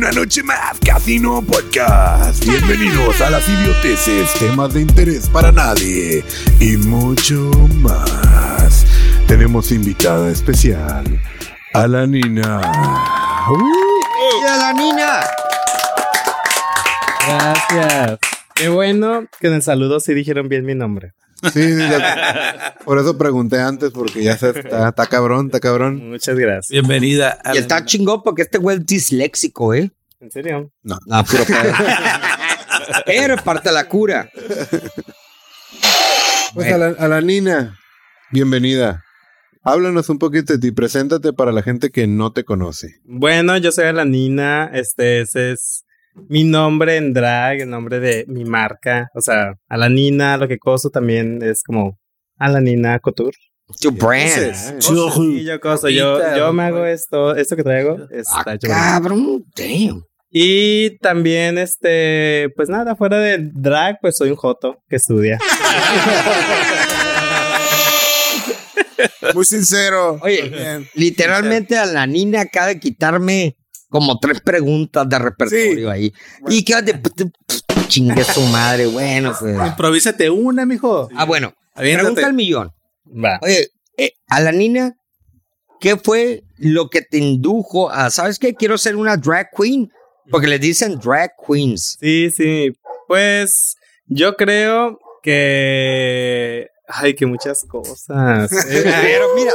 Una noche más, Casino Podcast. Bienvenidos a las idioteces, temas de interés para nadie y mucho más. Tenemos invitada especial a la Nina. ¡Y a la Nina! Gracias. Qué bueno que en el saludo sí dijeron bien mi nombre. Sí, por eso pregunté antes, porque ya está cabrón, Muchas gracias. Bienvenida. Y está chingón porque este güey es disléxico, ¿eh? ¿En serio? No, puro pedo. Pero es parte de la cura. Pues a la Nina, bienvenida. Háblanos un poquito de ti, preséntate para la gente que no te conoce. Bueno, yo soy Alanina, ese es mi nombre en drag, el nombre de mi marca. O sea, Alanina, lo que coso también es como Alanina Couture. Tu brand. Sí, yo coso, yo me hago esto que traigo. Cabrón, damn. Y también, pues nada, fuera del drag, pues soy un joto que estudia. Muy sincero. Oye, bien. Literalmente a la Nina acaba de quitarme como 3 preguntas de repertorio ahí. Bueno. Y quédate, chingue su madre, bueno, pues. Improvísate una, mijo. Bueno, aviéntate. Pregunta al millón. Va. Oye, a la Nina, ¿qué fue lo que te indujo a, ¿sabes qué? Quiero ser una drag queen. Porque le dicen drag queens. Sí. Pues yo creo que... Ay, que muchas cosas. Pero mira,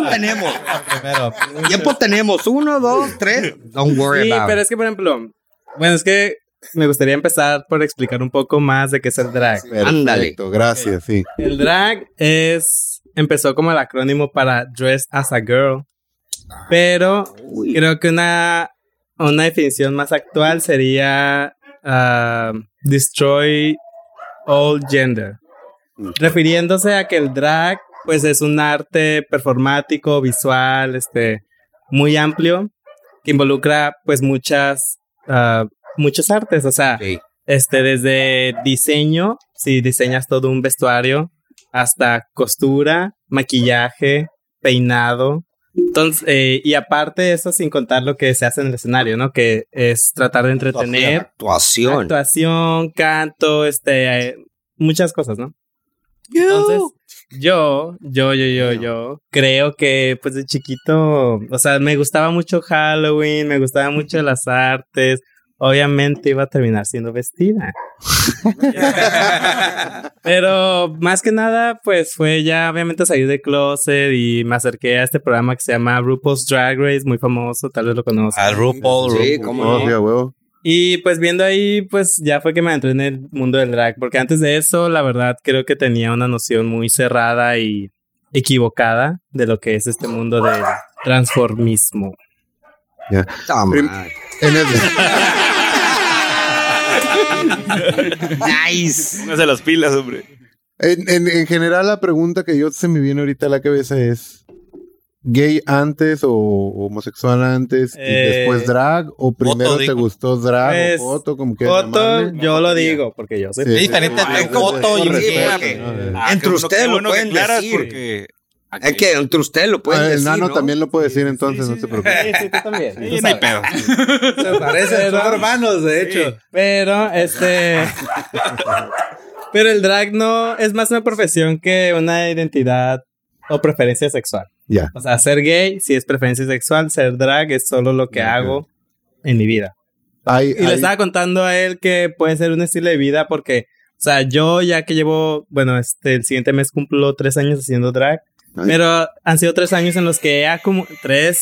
tiempo tenemos. 1, 2, 3. Don't worry about it. Sí, pero es que, por ejemplo... Bueno, es que me gustaría empezar por explicar un poco más de qué es el drag. Ándale. Gracias, sí. El drag empezó como el acrónimo para Dress as a Girl. Pero creo que una definición más actual sería Destroy All Gender. Refiriéndose a que el drag pues es un arte performático, visual, muy amplio, que involucra pues muchos artes, o sea, sí. Desde diseño, si diseñas todo un vestuario, hasta costura, maquillaje, peinado. Entonces, y aparte de eso, sin contar lo que se hace en el escenario, ¿no? Que es tratar de entretener. Actuación, canto, muchas cosas, ¿no? Entonces, yo creo que, pues, de chiquito, o sea, me gustaba mucho Halloween, me gustaba mucho las artes. Obviamente iba a terminar siendo vestida. Pero más que nada, pues fue ya obviamente salir de closet y me acerqué a este programa que se llama RuPaul's Drag Race, muy famoso, tal vez lo conozcan. A RuPaul. Sí, cómo no. Huevo. Y pues viendo ahí, pues ya fue que me entré en el mundo del drag, porque antes de eso, la verdad, creo que tenía una noción muy cerrada y equivocada de lo que es este mundo del transformismo. Ya. Nice. No se las pilas, hombre. En general, la pregunta que se me viene ahorita a la cabeza es: ¿gay antes o homosexual antes y después drag? ¿O primero te gustó drag pues, o foto? Como que foto, yo lo digo, porque yo sé. Es diferente entre foto y gay. Entre ustedes lo pueden decir. Porque... Es que entre ustedes lo pueden decir, el nano ¿no? también lo puede decir, entonces no te preocupes. Sí, tú también. Sí, no hay pedo. Se parecen, son hermanos, de hecho. Pero, pero el drag no es más una profesión que una identidad o preferencia sexual. Ya. O sea, ser gay sí es preferencia sexual, ser drag es solo lo que hago en mi vida. Le estaba contando a él que puede ser un estilo de vida porque, o sea, yo ya que llevo, bueno, el siguiente mes cumplo 3 años haciendo drag. Ay. Pero han sido 3 años en los que he tres.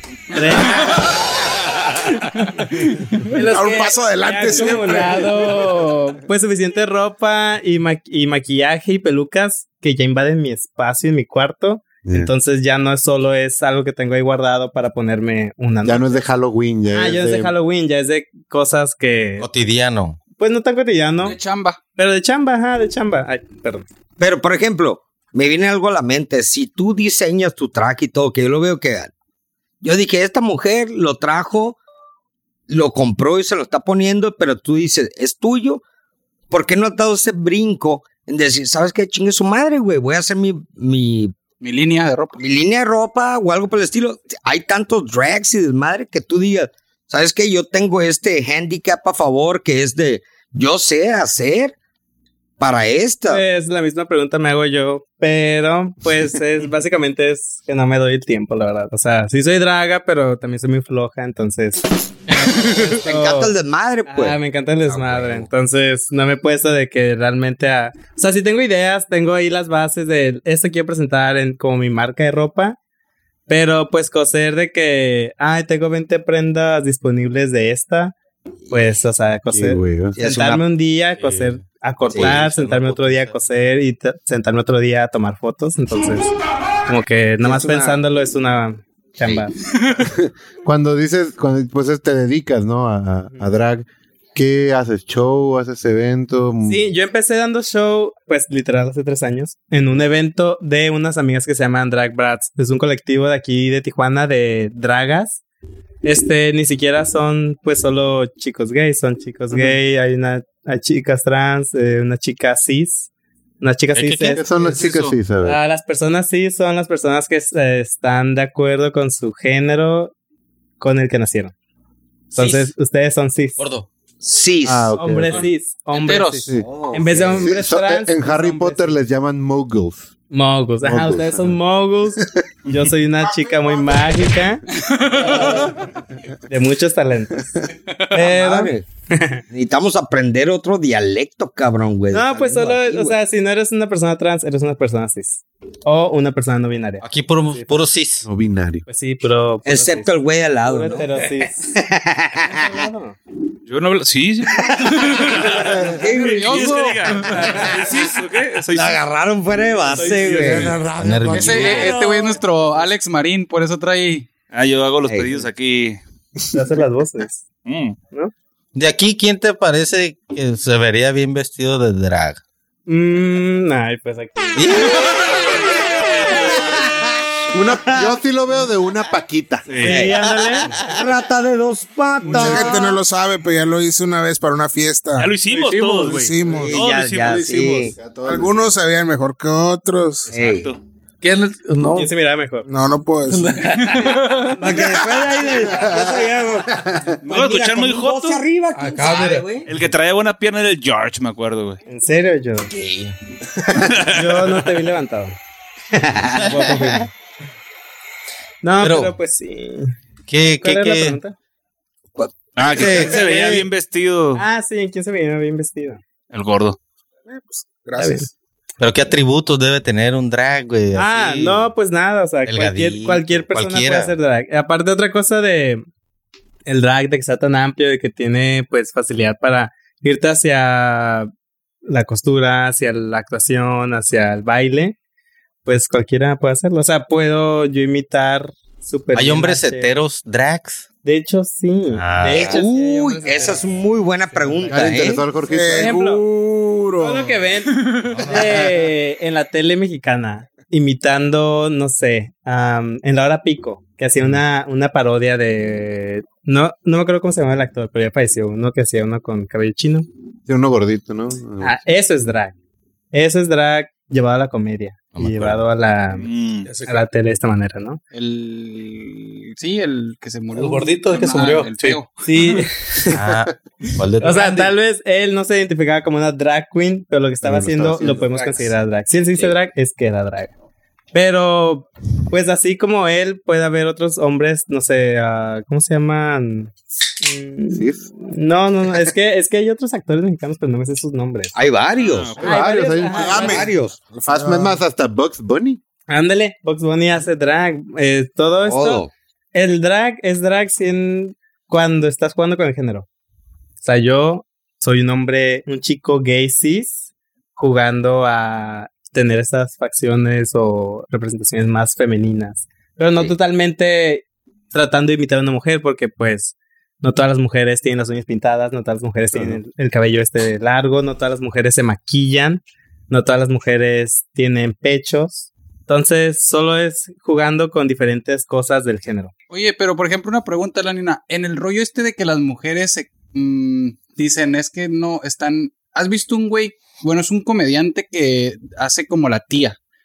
A un paso adelante siempre. Pues suficiente ropa y maquillaje y pelucas que ya invaden mi espacio en mi cuarto. Yeah. Entonces ya no solo es algo que tengo ahí guardado para ponerme una noche. Ya no es de Halloween. Ya es de Halloween, ya es de cosas que... Cotidiano. Pues no tan cotidiano. De chamba. Pero de chamba, de chamba. Ay, perdón. Pero, por ejemplo, me viene algo a la mente. Si tú diseñas tu track y todo, que yo lo veo que... Yo dije, esta mujer lo trajo, lo compró y se lo está poniendo, pero tú dices, ¿es tuyo? ¿Por qué no has dado ese brinco en decir, ¿sabes qué? Chingue su madre, güey. Voy a hacer mi línea de ropa. Mi línea de ropa o algo por el estilo. Hay tantos drags y desmadre que tú digas, ¿sabes qué? Yo tengo este handicap a favor que es de, yo sé hacer para esta. Es la misma pregunta me hago yo, pero pues básicamente es que no me doy el tiempo, la verdad. O sea, sí soy draga, pero también soy muy floja, entonces... Me encanta el desmadre, pues. Me encanta el desmadre. Entonces, no me he puesto de que realmente... O sea, si tengo ideas, tengo ahí las bases de esto quiero presentar como mi marca de ropa. Pero, pues, coser de que... tengo 20 prendas disponibles de esta. Pues, o sea, coser... Sentarme un día, coser... A cortar, sentarme otro día a coser y sentarme otro día a tomar fotos. Entonces, como que nada más pensándolo es una chamba. Cuando pues te dedicas, ¿no? A drag, ¿qué haces? ¿Show? ¿Haces evento? Sí, yo empecé dando show, pues literal hace 3 años, en un evento de unas amigas que se llaman Drag Brats. Es un colectivo de aquí de Tijuana de dragas. Ni siquiera son pues solo chicos gays, son chicos gay, hay chicas trans, una chica cis. Una chica cis ¿Qué son las chicas cis? A ver. Las personas cis son las personas que están de acuerdo con su género con el que nacieron. Entonces, cis. Ustedes son cis. Gordo. Cis. Okay. Hombres cis. Hombres Heteros. cis. Sí. En vez de hombres trans. En Harry hombres Potter cis. les llaman moguls. Moguls. Ajá, Moguls, ustedes son moguls. Yo soy una chica muy mágica. De muchos talentos. Pero... Madre. Necesitamos aprender otro dialecto, cabrón, güey. No, pues solo, o sea, si no eres una persona trans, eres una persona cis. O una persona no binaria. Aquí puro cis. No binario. Pues sí, pero... Excepto el güey al lado, puro ¿no? hetero cis. Yo no hablo. Sí, sí. ¿Quieres que diga? ¿Sí? ¿O qué? Soy La agarraron fuera de base, güey. Nervioso. Este güey es nuestro Alex Marín, por eso trae... yo hago los pedidos aquí. Te hacen las voces. De aquí, ¿quién te parece que se vería bien vestido de drag? Ay, pues aquí. Yo sí lo veo de una Paquita. Sí, ándale. Rata de 2 patas. Mucha gente no lo sabe, pero ya lo hice una vez para una fiesta. Ya lo hicimos todos, Lo güey. hicimos. Todos lo Ya, hicimos. sí. Algunos sabían mejor que otros. Exacto. ¿Quién no? ¿Quién se miraba mejor? No puedo decir. Para que después de ahí ¿Me voy a escuchar muy joto? arriba, ¿quién Acá, sabe, mira. güey? El que traía buena pierna era el George, me acuerdo, güey. ¿En serio, yo? Yo no te vi levantado. No puedo confirmar. No, pero pues sí. ¿Qué? ¿Cuál era la pregunta? Que se veía bien vestido. Sí, ¿quién se veía bien vestido? El gordo. Gracias. ¿Pero qué atributos debe tener un drag, güey? Así. No, pues nada, o sea, Delgadito, cualquier persona cualquiera. puede hacer drag. Aparte otra cosa de el drag, de que está tan amplio, de que tiene pues facilidad para irte hacia la costura, hacia la actuación, hacia el baile, pues cualquiera puede hacerlo. O sea, puedo yo imitar súper ¿Hay bien hombres a Cher. heteros drags? De hecho, sí. Ah. De hecho, sí hay Uy, hombres esa es heteros. muy buena ¿Ya pregunta, le interesó al Jorge? ejemplo, Seguro. todo lo que ven en la tele mexicana, imitando, no sé, en La Hora Pico, que hacía una parodia de... No me acuerdo cómo se llama el actor, pero ya falleció. Uno que hacía uno con cabello chino. Sí, uno gordito, ¿no? Eso es drag. Eso es drag llevado a la comedia. No me Y llevado a la tele de esta manera, ¿no? Sí, el que se murió. El gordito, el que se murió. El Sí. feo. Sí. ¿Cuál de O sea, tal vez él no se identificaba como una drag queen, pero lo que estaba Pero lo haciendo estaba haciendo lo podemos drags. considerar drag. Si él se dice drag, es que era drag. Pero, pues así como él, puede haber otros hombres, no sé, ¿cómo se llaman? ¿Sí? No, es que hay otros actores mexicanos, pero no me sé sus nombres. Hay varios. Varios, hay ajá, Hay varios. más hasta Bugs Bunny. Ándale, Bugs Bunny hace drag. Todo esto, Todo. el drag es drag cuando estás jugando con el género. O sea, yo soy un chico gay cis, jugando a tener estas facciones o representaciones más femeninas. Pero no Sí. totalmente tratando de imitar a una mujer, porque pues no todas las mujeres tienen las uñas pintadas, no todas las mujeres tienen el cabello largo, no todas las mujeres se maquillan, no todas las mujeres tienen pechos. Entonces, solo es jugando con diferentes cosas del género. Oye, pero por ejemplo, una pregunta, Lanina. En el rollo de que las mujeres dicen, es que no están... ¿Has visto un güey? Bueno, es un comediante que hace como la tía.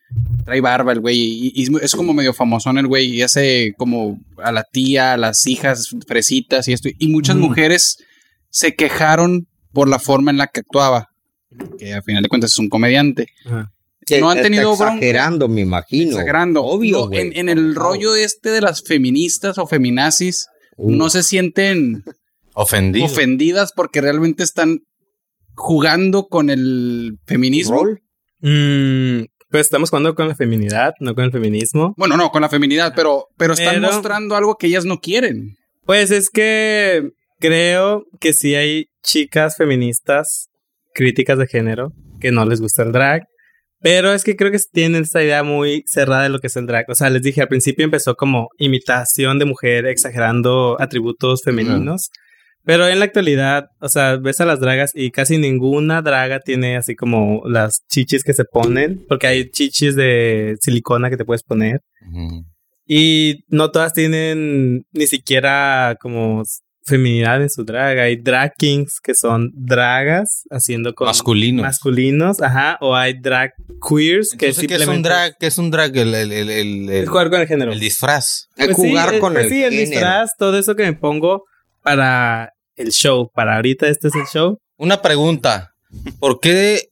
trae barba el güey y es como medio famosón el güey y hace como a la tía, a las hijas fresitas y esto. Y muchas mujeres se quejaron por la forma en la que actuaba, que al final de cuentas es un comediante. Ajá. Que no han tenido está bronca. exagerando, me imagino. Exagerando. Obvio, No, güey. en el rollo de las feministas o feminazis, no se sienten Ofendido. ofendidas porque realmente están jugando con el feminismo. ¿Rol? Pues estamos jugando con la feminidad, no con el feminismo. Bueno, no, con la feminidad, pero están Pero- mostrando algo que ellas no quieren. Pues es que creo que sí hay chicas feministas críticas de género que no les gusta el drag. Pero es que creo que tienen esta idea muy cerrada de lo que es el drag. O sea, les dije, al principio empezó como imitación de mujer, exagerando atributos femeninos. Pero en la actualidad, o sea, ves a las dragas y casi ninguna draga tiene así como las chichis que se ponen. Porque hay chichis de silicona que te puedes poner. Ujú. Y no todas tienen ni siquiera como feminidad en su drag. Hay drag kings que son dragas haciendo con masculinos, ajá, o hay drag queers que Entonces, simplemente ¿qué es un drag? es jugar con el género. El disfraz. Hay que jugar con el sí, el género. disfraz, todo eso que me pongo para el show, para ahorita este es el show. Una pregunta. ¿Por qué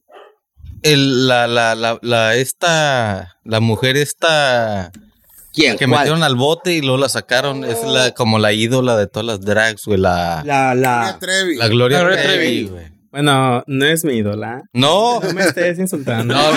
la mujer esta ¿Quién? que ¿Cuál? metieron al bote y luego la sacaron? Es como la ídola de todas las drags, güey. La Trevi. Gloria Gloria Trevi, Trevi. güey. Bueno, no es mi ídola. No. No me estés insultando. No.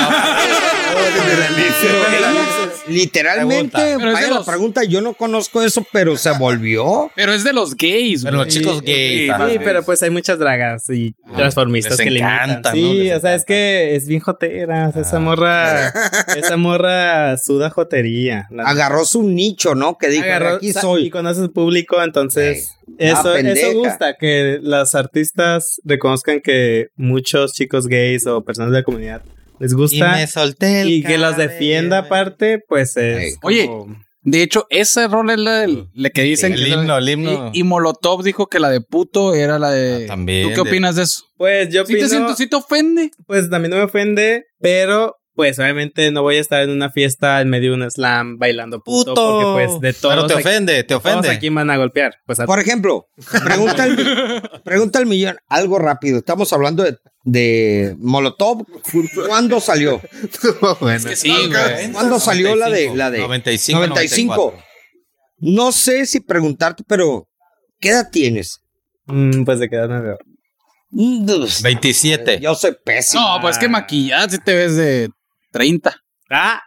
Literalmente, Pero es de vaya la los- pregunta, yo no conozco eso, pero se volvió. Pero es de los gays, Pero güey. los chicos gays. Sí, ajá. pero pues hay muchas dragas y transformistas les que le encanta, imitan. ¿no? Sí, Les o sea, es encanta. que es bien jotera. O sea, esa morra suda jotería. Agarró su nicho, ¿no? Que dijo, aquí y soy. conoce su público, entonces eso pendeja. gusta, que los artistas reconozcan que muchos chicos gays o personas de la comunidad les Y gusta me solté el y que los cabello. defienda aparte, pues es Ey. Oye, como- de hecho, ese rol es la que dicen El que himno, el himno. Y Molotov dijo que la de puto era la de... también ¿Tú qué de- opinas de eso? pues yo ¿Sí te opino, siento, sí te ofende? pues también no me ofende, pero pues obviamente no voy a estar en una fiesta en medio de un slam bailando puto, porque pues de todos Pero te aquí- ofende, te todos ofende. aquí me van a golpear. Pues a- Por ejemplo, pregunta al millón, algo rápido. Estamos hablando de Molotov. ¿Cuándo salió? Es que sí, güey. ¿Cuándo salió la de 95, 95? No sé si preguntarte, pero ¿qué edad tienes? pues de quedar me veo. 27. Yo soy pésimo. No, pues que maquillada si te ves de 30. ¡Ah!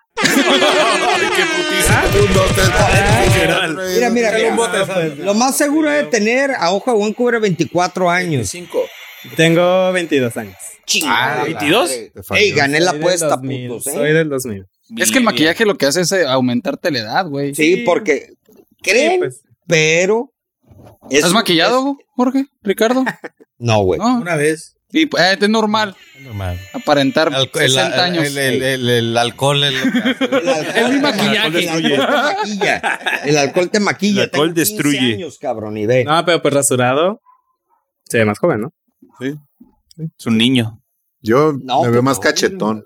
Mira. Lo más seguro es tener a ojo de buen cubre 24 años. Tengo 22 años. Chingada. ¿22? Ey, gané la Soy del apuesta, 2000, putos, ¿eh? Soy del 2000. Es que el maquillaje lo que hace es aumentarte la edad, güey. Sí, porque creen, pues. pero... ¿Estás maquillado, Jorge? ¿Ricardo? No, güey. No. Una vez. Y es normal Normal. aparentar 60 años. El alcohol es lo que hace. Es mi maquillaje. El alcohol te maquilla. El alcohol Tengo 15 destruye. años, cabrón, y ve. No, pero pues rasurado se ve más joven, ¿no? Es un niño. Yo No, me veo pues más no, cachetón.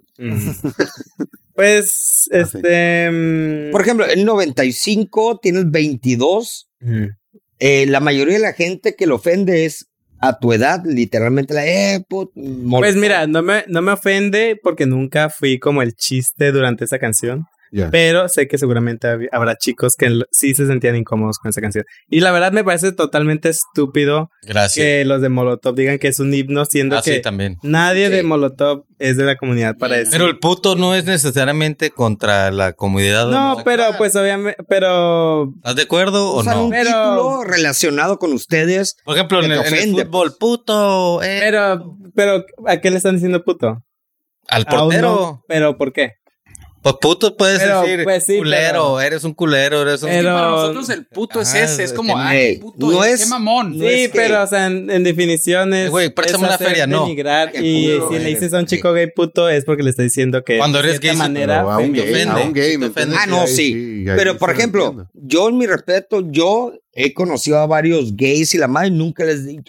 Pues, Por ejemplo, en 95 tienes 22. La mayoría de la gente que lo ofende es a tu edad, literalmente Pues mira, no me ofende porque nunca fui como el chiste durante esa canción. Ya. Pero sé que seguramente habrá chicos que sí se sentían incómodos con esa canción. Y la verdad me parece totalmente estúpido Gracias. que los de Molotov digan que es un himno, siendo que Sí, también. nadie Sí. de Molotov es de la comunidad para eso. Pero el puto no es necesariamente contra la comunidad. No, homosexual. pero pues obviamente, pero ¿Estás de acuerdo o usan no? un Pero- título relacionado con ustedes. Por ejemplo, que en te el ofende, fútbol, puto. pero ¿a qué le están diciendo puto? Al A uno, portero. pero ¿por qué? Pues puto puedes Pero, decir pues sí, culero, eres un culero, eres un... Pero- Para nosotros el puto es Ajá, ese. Es como, tiene- ay, puto, no es- qué mamón. No Sí, es que- pero o sea, en definiciones Güey, préstame es una hacer feria, no. denigrar, Qué y puto si le eres, dices a un chico gay puto es porque le está diciendo que Cuando de eres cierta gay, sí, manera Pero a un te gay, ofende. a un gay, Sí, ¿me te ofende. entiendes? Ah, no, Ahí sí. ahí Pero, sí por lo ejemplo, entiendo. yo en mi respeto, yo he conocido a varios gays y la madre nunca les dije,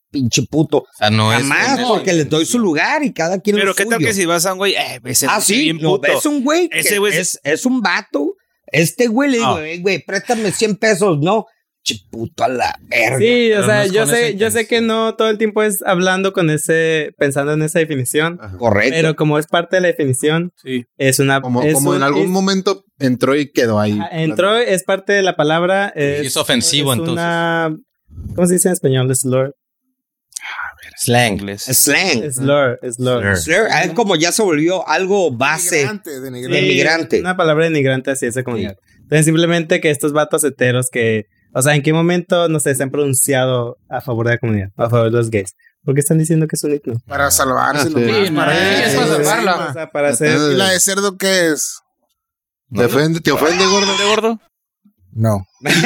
pinche puto. O sea, no es. Jamás, porque les doy su lugar y cada quien Pero lo qué tal suyo. que si vas a un güey, ese Sí, bien no, puto. es un güey que Ese güey es un vato. Este güey le digo, No. güey, préstame 100 pesos. No, puto a la verga. Sí, o Pero sea, no es yo con esa sé que intención. no todo el tiempo es hablando con pensando en esa definición, Correcto. pero como es parte de la definición, Sí. es una... Como es en algún momento entró y quedó ahí. entró, es parte de la palabra. Es ofensivo, es entonces. una... ¿Cómo se dice en español? Slur. Slang. Inglés. Slang. Slur. Slur, es como ya se volvió algo base. Denigrante. De migrante. Una palabra denigrante hacia esa comunidad. Entonces, simplemente que estos vatos heteros que... O sea, ¿en qué momento, no sé, se han pronunciado a favor de la comunidad? A favor de los gays. ¿Por qué están diciendo que es un himno? Para salvarse. Sí. nomás, Sí, no, para es para eso, salvarla. O sea, para hacer... ¿Y la de cerdo qué es? ¿Te ofende, gordo? ¿De gordo? No.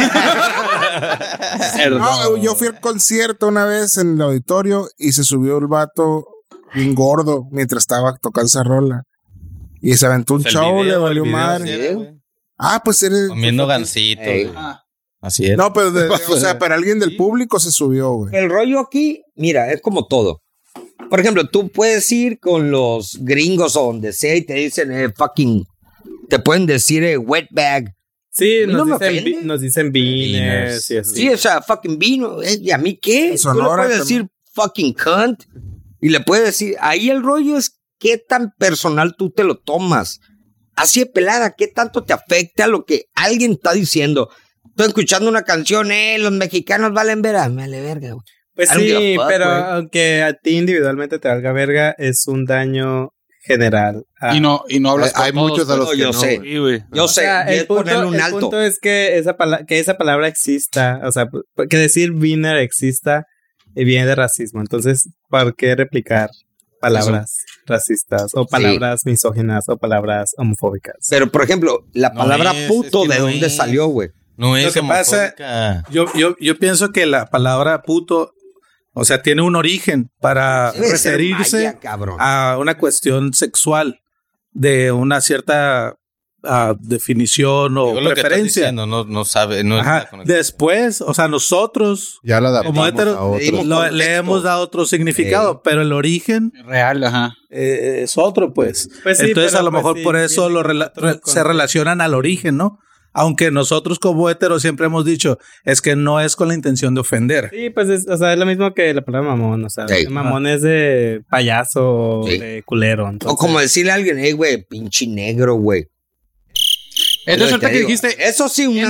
No, yo fui al concierto una vez en el auditorio y se subió el vato bien gordo mientras estaba tocando esa rola. Y se aventó un El show, video, le el valió video, madre. sí era, güey. Pues eres. Comiendo gansito. Ey. güey. Así es. No, pero, o sea, pero alguien del público se subió, güey. El rollo aquí, mira, es como todo. Por ejemplo, tú puedes ir con los gringos o donde sea y te dicen, te pueden decir wetbag. Sí, A mí no me ofende. nos dicen beaners y así. Sí, o sea, fucking vino. ¿Y a mí qué? Sonora Tú le puedes también. decir fucking cunt. Y le puedes decir, ahí el rollo es qué tan personal tú te lo tomas. Así de pelada, qué tanto te afecta lo que alguien está diciendo. Estoy escuchando una canción, los mexicanos valen verga. Me vale verga, güey. Pues I don't give sí, a fuck, pero güey. aunque a ti individualmente te valga verga, es un daño general. Y no hablas por Hay todos, muchos de los No, que yo no, sé. güey. Sí, güey. Yo O sé, sea, y es ponerle un alto. punto es que esa palabra exista, o sea, que decir beaner exista viene de racismo. Entonces, ¿por qué replicar palabras racistas o palabras misóginas o palabras homofóbicas? Pero, por ejemplo, la No palabra es, puto, es que ¿de no dónde es. salió, güey? No es Lo que pasa- homofóbica. Yo pienso que la palabra puto, o sea, tiene un origen para Debe ser referirse maya, cabrón. a una cuestión sexual de una cierta definición o Digo lo que estás preferencia. diciendo, no sabe, no Ajá. está conectado. Después, o sea, nosotros Ya la como adaptamos heteros a otro. dimos le contexto. hemos dado otro significado, pero el origen Real, ajá. es otro, pues. Pues sí, Entonces, pero a lo pues mejor sí, por eso tiene otro se contexto. relacionan al origen, ¿no? Aunque nosotros como heteros siempre hemos dicho, es que no es con la intención de ofender. Sí, pues o sea, es lo mismo que la palabra mamón, o sea, Sí. mamón es de payaso o Sí. de culero. O Entonces, como decirle a alguien, güey, pinche negro, güey. Entonces, Te ahorita que digo, dijiste, eso sí, un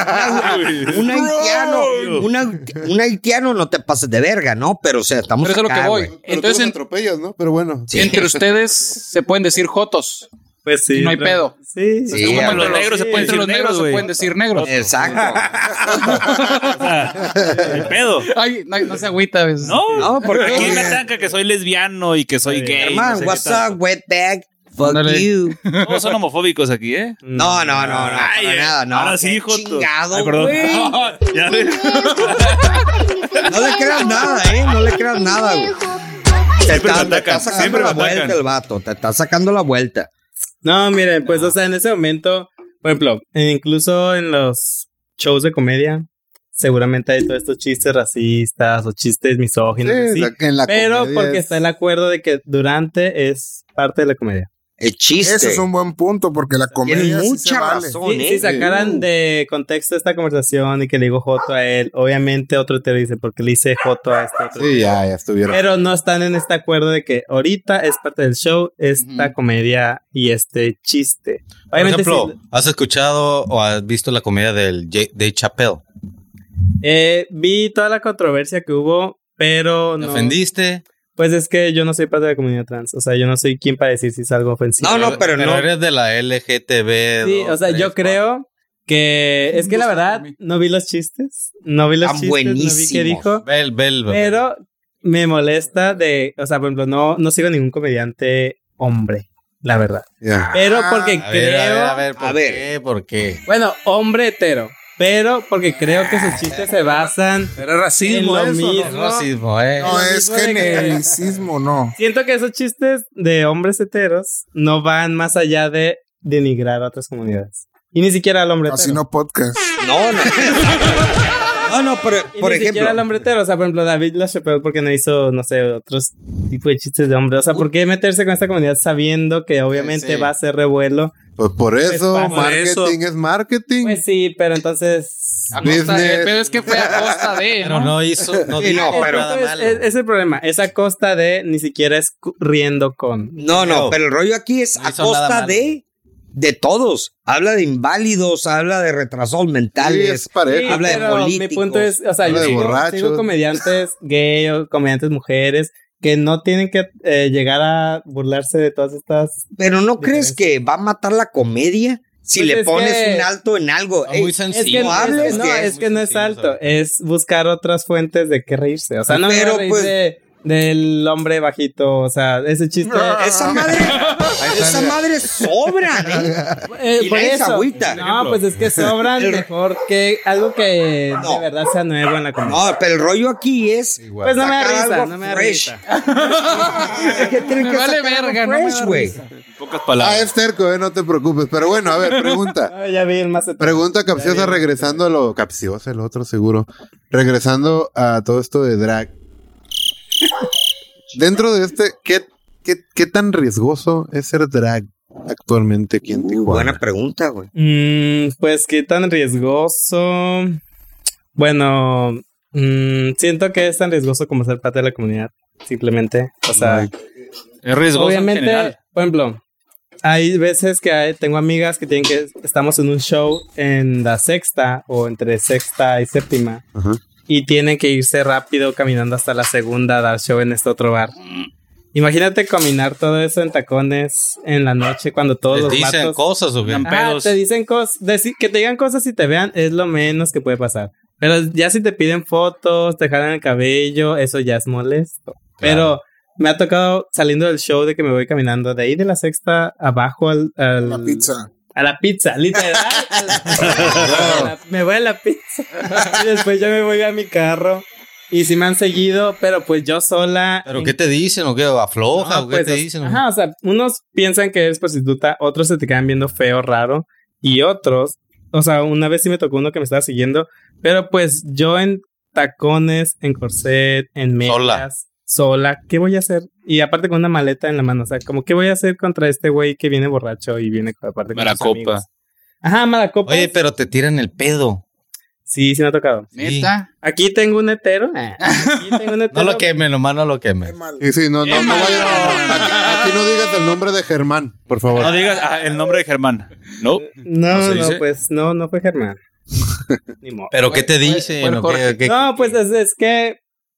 haitiano no te pases de verga, ¿no? Pero, o sea, estamos pero eso es lo acá, que voy. güey. Pero Entonces, tú los atropellas, ¿no? Pero bueno. Sí. entre ustedes se pueden decir jotos. pues sí. no hay pedo. Sí, Sí, Como a entre los negros se pueden entre decir los negros negros, se güey. pueden decir negros. Exacto. El pedo. Ay, no se agüita. ¿ves? No, No, porque- aquí me ataca que soy lesbiano y que soy gay. Hermano, no sé what's qué tanto. up, wetbag? Fuck Ándale. you. Todos son homofóbicos aquí, ¿eh? No, no, Ay, para nada, no. Ahora sí, Qué hijo. chingado, Ay, perdón. güey. Ya ves. No le creas nada, no le creas nada, güey. Siempre me atacan, está sacando siempre me la atacan. vuelta el vato, te está sacando la vuelta. No, miren, pues, o sea, en ese momento, por ejemplo, incluso en los shows de comedia, seguramente hay todos estos chistes racistas o chistes misóginos, Sí, así, en la pero comedia porque es- está el acuerdo de que durante es parte de la comedia. El chiste. Eso es un buen punto porque la comedia Tiene sí se mucha vale. razón, Si sacaran de contexto esta conversación y que le digo joto a él, obviamente otro hetero dice, porque le hice joto a este otro. Sí, ya estuvieron. Pero no están en este acuerdo de que ahorita es parte del show esta Ujú. comedia y este chiste. Por Obviamente ejemplo, sí, ¿has escuchado o has visto la comedia del Dave Chappelle? vi toda la controversia que hubo, pero ¿Te no. ofendiste? Pues es que yo no soy parte de la comunidad trans. O sea, yo no soy quien para decir si es algo ofensivo. No, pero no. eres de la LGTB. Sí, o sea, yo creo que es que la verdad no vi los chistes. No vi los Están chistes, no vi qué buenísimos. dijo. Bel. Pero me molesta o sea, por ejemplo, no sigo ningún comediante hombre, la verdad. Ya. Pero porque A ver, creo, a ver, A ver. qué? ¿Por qué? bueno, hombre hetero, pero porque creo que sus chistes se basan Pero es racismo en lo eso, ¿no? mismo. Es racismo, ¿eh? No, lo es mismo de que- genericismo, no. Siento que esos chistes de hombres heteros no van más allá de denigrar a otras comunidades. Y ni siquiera al hombre Así hetero. no podcast. No, no. No, pero Y por ni siquiera el ejemplo, hombre hetero, o sea, por ejemplo, David LaChapelle, porque no hizo, no sé, otros tipos de chistes de hombre. O sea, ¿por qué meterse con esta comunidad sabiendo que obviamente Sí. va a ser revuelo? Pues por eso, Pues, marketing es marketing. Pues sí, pero entonces... A costa Business. de, pero es que fue a costa de, Pero no hizo, no Sí, dijo no, pero- nada malo. Es el problema, es a costa de, ni siquiera es riendo con. no, pero el rollo aquí es No a hizo nada costa malo. de todos. Habla de inválidos, habla de retrasados Sí, mentales. es parejo. habla de pero mi políticos, punto es, o sea, habla yo de sigo borrachos. comediantes gay o comediantes mujeres que no tienen que llegar a burlarse de todas estas... Pero ¿no crees que va a matar la comedia si Pues le es pones que- un alto en algo? No, muy Es que, sencillo. no hables, no, que es que no es alto, es buscar otras fuentes de qué reírse. O sea, no Pero, me reír pues- del hombre bajito, o sea, ese chiste... Esa madre sobra, ¿eh? Y por nadie se eso. agüita. No, pues es que sobran mejor que algo que No. de verdad sea nuevo en la comedia. No, pero el rollo aquí es Pues no me da sacar risa, algo no me da fresh. risa. Es que tienen Me que vale sacar algo verga, no me fresh, da güey. risa. Pocas palabras. Es terco, no te preocupes. Pero bueno, a ver, pregunta. Ah, ya vi el más Pregunta capciosa regresando a lo capciosa, el otro seguro. Regresando a todo esto de drag. Dentro de ¿qué tan riesgoso es ser drag actualmente aquí en Tijuana? Buena pregunta, güey. Pues qué tan riesgoso. Bueno, siento que es tan riesgoso como ser parte de la comunidad. Simplemente. O sea, Es riesgoso en obviamente, general. por ejemplo, hay veces que tengo amigas que tienen que estamos en un show en la sexta o entre sexta y séptima. Ajá. Y tienen que irse rápido caminando hasta la segunda a dar show en este otro bar. Imagínate caminar todo eso en tacones en la noche cuando todos ¿Les los dicen vatos... cosas o qué? Ajá. Ajá, pedos. te dicen cosas, que te digan cosas y te vean es lo menos que puede pasar. Pero ya si te piden fotos, te jalan el cabello, eso ya es molesto. Pero me ha tocado saliendo del show de que me voy caminando de ahí de la sexta abajo La pizza. a la pizza, literal. Me voy a la pizza. Y después yo me voy a mi carro. Y sí me han seguido, pero pues yo sola. ¿Pero qué te dicen o qué? ¿Afloja No, o qué pues, te dicen? Ajá, o sea, unos piensan que eres prostituta, otros se te quedan viendo feo, raro. Y otros, o sea, una vez sí me tocó uno que me estaba siguiendo. Pero pues yo en tacones, en corset, en medias. Sola, ¿qué voy a hacer? Y aparte con una maleta en la mano, o sea, como ¿qué voy a hacer contra este güey que viene borracho y viene aparte con sus Malacopa. amigos? Ajá, malacopa. Oye, pero te tiran el pedo. Sí, sí me ha tocado. Neta. Aquí tengo un hetero. Aquí tengo un hetero. No lo quemen, nomás no lo quemen. Y sí, no vayas- aquí no digas el nombre de Germán, por favor. No digas el nombre de Germán. No. No, ¿No se no, dice? pues no fue Germán. Ni modo. ¿Pero qué te dicen? Bueno, o qué- Jorge. qué- No, pues es que.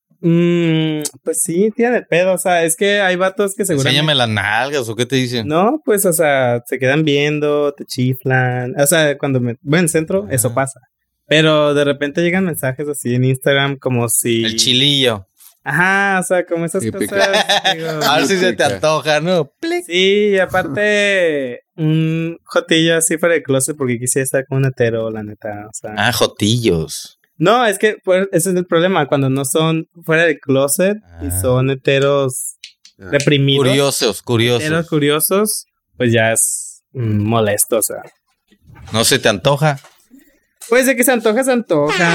Pues sí, tiene de pedo. O sea, es que hay vatos que seguramente. Enséñame las nalgas o qué te dicen. No, pues, o sea, se quedan viendo, te chiflan. O sea, cuando me voy en centro, eso pasa. Pero de repente llegan mensajes así en Instagram como si. El chilillo. Ajá, o sea, como esas Típica. cosas. digo, A ver si se te antoja, ¿no? Plic. sí, y aparte, un jotillo así fuera del closet porque quisiera estar con un hetero, la neta. O sea. Ah, jotillos. No, es que pues, ese es el problema. Cuando no son fuera del closet y son heteros reprimidos. Curiosos. Heteros curiosos, pues ya es molesto, o sea. ¿No se te antoja? Pues de que se antoja, se antoja.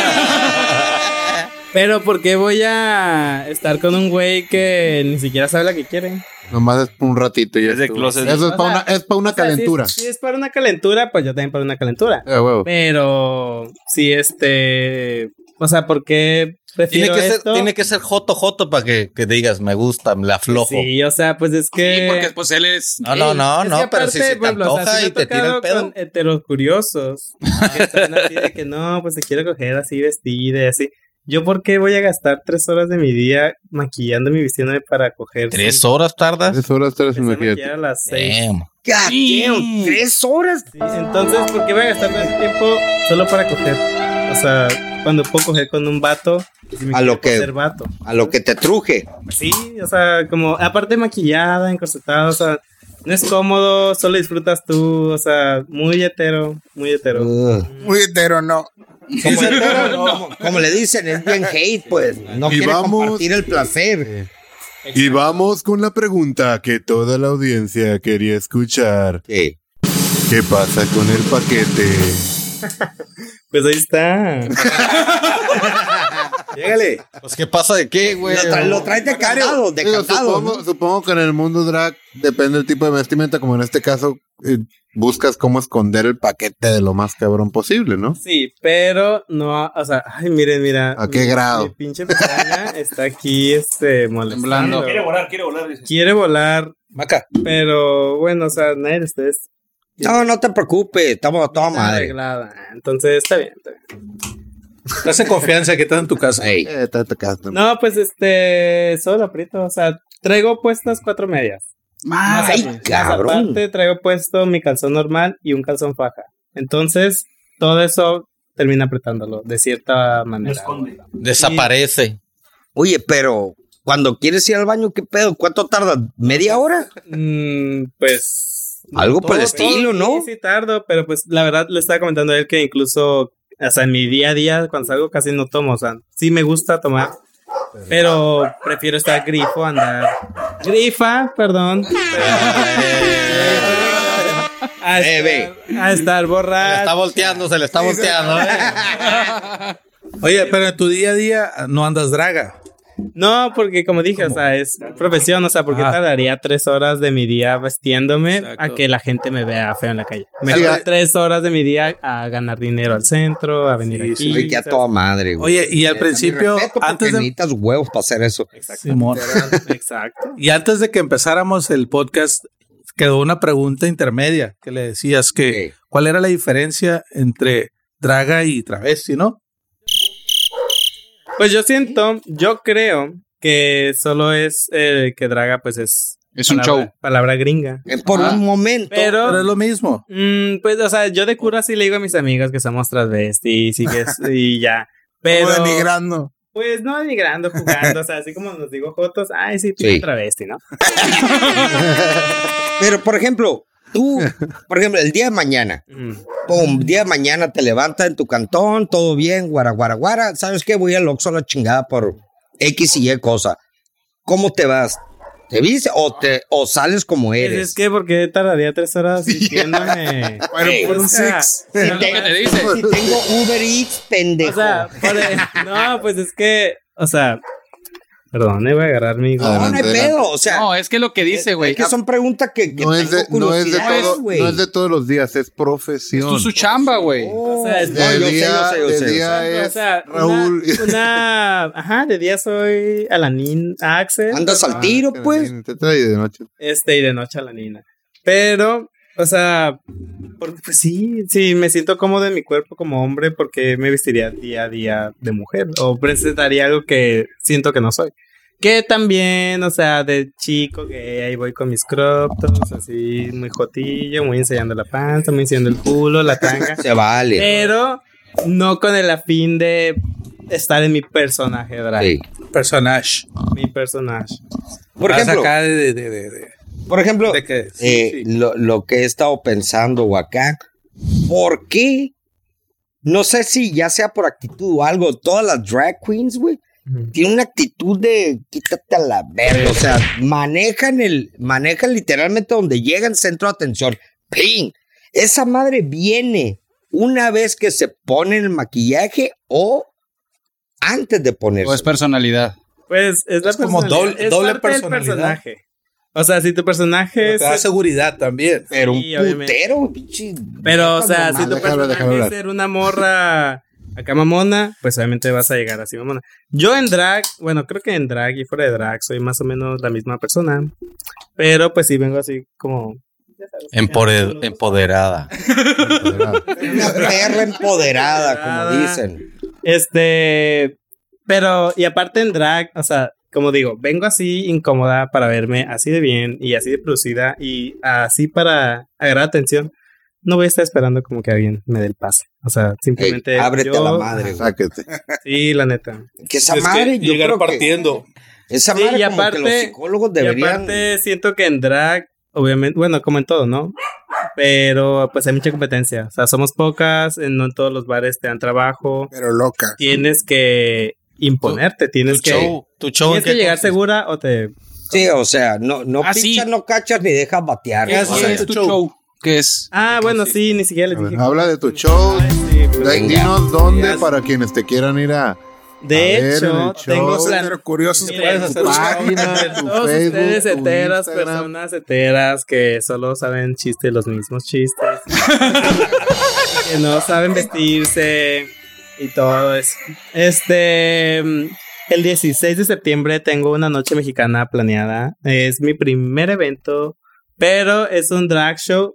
Pero ¿por qué voy a estar con un güey que ni siquiera sabe lo que quiere? Nomás es por un ratito y ya Es de estuvo. closet. Eso es O para sea, una O sea, calentura. Si es para una calentura, pues yo también para una calentura. Huevo. Pero si o sea, ¿por qué prefiero esto? Tiene que ser joto para que digas, me gusta, me la aflojo. Sí, o sea, pues es que... Sí, porque pues él es. No, Es que pero si aparte, se te por ejemplo, o sea, antoja sí me y te tira el tocado pedo. con heterocuriosos que están así de que no, pues te quiero coger así vestida y así. ¿Yo por qué voy a gastar 3 horas de mi día maquillándome y vistiéndome para coger? 3 horas tardas. 3 horas, 3 Empecé a maquillar imagínate. a las 6. Damn. God damn, 3 horas. Sí, entonces, ¿por qué voy a gastar todo ese tiempo solo para coger? O sea, cuando puedo coger con un vato, si me A lo quiero que- ser vato. A lo que te truje. Sí, o sea, como aparte maquillada, encorsetada, o sea, no es cómodo, solo disfrutas tú, o sea, muy hetero, muy hetero. Muy hetero, no. Como le dicen, es bien hate, pues. No Y quiere vamos- compartir el placer. Y vamos con la pregunta que toda la audiencia quería escuchar. Sí. ¿Qué pasa con el paquete? Pues ahí está. Llégale. Pues, ¿qué pasa de qué, güey? Lo traes de cantado, de Digo, cantado. ¿no? supongo que en el mundo drag depende del tipo de vestimenta, como en este caso buscas cómo esconder el paquete de lo más cabrón posible, ¿no? Sí, pero no, o sea, ay, miren, mira. ¿A qué grado? Mi pinche pestaña está aquí, molestando. Quiere volar, dice. Quiere volar, Maca. pero bueno, o sea, nadie de ustedes No te preocupes, estamos a toda está madre. arreglada. Entonces, está bien. Estás en confianza que estás en tu casa. Ey. Te tocaste. No, pues solo aprieto, o sea, traigo puestas 4 medias. Ay, Más cabrón. aparte, traigo puesto mi calzón normal y un calzón faja. Entonces, todo eso termina apretándolo de cierta Lo manera. esconde. Desaparece. Oye, pero cuando quieres ir al baño, ¿qué pedo? ¿Cuánto tarda? ¿Media hora? Pues... Algo por el estilo, ¿no? Sí, tardo, pero pues la verdad le estaba comentando a él que incluso, o sea, en mi día a día, cuando salgo casi no tomo, o sea, sí me gusta tomar, pero prefiero estar grifo, andar... Grifa, perdón. A estar Se le borracho. está volteando, se le está volteando. Oye, pero en tu día a día no andas draga. No, porque como dije, o sea, es profesión, o sea, porque tardaría 3 horas de mi día vestiéndome a que la gente me vea feo en la calle. Mejor 3 horas de mi día a ganar dinero al centro, a venir aquí. Oye, que a toda madre, güey. Oye, y al principio, Respeto, porque antes de... necesitas huevos para hacer eso. Simón. Exacto. Y antes de que empezáramos el podcast, quedó una pregunta intermedia que le decías que Ok. ¿cuál era la diferencia entre draga y travesti, no? Pues yo creo que solo es que draga, pues es Es un show. palabra gringa. Por un momento. Pero es Pero, lo mismo. pues, o sea, yo de cura sí le digo a mis amigas que somos transvestis y ya. Pero, Como denigrando. pues no denigrando, jugando, o sea, así como nos digo jotos, ay, sí, Sí. travesti, ¿no? Pero, por ejemplo, tú, el día de mañana, pum, día de mañana te levantas en tu cantón, todo bien, guara, guara, guara. ¿Sabes qué? Voy al Oxxo a la chingada por X y Y cosa. ¿Cómo te vas? ¿Te viste o sales como Pues eres? es que, ¿por qué tardaría 3 horas diciéndome? Bueno, por un O sea, six. Si Es lo que te dice. si tengo Uber Eats, pendejo. O sea, no, pues es que, o sea, perdón, voy a agarrar mi... no, no hay pedo. O sea, No, es que lo que dice, güey. es que son preguntas que No es, de, tengo no, es de curiosidad, todo, güey. no es de todos los días, es Es profesión. su chamba, güey. O sea, es- No, yo sé, yo sé. día O sea, Raúl. ajá, de día soy Alanin Axel. Andas al tiro, pues. Te trae de noche. Y de noche a la nina. Pero, o sea, pues sí, me siento cómodo en mi cuerpo como hombre porque me vestiría día a día de mujer o presentaría algo que siento que no soy. Que también, o sea, de chico, que ahí voy con mis crop tops, así, muy jotillo, muy enseñando la panza, muy enseñando el culo, la tanga. Se vale. Pero no con el afín de estar en mi personaje drag. Sí. Personaje. Mi personaje. Por Vas ejemplo, acá por ejemplo, de que... sí. Lo que he estado pensando o acá, ¿por qué? No sé si ya sea por actitud o algo, todas las drag queens, güey, tienen una actitud de quítate a la verga, o sea, manejan literalmente donde llega el centro de atención. ¡Ping! Esa madre viene una vez que se pone el maquillaje o antes de ponerse. O es personalidad. Pues es la Es como personalidad, es doble parte del personalidad. personaje. O sea, si tu personaje Te es... da seguridad también. Pero Sí, un obviamente. putero, pinche. Pero, o sea, si tu Déjalo personaje es hablar. ser una morra acá mamona, pues obviamente vas a llegar así mamona. Yo en drag, bueno, creo que en drag y fuera de drag soy más o menos la misma persona. Pero pues sí vengo así como... Empoderada. Una perra empoderada, como dicen. Pero, y aparte en drag, o sea, como digo, vengo así incómoda para verme así de bien y así de producida y así para agarrar atención. No voy a estar esperando como que alguien me dé el pase. O sea, simplemente. Ey, ábrete yo- a la madre, güey. Sáquete. Sí, la neta. Que esa Es que madre, yo llegar creo que partiendo. esa Sí, madre y como que aparte- los psicólogos Y deberían. aparte, siento que en drag, obviamente, bueno, como en todo, ¿no? Pero pues hay mucha competencia. O sea, somos pocas, no en todos los bares te dan trabajo. Pero loca. Tienes que imponerte, tienes que. Tu show Tienes que llegar segura o te... Sí, o sea, no Ah, sí. pichas, no cachas ni dejas batear. ¿Qué O sea, es tu show? ¿Qué es? Ah, bueno, sí, ni siquiera les A ver, dije. habla de tu show. Ay, sí, pues, Dinos dónde para quienes te quieran ir a de ver en hecho, el show. tengo Pero curiosos Miren, puedes hacer tu un página, tu todos Facebook, ustedes tu heteras, Instagram. personas heteras que solo saben chistes, los mismos chistes, que no saben vestirse y todo eso. El 16 de septiembre tengo una noche mexicana planeada. Es mi primer evento, pero es un drag show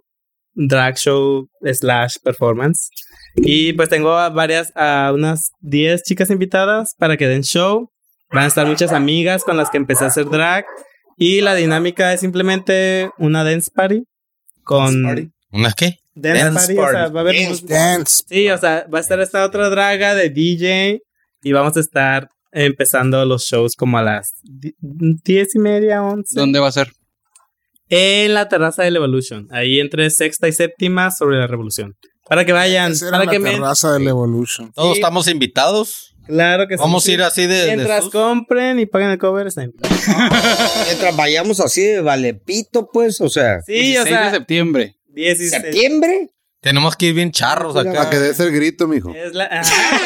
/ performance. Y pues tengo unas 10 chicas invitadas para que den show. Van a estar muchas amigas con las que empecé a hacer drag. Y la dinámica es simplemente una dance party. ¿Unas qué? Dance party. O sea, va a haber Dance. sí, o sea, va a estar esta otra draga de DJ. Y vamos a estar empezando los shows como a las 10:30, 11. ¿Dónde va a ser? En la terraza del Evolution. Ahí entre sexta y séptima sobre la Revolución. Para que vayan. Esa era Para la que terraza del Evolution. Todos Sí. estamos invitados. Claro que sí. Vamos a ir así de Mientras sus- compren y paguen el cover, está bien. Mientras vayamos así de valepito, pues, o sea, Sí, 16 o sea, de septiembre. 16. ¿septiembre? Tenemos que ir bien charros Para acá. que des el grito, mijo. Es la-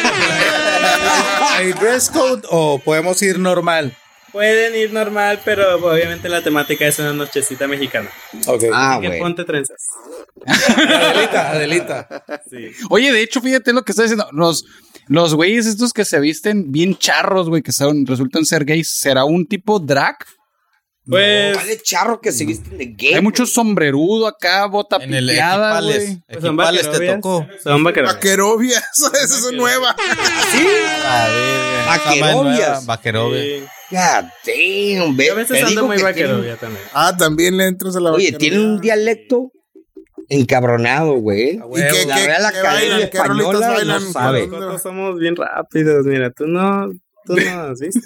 ¿Hay dress code o podemos ir normal? Pueden ir normal, pero obviamente la temática es una nochecita mexicana. Ok. Ah, Así que güey. ponte trenzas. Adelita. Sí. Oye, de hecho, fíjate lo que está diciendo. Los güeyes estos que se visten bien charros, güey, que resultan ser gays, ¿será un tipo drag? Pues, Vale charro que se visten de gay. Hay mucho sombrerudo acá, bota En el piteada, Equipales. güey. pues son Equipales te vaquerobias. tocó. Son vaquerobias. Vaquerovia, esa es nueva. A ver, Vaquerobias. Vaquerobias. Sí. God damn, Yo a veces te ando digo muy que vaquerovia también. Ah, también le entras a la Oye, vaquerovia. tiene un dialecto encabronado, güey. ¿Y qué, La qué, Real qué Academia bailan? ¿Qué rolitas Española bailan? no sabe. Nosotros somos bien rápidos, mira, tú no has visto.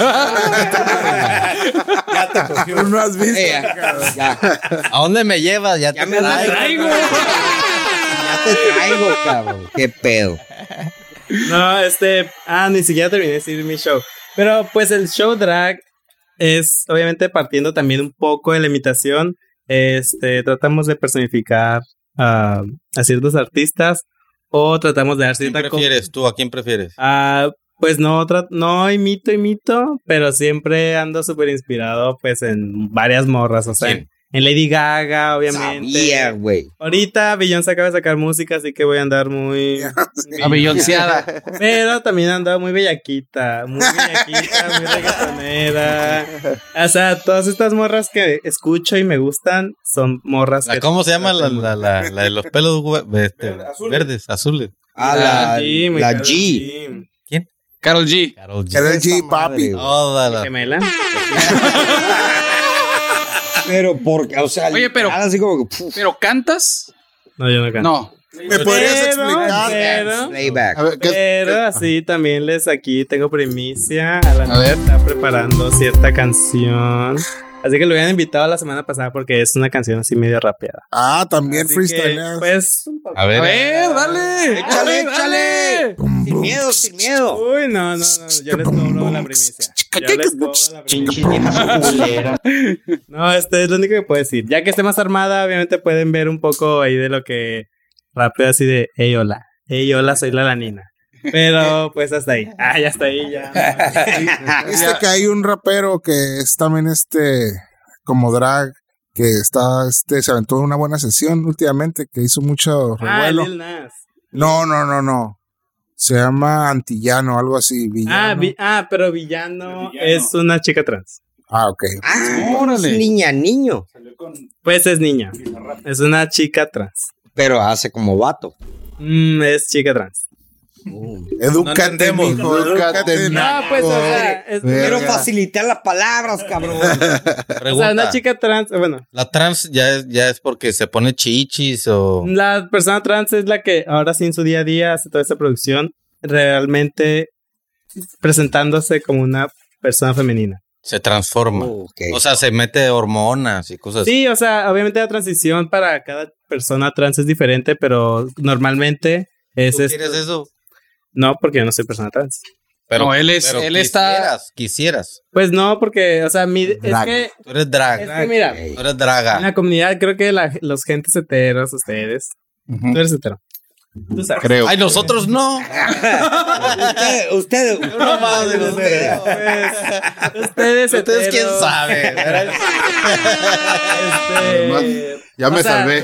Tú no has visto. Ya ¿A dónde me llevas? Ya te me traigo. te traigo, cabrón. Qué pedo. No, ni siquiera terminé de decir mi show. Pero pues el show drag es obviamente partiendo también un poco de la imitación. Tratamos de personificar a ciertos artistas o tratamos de dar ¿Quién cierta prefieres tú? ¿A quién prefieres? pues no imito, pero siempre ando súper inspirado pues en varias morras, o sea, ¿Quién? en Lady Gaga, obviamente. Sabía, güey. Ahorita Beyoncé acaba de sacar música, así que voy a andar muy... Abellonceada. Pero también ando muy bellaquita, muy reggaetonera. O sea, todas estas morras que escucho y me gustan son morras que... ¿Cómo se llama la de los pelos verdes, azules? Ah, muy la Karol G. Karol G. Karol G. Era el G, Esa papi. madre, güey. Toda la... Gemela. Pero porque, o sea, Oye, pero- literal, así como que, puf, ¿Pero cantas? No, yo no canto. No. ¿Me podrías explicar? Pero, playback. A ver, ¿qué- pero así también aquí tengo primicia. Alan A ver. está preparando cierta canción. Así que lo habían invitado la semana pasada porque es una canción así medio rapeada. Ah, también Así freestyleas. que, pues, A ver. A ver, dale. Échale, Dale. Sin miedo, sin miedo. uy, no, yo les cobro la primicia. Yo les cobro la primicia. No, es lo único que puedo decir. Ya que esté más armada, obviamente pueden ver un poco ahí de lo que rapeo así de, hey, hola, soy la Lanina. Pero, pues, hasta ahí. Ya está ahí, ya. Viste que hay un rapero que es también como drag, que se aventó una buena sesión últimamente, que hizo mucho revuelo. Lil Nas. No. Se llama Antillano, algo así. Villano. Pero Villano es una chica trans. Ok. Órale. Es niña, niño. Pues es niña. Es una chica trans. Pero hace como vato. Es chica trans. Edúcate, entendemos, mijo, edúcate. No, pues, o sea, Quiero facilitar las palabras, cabrón. Pregunta. una chica trans, bueno, ¿La trans ya es porque se pone chichis o...? la persona trans es la que ahora sí en su día a día hace toda esta producción realmente presentándose como una persona femenina. Se transforma? Ok. O sea, se mete hormonas y cosas así. Sí, o sea, obviamente la transición para cada persona trans es diferente, pero normalmente es ¿Tú esto. quieres eso? No, porque yo no soy persona trans. Pero, No, él está... Quisieras. Pues no, porque, o sea, es Drag. que, Tú eres drag. es que mira, Tú eres en draga. la comunidad creo que los gentes heteros, ustedes, tú eres hetero. Tú sabes. Creo. Ay, nosotros no. Usted. No mames, Ustedes Ustedes quién heteros, sabe. Ya me o sea, salvé.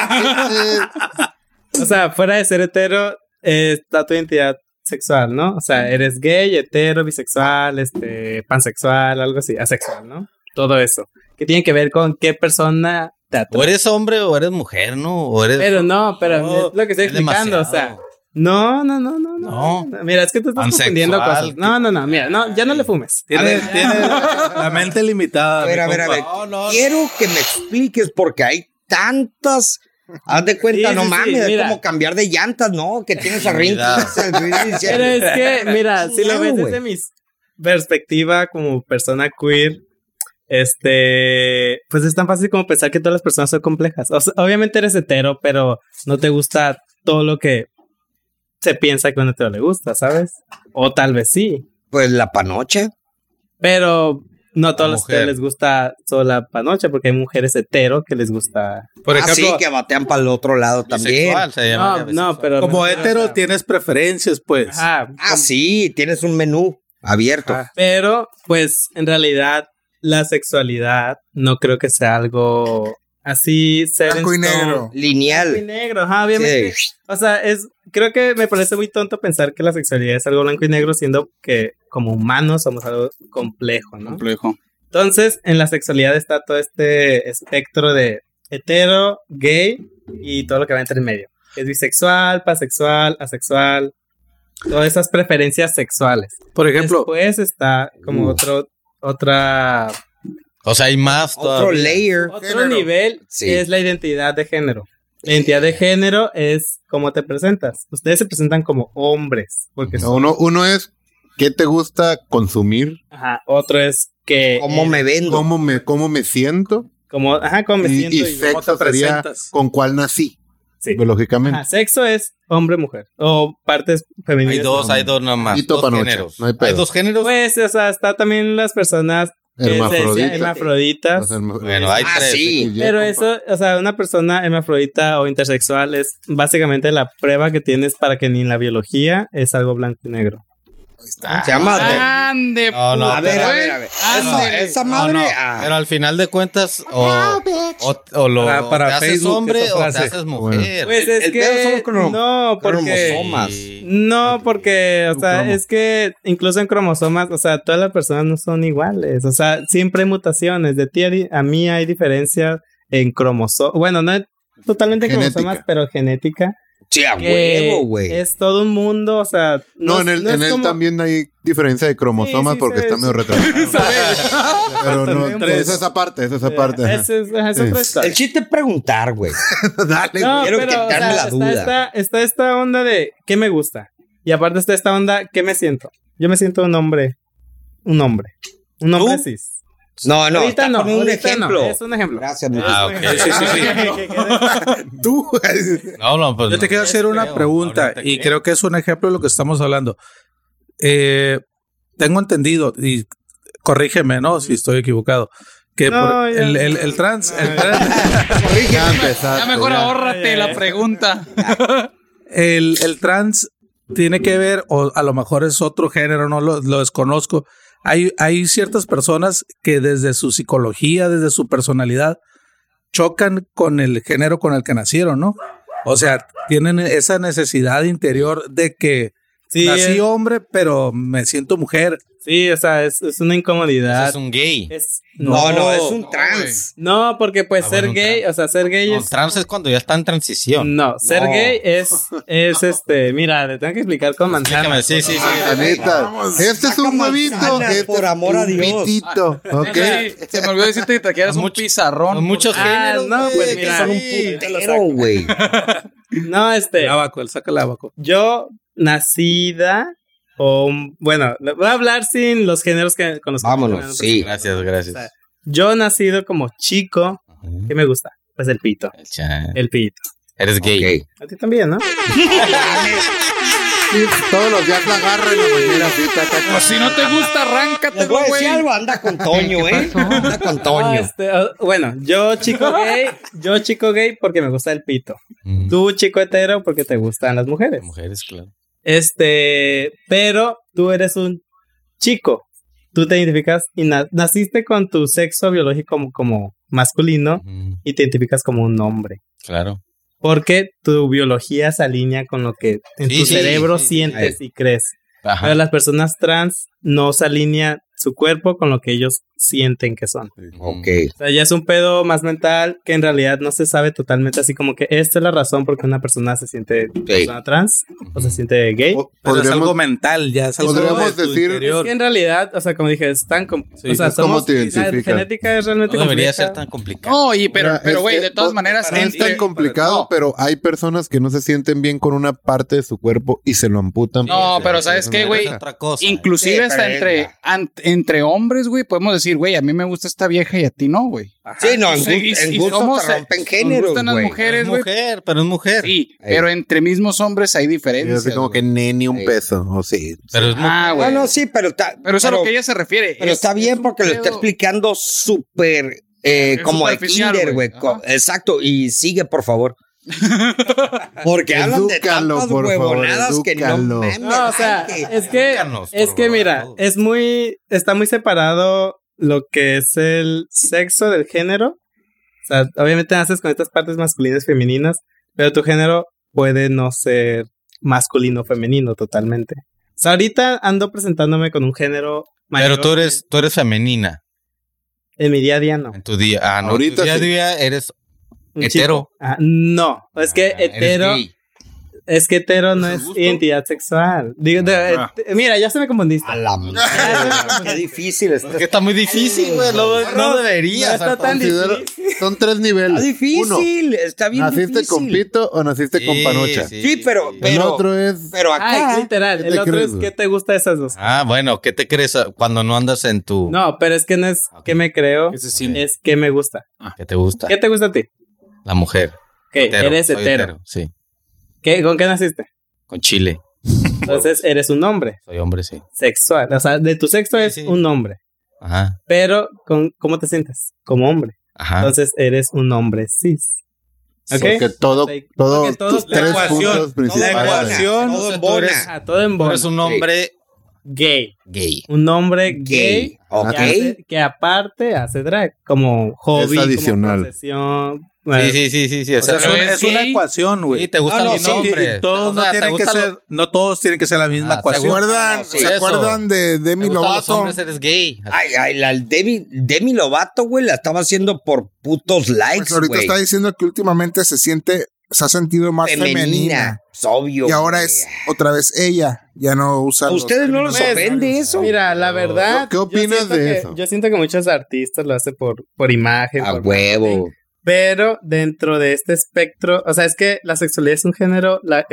O sea, fuera de ser hetero, está tu identidad sexual, ¿no? O sea, eres gay, hetero, bisexual, pansexual, algo así, asexual, ¿no? Todo eso. Que tiene que ver con qué persona te atrae. O eres hombre o eres mujer, ¿no? O eres... Pero no, pero No, es lo que estoy es explicando, o sea. demasiado. No. No. Mira, es que tú estás Pansexual, confundiendo cosas. No, mira, no, ya no le fumes. Tiene la mente limitada. A ver. Quiero que me expliques porque hay tantas. Haz de cuenta, Sí, no sí, mames, sí, es mira. como cambiar de llantas, ¿no? Que tienes a Pero es que, mira, si lo ves Chingado, desde güey. mi perspectiva como persona queer, pues es tan fácil como pensar que todas las personas son complejas. O sea, obviamente eres hetero, pero no te gusta todo lo que se piensa que a un hetero le gusta, ¿sabes? O tal vez sí, Pues la panocha. pero no a todos los mujer. heteros les gusta solo la panocha, porque hay mujeres hetero que les gusta. Por ejemplo, Sí, que batean para el otro lado también. Bisexual, se llama No, bisexual. pero como me- hetero tienes preferencias, pues. Ajá, Sí, tienes un menú abierto. pero, pues, en realidad, la sexualidad no creo que sea algo así. Blanco y negro. Lineal. Blanco y negro, ajá, obviamente. Sí. O sea, creo que me parece muy tonto pensar que la sexualidad es algo blanco y negro, siendo que como humanos somos algo complejo, ¿no? Complejo. Entonces, en la sexualidad está todo este espectro de hetero, gay y todo lo que va entre en medio. Es bisexual, pansexual, asexual, todas esas preferencias sexuales. Por ejemplo, Después está como otra O sea, hay más Otro todavía. layer. otro nivel Sí. es la identidad de género. La identidad de género es cómo te presentas. Ustedes se presentan como hombres, porque son, Uno es ¿qué te gusta consumir? ajá, otro es que ¿Cómo me vendo? ¿Cómo me siento? cómo me siento Y y cómo sexo te sería presentas. con cuál nací, sí. biológicamente. Ajá, sexo es hombre-mujer o partes femeninas. Hay dos nomás. Y Dos topanocha, géneros. no hay pedo. Hay dos géneros. Pues, o sea, está también las personas que se decían Hermafrodita. hermafroditas. Bueno, hay tres. Sí. Pero eso, o sea, una persona hermafrodita o intersexual es básicamente la prueba que tienes para que ni en la biología es algo blanco y negro. Se llama. Ande, No, no, A ver. Ándale. Esa madre. No, ah, pero al final de cuentas, o lo Para te haces Facebook, hombre esa o te frase. haces mujer. Pues es el pedo son que no, porque cromosomas. no, porque, o sea, cromo. es que incluso en cromosomas, o sea, todas las personas no son iguales, o sea, siempre hay mutaciones. De ti a mí hay diferencias en cromosomas, bueno, no totalmente en Genética. cromosomas, pero genética. Sí, a Que huevo, güey. es todo un mundo, o sea, No, en es él como- también hay diferencia de cromosomas Sí, sí, porque se- está medio retrasado. Pero no, es esa parte, ajá. Es otra Sí. historia. El chiste es preguntar, güey. Dale, No, quiero pero, quitarme la duda. Está esta onda de qué me gusta. Y aparte está esta onda, ¿qué me siento? Yo me siento un hombre. Un hombre cis. No, no. ahorita está no, poniendo un ahorita ejemplo. no, es un ejemplo. Gracias, mi Ah, ok. Tú. No, pues yo te quiero hacer una creo, pregunta ahorita y creo. creo que es un ejemplo de lo que estamos hablando. Tengo entendido, y corrígeme, ¿no? Si estoy equivocado, que No, por ya. el trans, Ya empezaste. Ya mejor ya. ahórrate la pregunta. el trans tiene que ver, o a lo mejor es otro género, no lo desconozco. Hay ciertas personas que desde su psicología, desde su personalidad, chocan con el género con el que nacieron, ¿no? O sea, tienen esa necesidad interior de que Sí, nací hombre, pero me siento mujer. sí, o sea, es una incomodidad. Ese es un gay. No, es un trans. No, porque pues Ah, ser bueno, un gay, o sea, ser gay No, es... trans es cuando ya está en transición. No, ser No. gay es mira, le tengo que explicar con manzana. Explícame, sí. Anita, este es un huevito. manzanas, Este por es amor a un Dios. pitito, ¿ok? Se me olvidó decirte que te quieras un pizarrón. Son muchos géneros. no, pues güey, mira, Son un sí. putero, güey. No, El abaco, él saca el abaco. yo nacida bueno, voy a hablar sin los géneros con los que Vámonos, sí. Gracias. Yo nacido como chico, ¿qué me gusta? Pues el pito. El pito. Eres gay. Ok. A ti también, ¿no? Sí, todos los días la agarra en la mañana. Así, Pues si no te gusta, arráncate, Les voy a güey. decir algo, anda con Toño, Anda con Toño. Bueno, yo chico gay porque me gusta el pito. Mm. Tú chico hetero porque te gustan las mujeres. Mujeres, claro. Pero tú eres un chico. Tú te identificas y naciste con tu sexo biológico como masculino y te identificas como un hombre. Claro. Porque tu biología se alinea con lo que en tu cerebro sientes y crees. Ajá. Pero las personas trans no se alinea su cuerpo con lo que ellos sienten que son. Ok. O sea, ya es un pedo más mental que en realidad no se sabe totalmente, así como que esta es la razón por qué una persona se siente persona trans o se siente gay. Pero es algo mental, ya es algo podríamos de tu decir- interior. Es que en realidad, o sea, como dije, es tan... o sea, es como somos... te La identificas. genética es realmente No debería compleja. ser tan complicado. No, Mira, pero güey, de todas maneras... no es tan complicado, no. pero hay personas que no se sienten bien con una parte de su cuerpo y se lo amputan. No, pero ¿sabes qué, güey? Es otra cosa. Inclusive Sí, hasta pero entre hombres, güey, podemos decir, güey, a mí me gusta esta vieja y a ti no, güey. Sí, no, en, Sí, en y gusto somos- se rompen nos géneros, gustan las güey. mujeres, Es güey. mujer, pero es mujer. Sí, pero entre mismos hombres hay Y diferencias. así como güey. que neni un Sí. peso, o sí. Pero es mujer. Ah, güey. Bueno, sí, pero está... Pero es a lo que ella se refiere. Pero está bien porque lo está explicando súper como de superficial, kinder, güey. güey. Ajá. Exacto. Y sigue, por favor. Porque hablan de Edúcalo, tantas por favor, huevonadas que no edúcalo. mames. No, o sea, es que por mira, favor. está muy separado lo que es el sexo del género. O sea, obviamente naces con estas partes masculinas y femeninas, pero tu género puede no ser masculino o femenino totalmente. O sea, ahorita ando presentándome con un género mayor. Pero tú eres femenina En mi día a día no. en tu día. Ah, no. Ahorita en tu día a sí. día eres Un hetero. chico. No, es que Eres hetero... gay. Es que hetero no es identidad sexual. Digo, mira, ya se me confundiste. A la madre. Qué difícil está. Es que está muy difícil, güey. No deberías. No está tan Considero- difícil. son 3 niveles. Está difícil. Uno, Está bien ¿naciste difícil. con pito o naciste con panocha? Sí, pero El otro es... pero acá... Ay, literal. ¿qué El te otro crees, es güey? ¿qué te gusta de esas dos? Ah, bueno, ¿qué te crees cuando no andas en tu... No, pero es que no es que me creo, ¿Qué se siente? es que me gusta. ¿Qué te gusta? ¿Qué te gusta a ti? La mujer. ¿Qué? Hetero, Eres soy hetero. Sí. ¿Con qué naciste? Con chile. Entonces eres un hombre Soy hombre, sí. sexual. O sea, de tu sexo es sí. un hombre. Ajá. Pero, ¿cómo te sientes? Como hombre. Ajá. Entonces eres un hombre cis. ¿Ok? Porque todo, Porque todos todo- tus la 3 ecuación, puntos principales. la ecuación, todo Entonces en tú bona. Ah, todo en Tú bono. eres un hombre Gay. gay. Un hombre gay. Gay. Ok. Que aparte hace drag como hobby, Es adicional. como profesión. Sí. O sea, Pero es una gay. ecuación, güey. Sí, te gustan No, los sí, hombres. Todos O sea, no ¿te tienen que gustan ser, no todos tienen que ser la misma Ah, ecuación. ¿Se acuerdan, No, sí, ¿se eso. acuerdan de Demi ¿Te gustan los Lovato? hombres? Eres gay. Ay, la Demi Lovato, güey, la estaba haciendo por putos likes, Pues ahorita güey. está diciendo que últimamente se ha sentido más femenina. Es obvio. Y ahora güey. es otra vez ella. Ya no usa. ¿A los ustedes no les términos ofende normales. eso? Mira, la verdad. ¿Qué opinas yo siento de que- eso? Yo siento que muchos artistas lo hacen por imagen. A por huevo. marketing, pero dentro de este espectro, o sea, es que la sexualidad es un género, la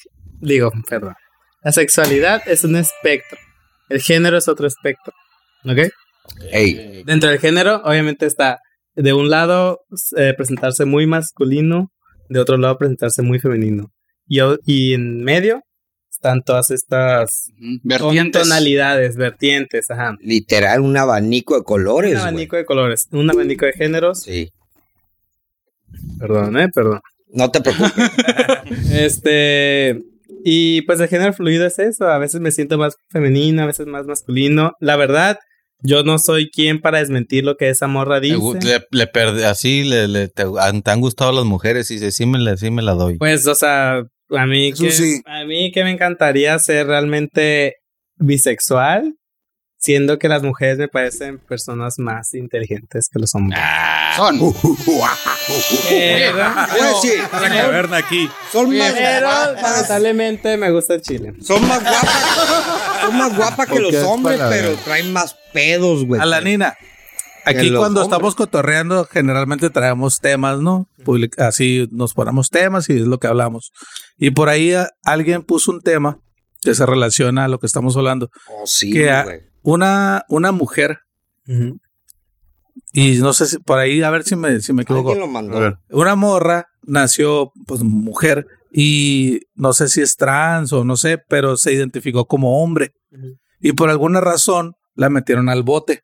sexualidad es un espectro, el género es otro espectro, ¿ok? Ey, Dentro del género, obviamente está de un lado presentarse muy masculino, de otro lado presentarse muy femenino, y en medio están todas estas Vertientes. tonalidades, vertientes, ajá. literal, un abanico de colores, Un güey. abanico de colores, un abanico de géneros. Sí. Perdón. No te preocupes. Y pues el género fluido es eso. A veces me siento más femenino, a veces más masculino. La verdad, yo no soy quien para desmentir lo que esa morra dice. Te han gustado las mujeres y dice, sí me la doy. Pues, o sea, a mí Eso sí. que me encantaría ser realmente bisexual, siendo que las mujeres me parecen personas más inteligentes que los hombres. Son. Pero, La caverna aquí. Son más pero guapas. lamentablemente me gusta el chile. Son más guapas que Porque los es hombres, para- pero traen más pedos, güey. A la Nina. Aquí Que los cuando hombres. estamos cotorreando, generalmente traemos temas, ¿no? Así nos ponemos temas y es lo que hablamos. Y por ahí alguien puso un tema que se relaciona a lo que estamos hablando. Oh, sí, que güey. una mujer, y no sé si por ahí, a ver si me equivoco. Alguien lo mandó. Una morra nació, pues, mujer, y no sé si es trans o no sé, pero se identificó como hombre. Y por alguna razón la metieron al bote.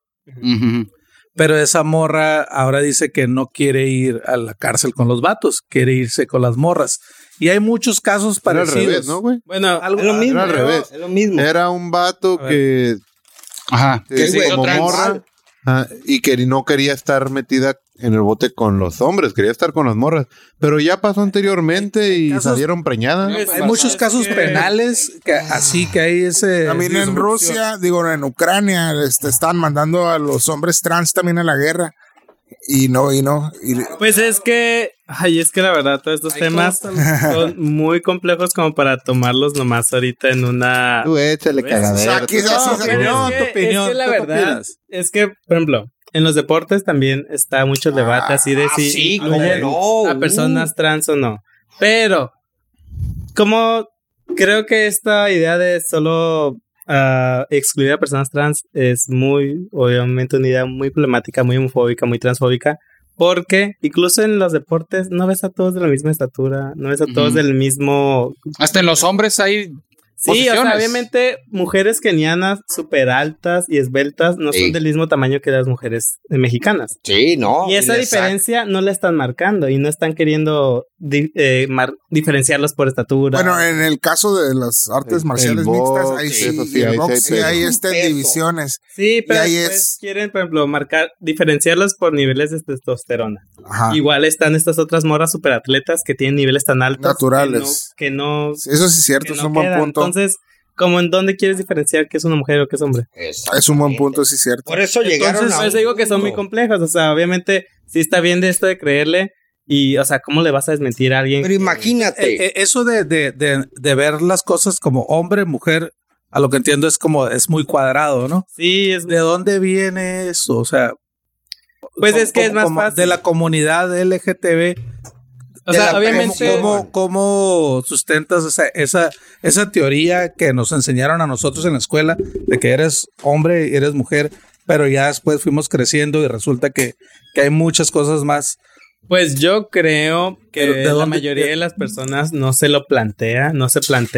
Pero esa morra ahora dice que no quiere ir a la cárcel con los vatos, quiere irse con las morras. Y hay muchos casos Era al parecidos. revés, ¿no, güey? Bueno, Es lo mismo. Era al revés. Es lo mismo. Era un vato que Ajá. ¿Qué, güey? como Trans. morra y que no quería estar metida en el bote con los hombres, quería estar con las morras. Pero ya pasó anteriormente y casos- salieron preñadas. Hay muchos casos penales que así que hay ese... También en Rusia, digo, en Ucrania, están mandando a los hombres trans también a la guerra. Y pues es que la verdad, todos estos temas son muy complejos como para tomarlos nomás ahorita en una... Tú échale cagadero. Aquí es así, Pero es que la verdad es que, por ejemplo, en los deportes también está mucho el debate así de si sí, incluyen cómo no. a personas trans o no. Pero, como creo que esta idea de solo excluir a personas trans es obviamente una idea muy problemática, muy homofóbica, muy transfóbica. Porque incluso en los deportes no ves a todos de la misma estatura, no ves a todos del mismo... Hasta en los hombres hay Sí, o sea, posiciones. obviamente mujeres kenianas súper altas y esbeltas no Sí. son del mismo tamaño que las mujeres mexicanas. Sí, no. Y esa les diferencia no la están marcando y no están queriendo diferenciarlos por estatura. Bueno, en el caso de las artes El marciales box, mixtas, ahí eso sí, sí, el ahí box sí sí hay hay peso. divisiones. sí, pero ahí después quieren, por ejemplo, diferenciarlos por niveles de testosterona. Ajá. Igual están estas otras morras superatletas que tienen niveles tan altos Naturales. que no Eso sí es cierto, que es no un buen quedan. punto. Entonces, ¿como en dónde quieres diferenciar qué es una mujer o qué es hombre? Es un buen punto, sí es cierto. Por eso llegaron Entonces, a por eso digo que son muy complejos. O sea, obviamente, sí está bien de esto de creerle. Y, o sea, ¿cómo le vas a desmentir a alguien? Pero imagínate. Eso de ver las cosas como hombre, mujer, a lo que entiendo es muy cuadrado, ¿no? Sí, es... ¿De dónde viene eso? O sea, Pues es que es más fácil. de la comunidad LGTB. O sea, obviamente... ¿Cómo sustentas esa teoría que nos enseñaron a nosotros en la escuela de que eres hombre y eres mujer, pero ya después fuimos creciendo y resulta que hay muchas cosas más? Pues yo creo que ¿De la dónde- mayoría de las personas no se plantea pues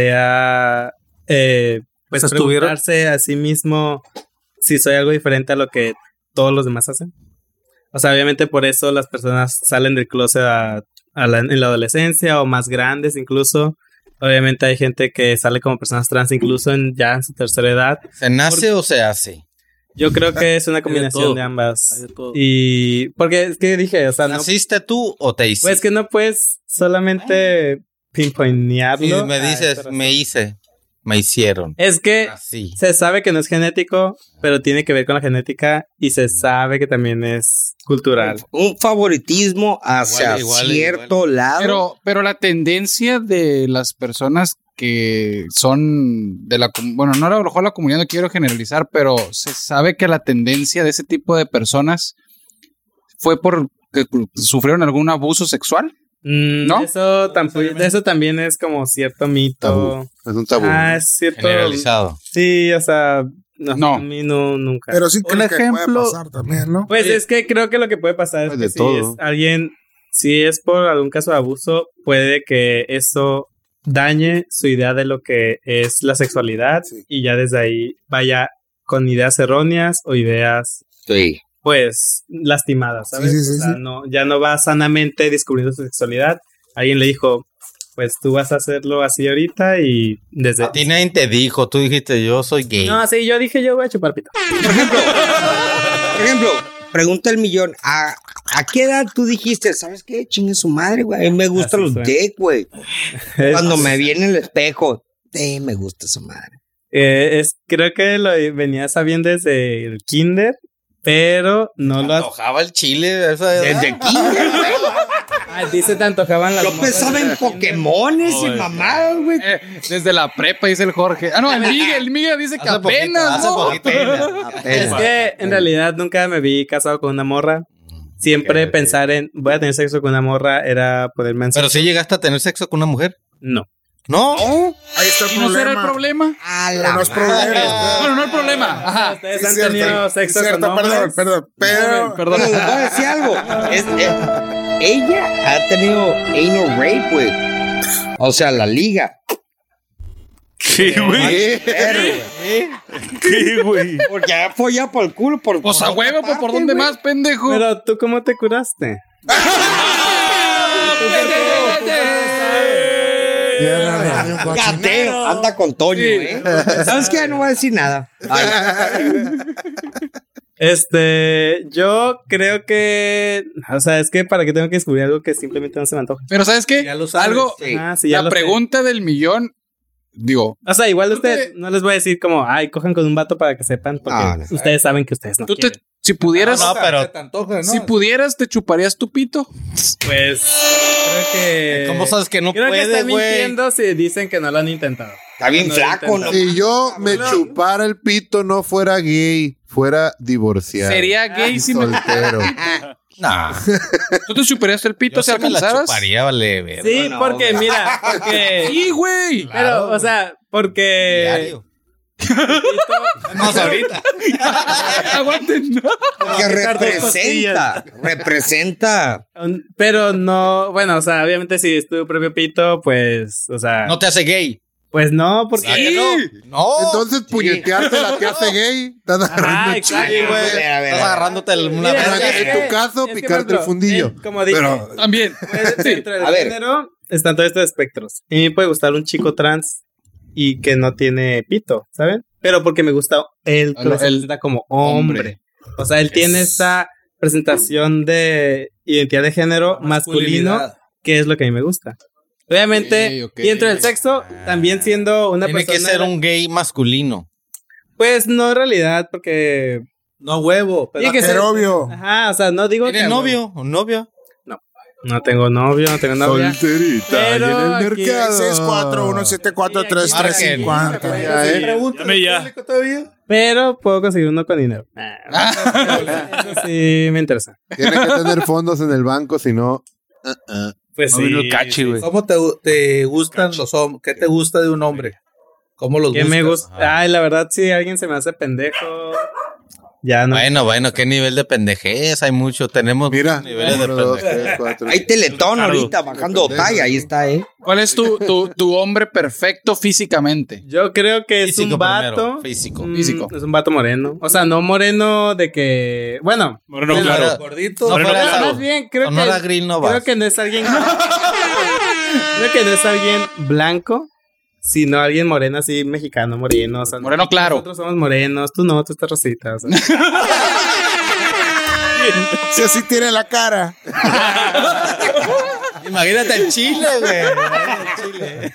estuvieron- preguntarse a sí mismo si soy algo diferente a lo que todos los demás hacen. O sea, obviamente por eso las personas salen del closet en la adolescencia o más grandes incluso. Obviamente hay gente que sale como personas trans incluso ya en su tercera edad. ¿Se nace o se hace? Yo creo que es una todo. combinación de ambas. Hay de todo. Y porque es que dije, o sea, no, ¿Naciste tú o te hiciste? pues que no puedes solamente pinpointearlo. Y me dices, me hicieron. Es que Así. se sabe que no es genético, pero tiene que ver con la genética y se sabe que también es cultural. Un favoritismo hacia Igual, cierto lado. Pero la tendencia de las personas que son de bueno, no a lo mejor la comunidad, no quiero generalizar, pero se sabe que la tendencia de ese tipo de personas fue por que sufrieron algún abuso sexual. ¿No? Eso también es como cierto mito. Tabú. Es un tabú. Es cierto. Generalizado. Sí, o sea, No. a mí no, nunca. Pero sí Un creo que ejemplo- puede pasar también, ¿no? Pues es que creo que lo que puede pasar es Hay que de si todo. es alguien, si es por algún caso de abuso, puede que eso dañe su idea de lo que es la sexualidad Sí. y ya desde ahí vaya con ideas erróneas o ideas, Sí. pues, lastimadas, ¿sabes? Sí, sí, sí, o sea, sí. ya no va sanamente descubriendo su sexualidad. Alguien le dijo, pues tú vas a hacerlo así ahorita y desde... A ti nadie te dijo, tú dijiste, yo soy gay. No, sí, yo dije, yo voy a chupar pito. Por ejemplo, pregunta el millón. ¿A qué edad tú dijiste, sabes qué? Chingue su madre, güey. A mí me gustan Así los fue. dick, güey. Cuando me vi en el espejo. Me gusta su madre. Creo que lo venía sabiendo desde el kinder, pero no lo... Antojaba el chile a esa edad. Desde kinder, güey. Dice, te antojaban las Yo pensaba en Pokémones y mamadas, güey. Desde la prepa, dice el Jorge. Ah, no, el Miguel dice que Hace poquito, apenas, hace ¿no? poquito. Es que en realidad nunca me vi casado con una morra. Siempre pensar en voy a tener sexo con una morra era poderme Pero si llegaste a tener sexo con una mujer. No. ¿No? Ahí está el ¿Y no será el problema. problema? A Pero la no es madre. problema. Bueno, no el problema. Ajá. Ustedes Sí, han cierto, tenido sí, sexo cierto, con hombres. perdón. Pero Perdón. Pero les voy a decir algo. Ella ha tenido anal rape, güey. O sea, la liga. ¿Qué, güey? ¿Qué, güey? Porque ya folla por el culo. Pues a huevo, pues por dónde más, pendejo. Pero tú, ¿cómo te curaste? Gateo. Anda con Toño, ¿Sabes qué? No voy a decir nada. Yo creo que... O sea, es que para qué tengo que descubrir algo que simplemente no se me antoja. Pero ¿sabes qué? Ya lo sabes. Algo... Sí. Sí, ya La lo sé. pregunta del millón... Digo... O sea, igual ustedes... No les voy a decir como... Ay, cojan con un vato para que sepan. Porque No. ustedes saben que ustedes no Tú quieren. si pudieras... No, pero- Se te antoja, ¿no? Si pudieras, ¿te chuparías tu pito? Pues... Creo que... ¿Cómo sabes que no Creo que puedes, están güey? mintiendo si dicen que no lo han intentado. Está bien flaco, ¿no? Si yo me chupara el pito, no fuera gay, fuera divorciado. Sería gay si me... soltero. Nah, ¿Tú te chuparías el pito yo si sí me la alcanzaras? chuparía, vale, ver. Sí, no, porque mira... Porque... Sí, güey. Pero, o sea, porque... Diario. Vamos ahorita. Aguanten, ¿no? Porque representa. Pero no... Bueno, o sea, obviamente si es tu propio pito, pues... O sea... No te hace gay. Pues no, porque... No. Entonces, puñeteártela te hace gay. Estás agarrando exacto, chicle, güey. Estás agarrándote una Mira, Pero verga. es en tu caso, es picarte por el fundillo. como dije, Pero También. dentro del A ver. género están todos estos espectros. Y a mí me puede gustar un chico trans y que no tiene pito, ¿saben? Pero porque me gusta él que se presenta como hombre. O sea, él tiene esa presentación de identidad de género masculino, que es lo que a mí me gusta. Obviamente, Ok. y dentro del sexo, también siendo una Tiene persona... que ser un gay masculino. Pues no en realidad, porque... No huevo. Pero Tiene que ser... obvio. Ajá, o sea, no digo ¿Tiene que... novio o novia? No tengo novio, no tengo novia. solterita y Pero en el aquí- mercado. 641743350. Ya, ¿eh? Dame ya. Pero puedo conseguir uno con dinero. Eso sí me interesa. Tiene que tener fondos en el banco, si no. Pues No sí. vino el cachi, güey. ¿Cómo te gustan los hombres? ¿Qué te gusta de un hombre? ¿Cómo los ¿Qué buscas? me gusta? Ay, la verdad, si alguien se me hace pendejo, ya no. Bueno, qué nivel de pendejez. Hay mucho. Tenemos Mira, muchos niveles de 1, 2, pendejez. 3, 4. Hay Teletón ahorita bajando talla. Ahí está, ¿Cuál es tu hombre perfecto físicamente? Yo creo que es Físico un vato. primero, físico. Físico. Es un vato moreno. O sea, no moreno de que. Bueno. Moreno bueno, claro. Gordito. No, Pero fuera claro. más bien, creo Sonora que. Grill no Creo vas. que no es alguien. Creo que no es alguien blanco, sino alguien moreno, así mexicano, moreno. O sea, Moreno claro. Nosotros somos morenos, tú no, tú estás rosita. O sea. Si así tiene la cara. Imagínate el Chile, güey.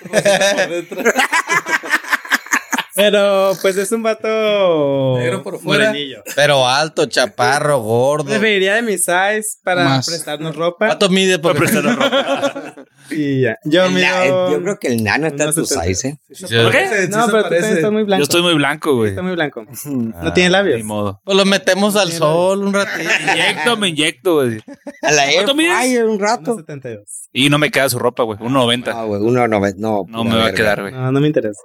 Pero pues es un vato Negro por fuera. morenillo. Pero alto, chaparro, gordo. Preferiría de mi size para Más. prestarnos ropa. ¿Cuánto mide por Y ya. Yo mido. Yo creo que el nano está en tu 1.70. size, ¿Por qué? No, pero tú también estás muy blanco. Yo estoy muy blanco, güey. Está muy blanco. No tiene labios. Ni modo. Pues lo metemos al sol un ratito. Me inyecto, güey. A la Air ¿Cuánto mides? Fryer un rato. 1.72. Y no me queda su ropa, güey. 1.90. No, güey, 1.90. No, No me va a quedar, güey. No, no me interesa.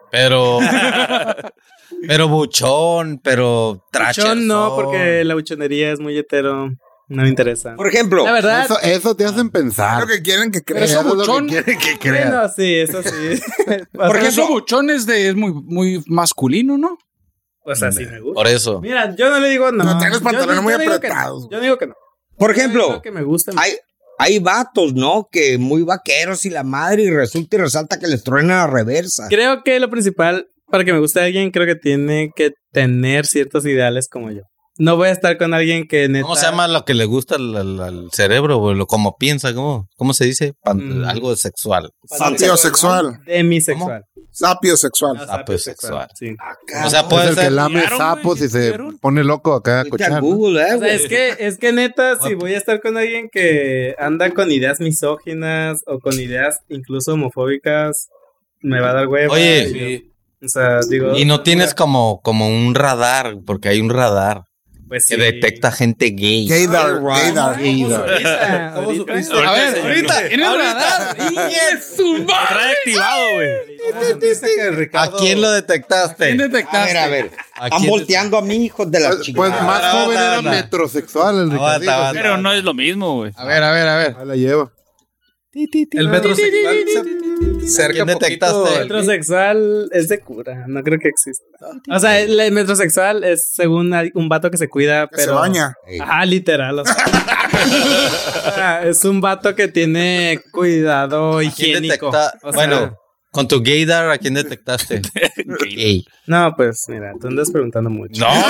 Pero buchón, pero tracher. Buchón no, porque la buchonería es muy hetero. No me interesa. Por ejemplo, La verdad. Eso te hacen pensar. Lo que quieren que Pero creas. eso Eso es lo buchón. que quieren que creas. Bueno, sí, eso sí. Porque eso buchón es muy masculino, ¿no? O sea, sí me gusta. Por eso. Mira, yo no le digo no. No, trae los Yo pantalones digo muy que no. apretados. Yo digo que no. por Yo ejemplo, digo que me gusta. hay vatos, ¿no? Que muy vaqueros y la madre y resulta y resalta que les truena la reversa. Creo que lo principal para que me guste alguien, creo que tiene que tener ciertos ideales como yo. No voy a estar con alguien que neta... ¿Cómo se llama lo que le gusta al cerebro, güey? Lo como piensa, ¿cómo se dice? Algo sexual. Sapiosexual. Demisexual. Sapiosexual. Sapiosexual. Sí. O sea, Es puede el que ser. lame ¿Vieron, sapos güey? y se ¿Vieron? pone loco acá a Vete a cochar. ¿no? Google, O sea, güey. es que neta, si voy a estar con alguien que anda con ideas misóginas o con ideas incluso homofóbicas, me va a dar hueva. Oye, O sea, digo... y no tienes como un radar, porque hay un radar pues que sí. detecta gente gay. Gaydar. Right. Gaydar. Ahorita, ahorita. A ver, ahorita, en el radar. Lo trae activado, güey. ¿A quién lo detectaste? ¿Quién A detectaste? ver, a ver. ¿A Están quién volteando a mi hijos de la Pues chingada. más joven era Aguanta. metrosexual el Aguanta, Ricardito. aguanta. Pero no es lo mismo, güey. A ver. Ahí la lleva. El metrosexual. Cerca ¿Quién detectaste? poquito. Metrosexual es de cura, no creo que exista. O sea, el metrosexual es según un vato que se cuida, Que se pero... baña. Ajá, literal. O sea, es un vato que tiene cuidado ¿Quién higiénico. detecta? O sea, Bueno, con tu gaydar, ¿a quién detectaste? Gay. no, pues mira, tú andas preguntando mucho. No.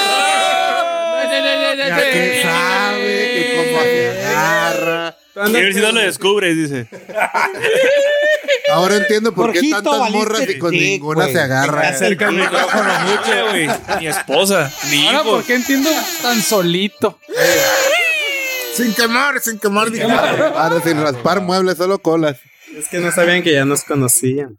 Ya que sabe, que cómo se agarra. Tú A andas ver si no lo descubres, dice. Ahora entiendo por qué Jorgito, tantas valiste morras y con dick, ninguna güey. se agarra. Acerca el micrófono mucho, güey. Mi esposa, ni Ahora, hijos. ¿por qué entiendo tan solito? Sin quemar, dije. Ahora sin raspar muebles, solo colas. Es que no sabían que ya nos conocían.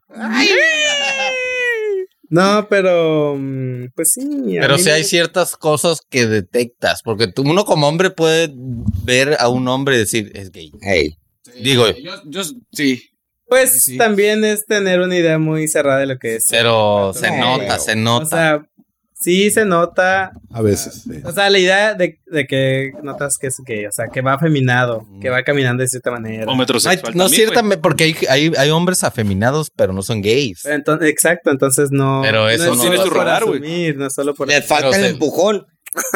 No, pero pues sí. a Pero mí si me- hay ciertas cosas que detectas, porque uno como hombre puede ver a un hombre y decir, es gay. Ey. Digo, Yo sí. Pues Sí. también es tener una idea muy cerrada de lo que es. pero se No, nota, pero- se nota. O sea, sí se nota. A veces, sí. O sea, la idea de que notas que es gay. O sea, que va afeminado, que va caminando de cierta manera. O No, metrosexual. no también, ciertamente, porque hay hombres afeminados, pero no son gays. Entonces, exacto, entonces no. Pero eso es no solo es tu por radar, güey. asumir, no es solo por. Le falta Pero el se- empujón.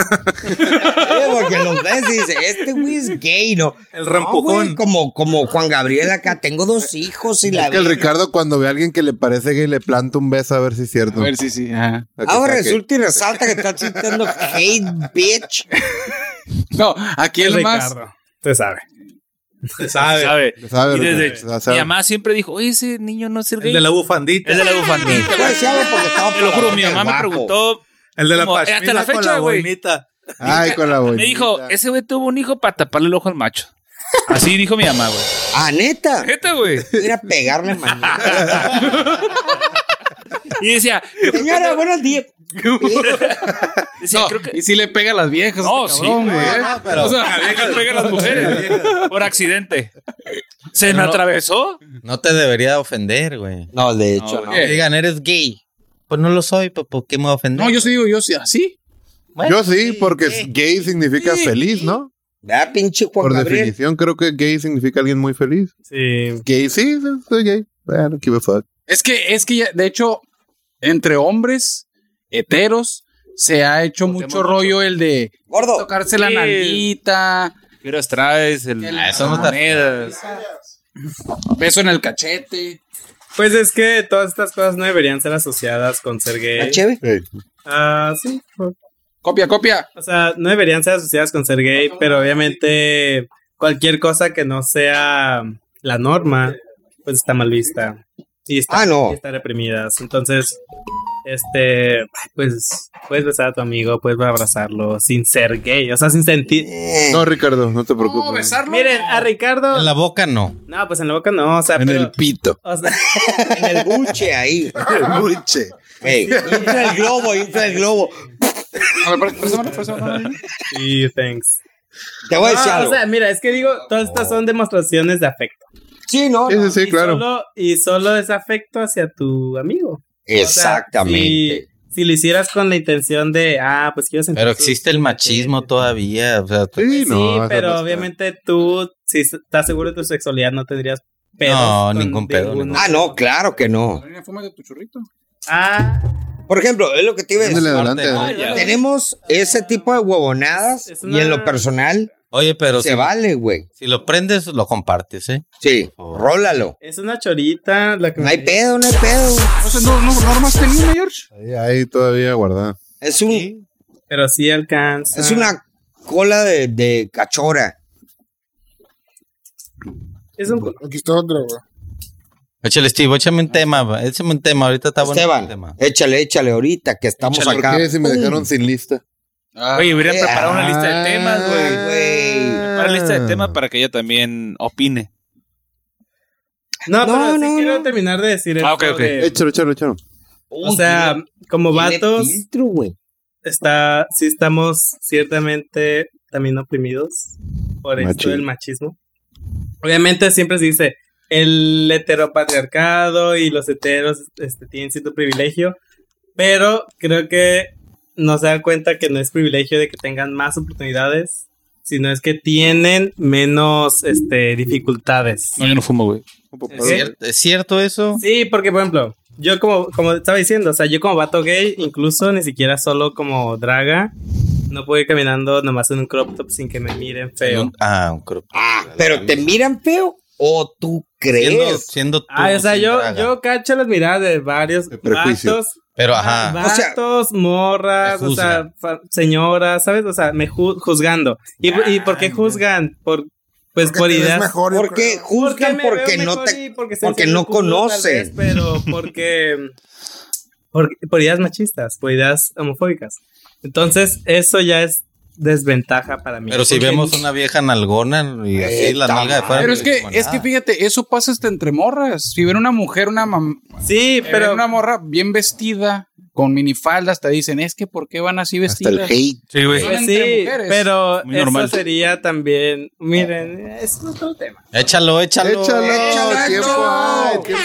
Porque los ves y dice, este güey es gay, ¿no? El No, rempujón. güey, como Juan Gabriel acá, tengo 2 hijos y la Es que el verga. Ricardo cuando ve a alguien que le parece gay le planta un beso a ver si es cierto. A ver, sí. Ajá. A que Ahora saque. resulta y resalta que estás sintiendo hate, bitch. No, aquí es más. Ricardo. Usted sabe. ¿Sabe? ¿Sabe, Y desde Ricardo? ¿Sabe? mi mamá siempre dijo, oye, ese niño no es el gay. El de la bufandita. Es de la bufandita. Te voy a decir algo porque estaba Te lo juro, mi guapo. mamá me preguntó. El de la Como, hasta pashmina la con fecha, la güey. boinita. Ay, con la boinita. Me dijo, ese güey tuvo un hijo para taparle el ojo al macho. Así dijo mi mamá, güey. Ah, neta. Neta, güey. Ir a pegarle mañana. Y decía, Señora, buenos días. decía No, creo que... y si le pega a las viejas. No, este sí, cabrón, güey. ¿eh? O sea, la vieja pega a las mujeres por accidente. Se me atravesó. No te debería ofender, güey. No, de hecho, no. Que digan, eres gay. Pues no lo soy, pues ¿por qué me voy a ofender? No, yo sí digo, yo sí, así. Bueno, Yo sí, porque gay significa feliz, ¿no? Vea, pinche Juan Por Gabriel. definición, creo que gay significa alguien muy feliz. Sí. Gay, sí, soy gay. Bueno, give a fuck. Es que ya, de hecho, entre hombres heteros se ha hecho mucho rollo el de Gordo. tocarse la Sí. nalguita, ¿Qué horas traes? eso no te- monedas. beso en el cachete. Pues es que todas estas cosas no deberían ser asociadas con ser ¿La gay. cheve? Hey. Ah, sí. Copia. O sea, no deberían ser asociadas con ser gay, pero obviamente cualquier cosa que no sea la norma, pues está mal vista. Y está, Ah, no. y está reprimida. Entonces, pues puedes besar a tu amigo, puedes abrazarlo sin ser gay, o sea, sin sentir. No, Ricardo, no te No, preocupes. besarlo. Miren, a Ricardo. En la boca no. No, pues en la boca no, o sea, En pero. el pito. O sea, En el buche ahí. Buche. Ey, infla el globo. A ver, préstamelo. sí, thanks. Te voy a decir O algo. sea, mira, es que digo, todas estas son demostraciones de afecto. Sí, no, Sí, no. sí, sí, claro. Y solo es afecto hacia tu amigo. O sea, Exactamente. si lo hicieras con la intención de, pues quiero sentir. Pero su- existe el machismo todavía. O sea, Sí, Sí, no. esa pero no está. obviamente tú, si estás seguro de tu sexualidad, no tendrías pedos. No, con ningún pedo, ninguna- Ah, no, claro que no. Fúmate tu churrito. Ah, Por ejemplo, es lo que te iba a decir. Ándale, adelante. ya. Tenemos ese tipo de huevonadas Es y una- en lo personal oye, pero se vale, güey. si lo prendes, lo compartes, ¿eh? Sí, rólalo. es una chorita. La que No me- hay pedo, no hay pedo. O sea, no nomás tenía una, George. Ahí todavía guardada. Es un, Pero sí alcanza. es una cola de cachora. Es un. Aquí está otro, güey. Échale, Steve, échame un tema. Échame un tema. Ahorita está bueno el Esteban, tema. échale ahorita que estamos ¿Por acá. qué si me ¡Pum! dejaron sin lista? Oye, hubieran preparado una lista de temas, güey. Güey. Prepara una lista de temas para que ella también opine. No, No, pero sí no, quiero no. terminar de decir esto. Ok. de- Échalo. o sea, como Tiene vatos, filtro, güey. sí estamos ciertamente también oprimidos por esto Machín. del machismo. Obviamente siempre se dice el heteropatriarcado y los heteros tienen cierto privilegio, pero creo que no se dan cuenta que no es privilegio de que tengan más oportunidades sino es que tienen menos dificultades. No, yo no fumo, güey. ¿Es cierto eso? Sí, porque por ejemplo, yo como estaba diciendo, o sea, yo como vato gay, incluso ni siquiera solo como draga, no puedo ir caminando nomás en un crop top sin que me miren feo. Un crop top. ¿Pero te miran feo o tú crees? Siendo tú. O sea, sin draga. yo cacho las miradas de varios prejuicio. vatos. Pero, ajá. Vatos, morras, Me o sea, señoras, ¿sabes? O sea, me juzgando. ¿Y por qué juzgan? Pues Porque por te ves ideas. mejor, yo ¿Por qué creo. juzgan? me Porque veo no mejor te... y porque porque no conocen. Pero por ideas machistas, por ideas homofóbicas. Entonces, eso ya es desventaja para mí. Pero si Porque vemos una vieja nalgona y así la nalga de fuera. Pero pues, es que fíjate, eso pasa hasta entre morras. Si ven una mujer, Sí, pero una morra bien vestida, con minifaldas, te dicen, es que ¿por qué van así Hasta el vestidas? hate. Sí, güey. Son pues entre sí, mujeres. pero Muy eso normal. sería también, miren, es otro tema. Échalo. Échalo, tiempo hay, tiempo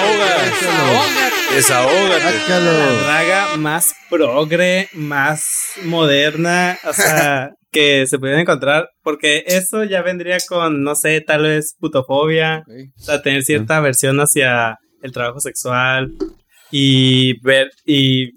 hay. Desahógate. La draga más progre, más moderna, o sea, que se pueden encontrar, porque eso ya vendría con, no sé, tal vez putofobia, o sea, tener cierta aversión hacia el trabajo sexual y ver y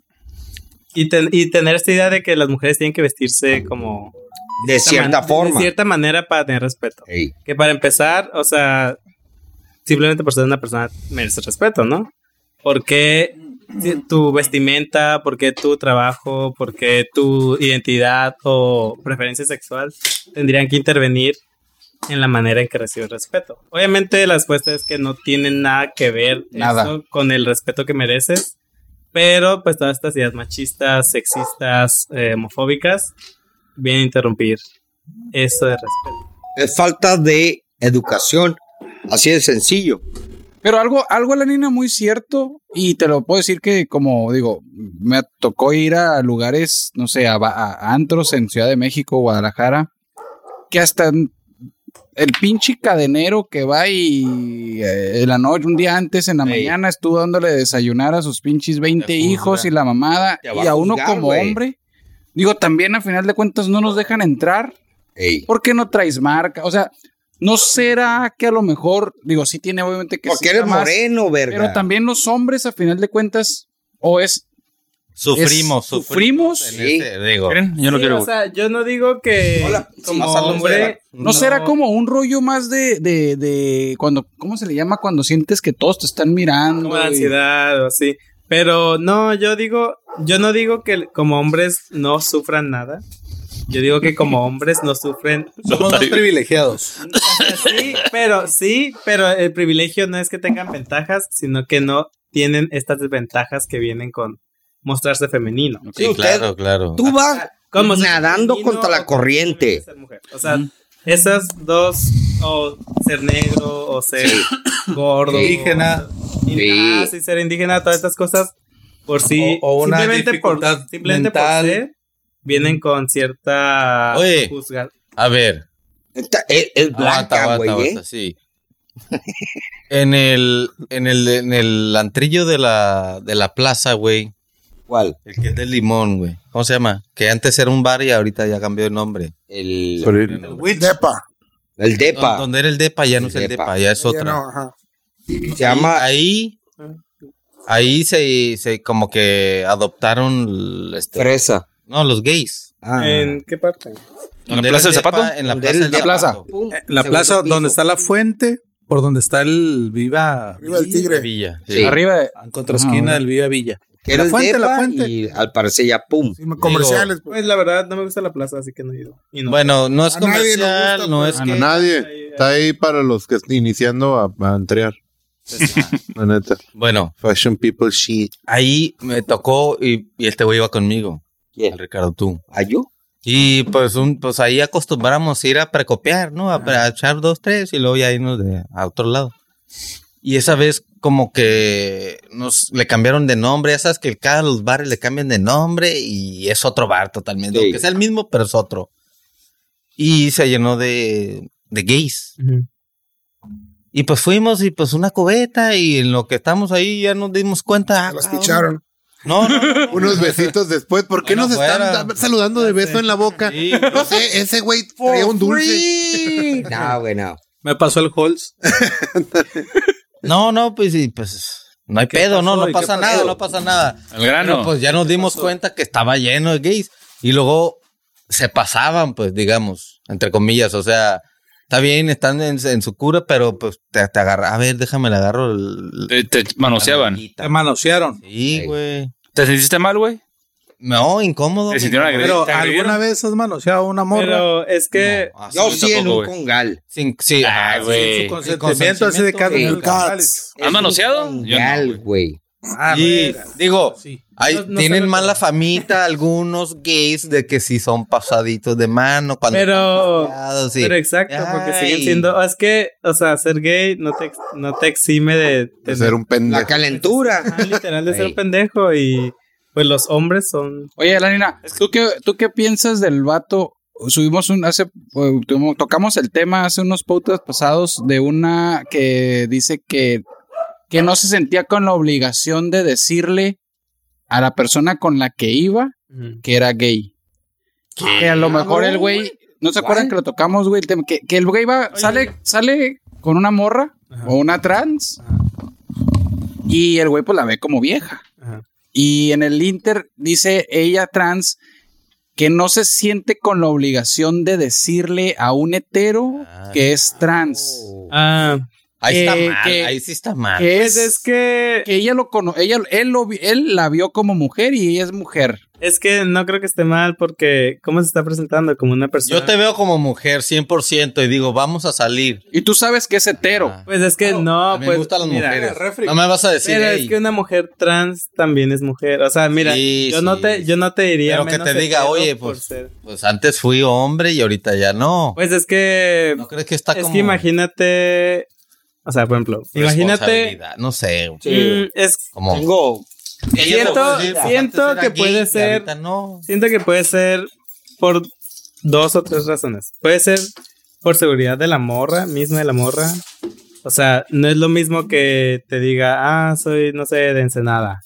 tener esta idea de que las mujeres tienen que vestirse como De cierta forma. de cierta manera para tener respeto. Ey. Que para empezar, o sea, simplemente por ser una persona merece respeto, ¿no? ¿Por qué tu vestimenta, por qué tu trabajo, por qué tu identidad o preferencia sexual tendrían que intervenir en la manera en que recibes respeto? Obviamente la respuesta es que no tiene nada que ver eso con el respeto que mereces, pero pues todas estas ideas machistas, sexistas, homofóbicas vienen a interrumpir eso de respeto. Es falta de educación. Así de sencillo. Pero algo la nina muy cierto, y te lo puedo decir que, como digo, me tocó ir a lugares, no sé, a antros en Ciudad de México, Guadalajara, que hasta el pinche cadenero que va y la noche, un día antes en la mañana estuvo dándole desayunar a sus pinches 20 hijos y la mamada, Te va y a a uno juzgar, como güey. hombre, digo, también a final de cuentas no nos dejan entrar. Ey. ¿Por qué no traes marca? O sea, ¿no será que a lo mejor, digo, sí tiene obviamente que Porque sí eres está más, moreno, verga. pero también los hombres a final de cuentas, o es... Sufrimos. En Sí. ese, digo. ¿Quieren? Yo no Sí, quiero, o güey. sea, yo no digo que como vas a la hombre ¿No será como un rollo más de cuando, ¿cómo se le llama? Cuando sientes que todos te están mirando. como de y- ansiedad o así. Pero no, yo no digo que como hombres no sufran nada. Yo digo que como hombres no sufren. Somos más privilegiados. Sí, pero el privilegio no es que tengan ventajas, sino que no tienen estas desventajas que vienen con mostrarse femenino. Sí, usted- claro. Tú vas Como ser nadando femenino contra la o corriente. ser mujer. O sea, esas dos, o ser negro, o ser gordo, Indígena. sí, ser indígena, todas estas cosas, por sí, O una simplemente por mental. ser, vienen con cierta Oye. juzgar. A ver. Es blanca, güey, Aguanta, sí. En el antrillo de la plaza, güey. ¿Cuál? El que es del Limón, güey. ¿Cómo se llama? Que antes era un bar y ahorita ya cambió de nombre. El Depa. Depa. Donde era el Depa, ya no es el Depa. Depa, ya es Ya otra. no, ajá. Se llama... Ahí se como que adoptaron Fresa. no, los gays. Ah. ¿En qué parte? ¿En la Donde Plaza era del el Depa, Zapato? En la Donde Plaza era del el Plaza. Zapato. La plaza Segundo donde piso. está la fuente, por donde está el Viva Arriba del tigre. Villa. Sí. Arriba de... en contraesquina del Viva Villa. Que era La el fuente, Depa la fuente. y al parecer ya pum. Sí, comerciales. pues. Pues la verdad no me gusta la plaza, así que no he ido. Y no. Bueno, no es A nadie nos comercial, gusta, no pues. es A que... nadie. Está ahí para los que están iniciando a entrear. La neta. Bueno, Fashion people shit. ahí me tocó y este güey iba conmigo. ¿Quién? El Ricardo, tú. ¿A yo? Y pues ahí acostumbramos a ir a precopiar, ¿no? A echar 2, 3 y luego ya irnos a otro lado. Y esa vez como que le cambiaron de nombre. Ya sabes que cada los bares le cambian de nombre y es otro bar totalmente. Sí. Aunque sea el mismo, pero es otro. Y se llenó de gays. Ujú. Y pues fuimos y pues una cubeta y en lo que estamos ahí ya nos dimos cuenta. Las picharon. No, no. Unos besitos después. ¿Por qué Bueno, nos están fuera. saludando de beso en la boca? Sí. No sé, ese güey traía un dulce. No, güey, no. Me pasó el Halls. No, pues sí, pues no hay pedo, no pasó? ¿Y qué pasa pasó? nada, no pasa nada. Al grano. Pero pues ya nos dimos cuenta que estaba lleno de gays y luego se pasaban, pues digamos, entre comillas, o sea, está bien, están en su cura, pero pues te agarra, a ver, déjame le agarro Te manoseaban. Te manosearon. Sí, güey. ¿Te sentiste mal, güey? No, incómodo. ¿Te sintieron Pero ¿Te agredieron? ¿alguna vez has manoseado a una morra? Pero es que No, así Yo sí en tampoco, un güey. congal. sí, Ah, ajá, güey. Su consentimiento así de carne. Sí. del cannabis. ¿Has manoseado? Un Yo no, congal, güey. Ah, Y mira. digo, Sí. tienen sé lo mala que- famita algunos gays de que sí son pasaditos de mano cuando Pero- están casados, sí. Pero exacto, porque Ay. siguen siendo... Es que, o sea, ser gay no te exime de De ser un La pendejo. Ah, calentura. literal de ser Ey. un pendejo y pues los hombres son... Oye, Lanina, ¿tú qué piensas del vato? Tocamos el tema hace unos podcasts pasados de una que dice que no se sentía con la obligación de decirle a la persona con la que iba que era gay. Que a lo mejor el güey, ¿no se acuerdan que lo tocamos, güey? El tema, que el güey sale con una morra o una trans y el güey pues la ve como vieja. Ajá. Y en el Inter dice ella trans que no se siente con la obligación de decirle a un hetero que es trans. Ah, Ahí que- está mal, que- ahí sí está mal. Que pues es que... ella lo conoce, él la vio como mujer y ella es mujer. Es que no creo que esté mal porque ¿cómo se está presentando? Como una persona... Yo te veo como mujer 100% y digo, vamos a salir. Y tú sabes que es hetero. Ah. Pues es que no, A mí pues... me gustan las mira, mujeres. refri. No me vas a decir, Pero "Ey". es que una mujer trans también es mujer. O sea, mira, Sí, yo no sí. te diría Pero que menos te diga, hetero oye, por pues, ser- pues antes fui hombre y ahorita ya no. Pues es que... ¿No crees que está es como que imagínate... O sea, por ejemplo, imagínate... responsabilidad? No sé. Es... Como Tengo. Siento que puede ser- ahorita no. Siento que puede ser por 2 o 3 razones. Puede ser por seguridad de la morra, misma de la morra. O sea, no es lo mismo que te diga, soy, no sé, de Ensenada.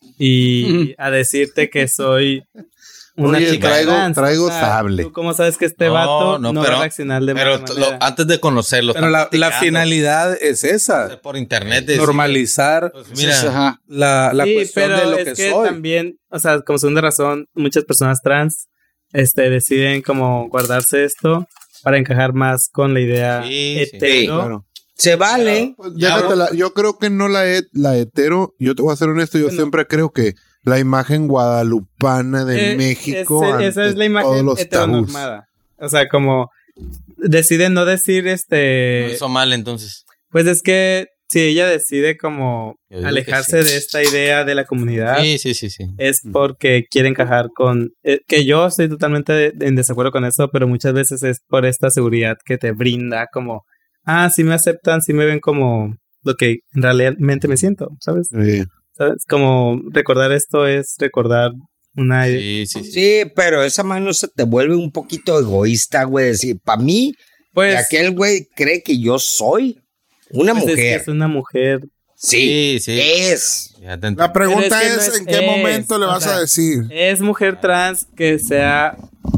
Y a decirte que soy una Oye, chica traigo trans. sable. ¿Tú cómo sabes que este No, vato no, no, pero- va a reaccionar de Pero buena manera? antes de conocerlo. Pero están la platicando. finalidad es esa. Por internet. decir, Normalizar pues, mira, Ajá. la Sí, cuestión pero de lo es que soy. también, o sea, como segunda razón, muchas personas trans deciden como guardarse esto para encajar más con la idea Sí, sí. hetero. Sí, Claro. Se vale. Pues, déjatela. Yo creo que no la hetero. Yo te voy a ser honesto. Yo siempre creo que la imagen guadalupana de México. Esa es ante la todos imagen los tabús. heteronormada. O sea, como deciden no decir no hizo mal entonces. pues es que si ella decide como Yo digo alejarse que sí. de esta idea de la comunidad, Sí. es porque quiere encajar con... que yo estoy totalmente en desacuerdo con eso, pero muchas veces es por esta seguridad que te brinda como... sí me aceptan, sí me ven como lo que realmente me siento, ¿sabes? ¿Sabes? Como recordar esto es recordar una idea. Sí. Sí, pero esa mano se te vuelve un poquito egoísta, güey. Decir, para mí, Pues, aquel güey cree que yo soy una pues es que mujer. es una mujer. Sí, Sí. es. Ya te La pregunta Pero es que no es, es ¿en qué es, momento le o vas sea, a decir? Es mujer trans que sea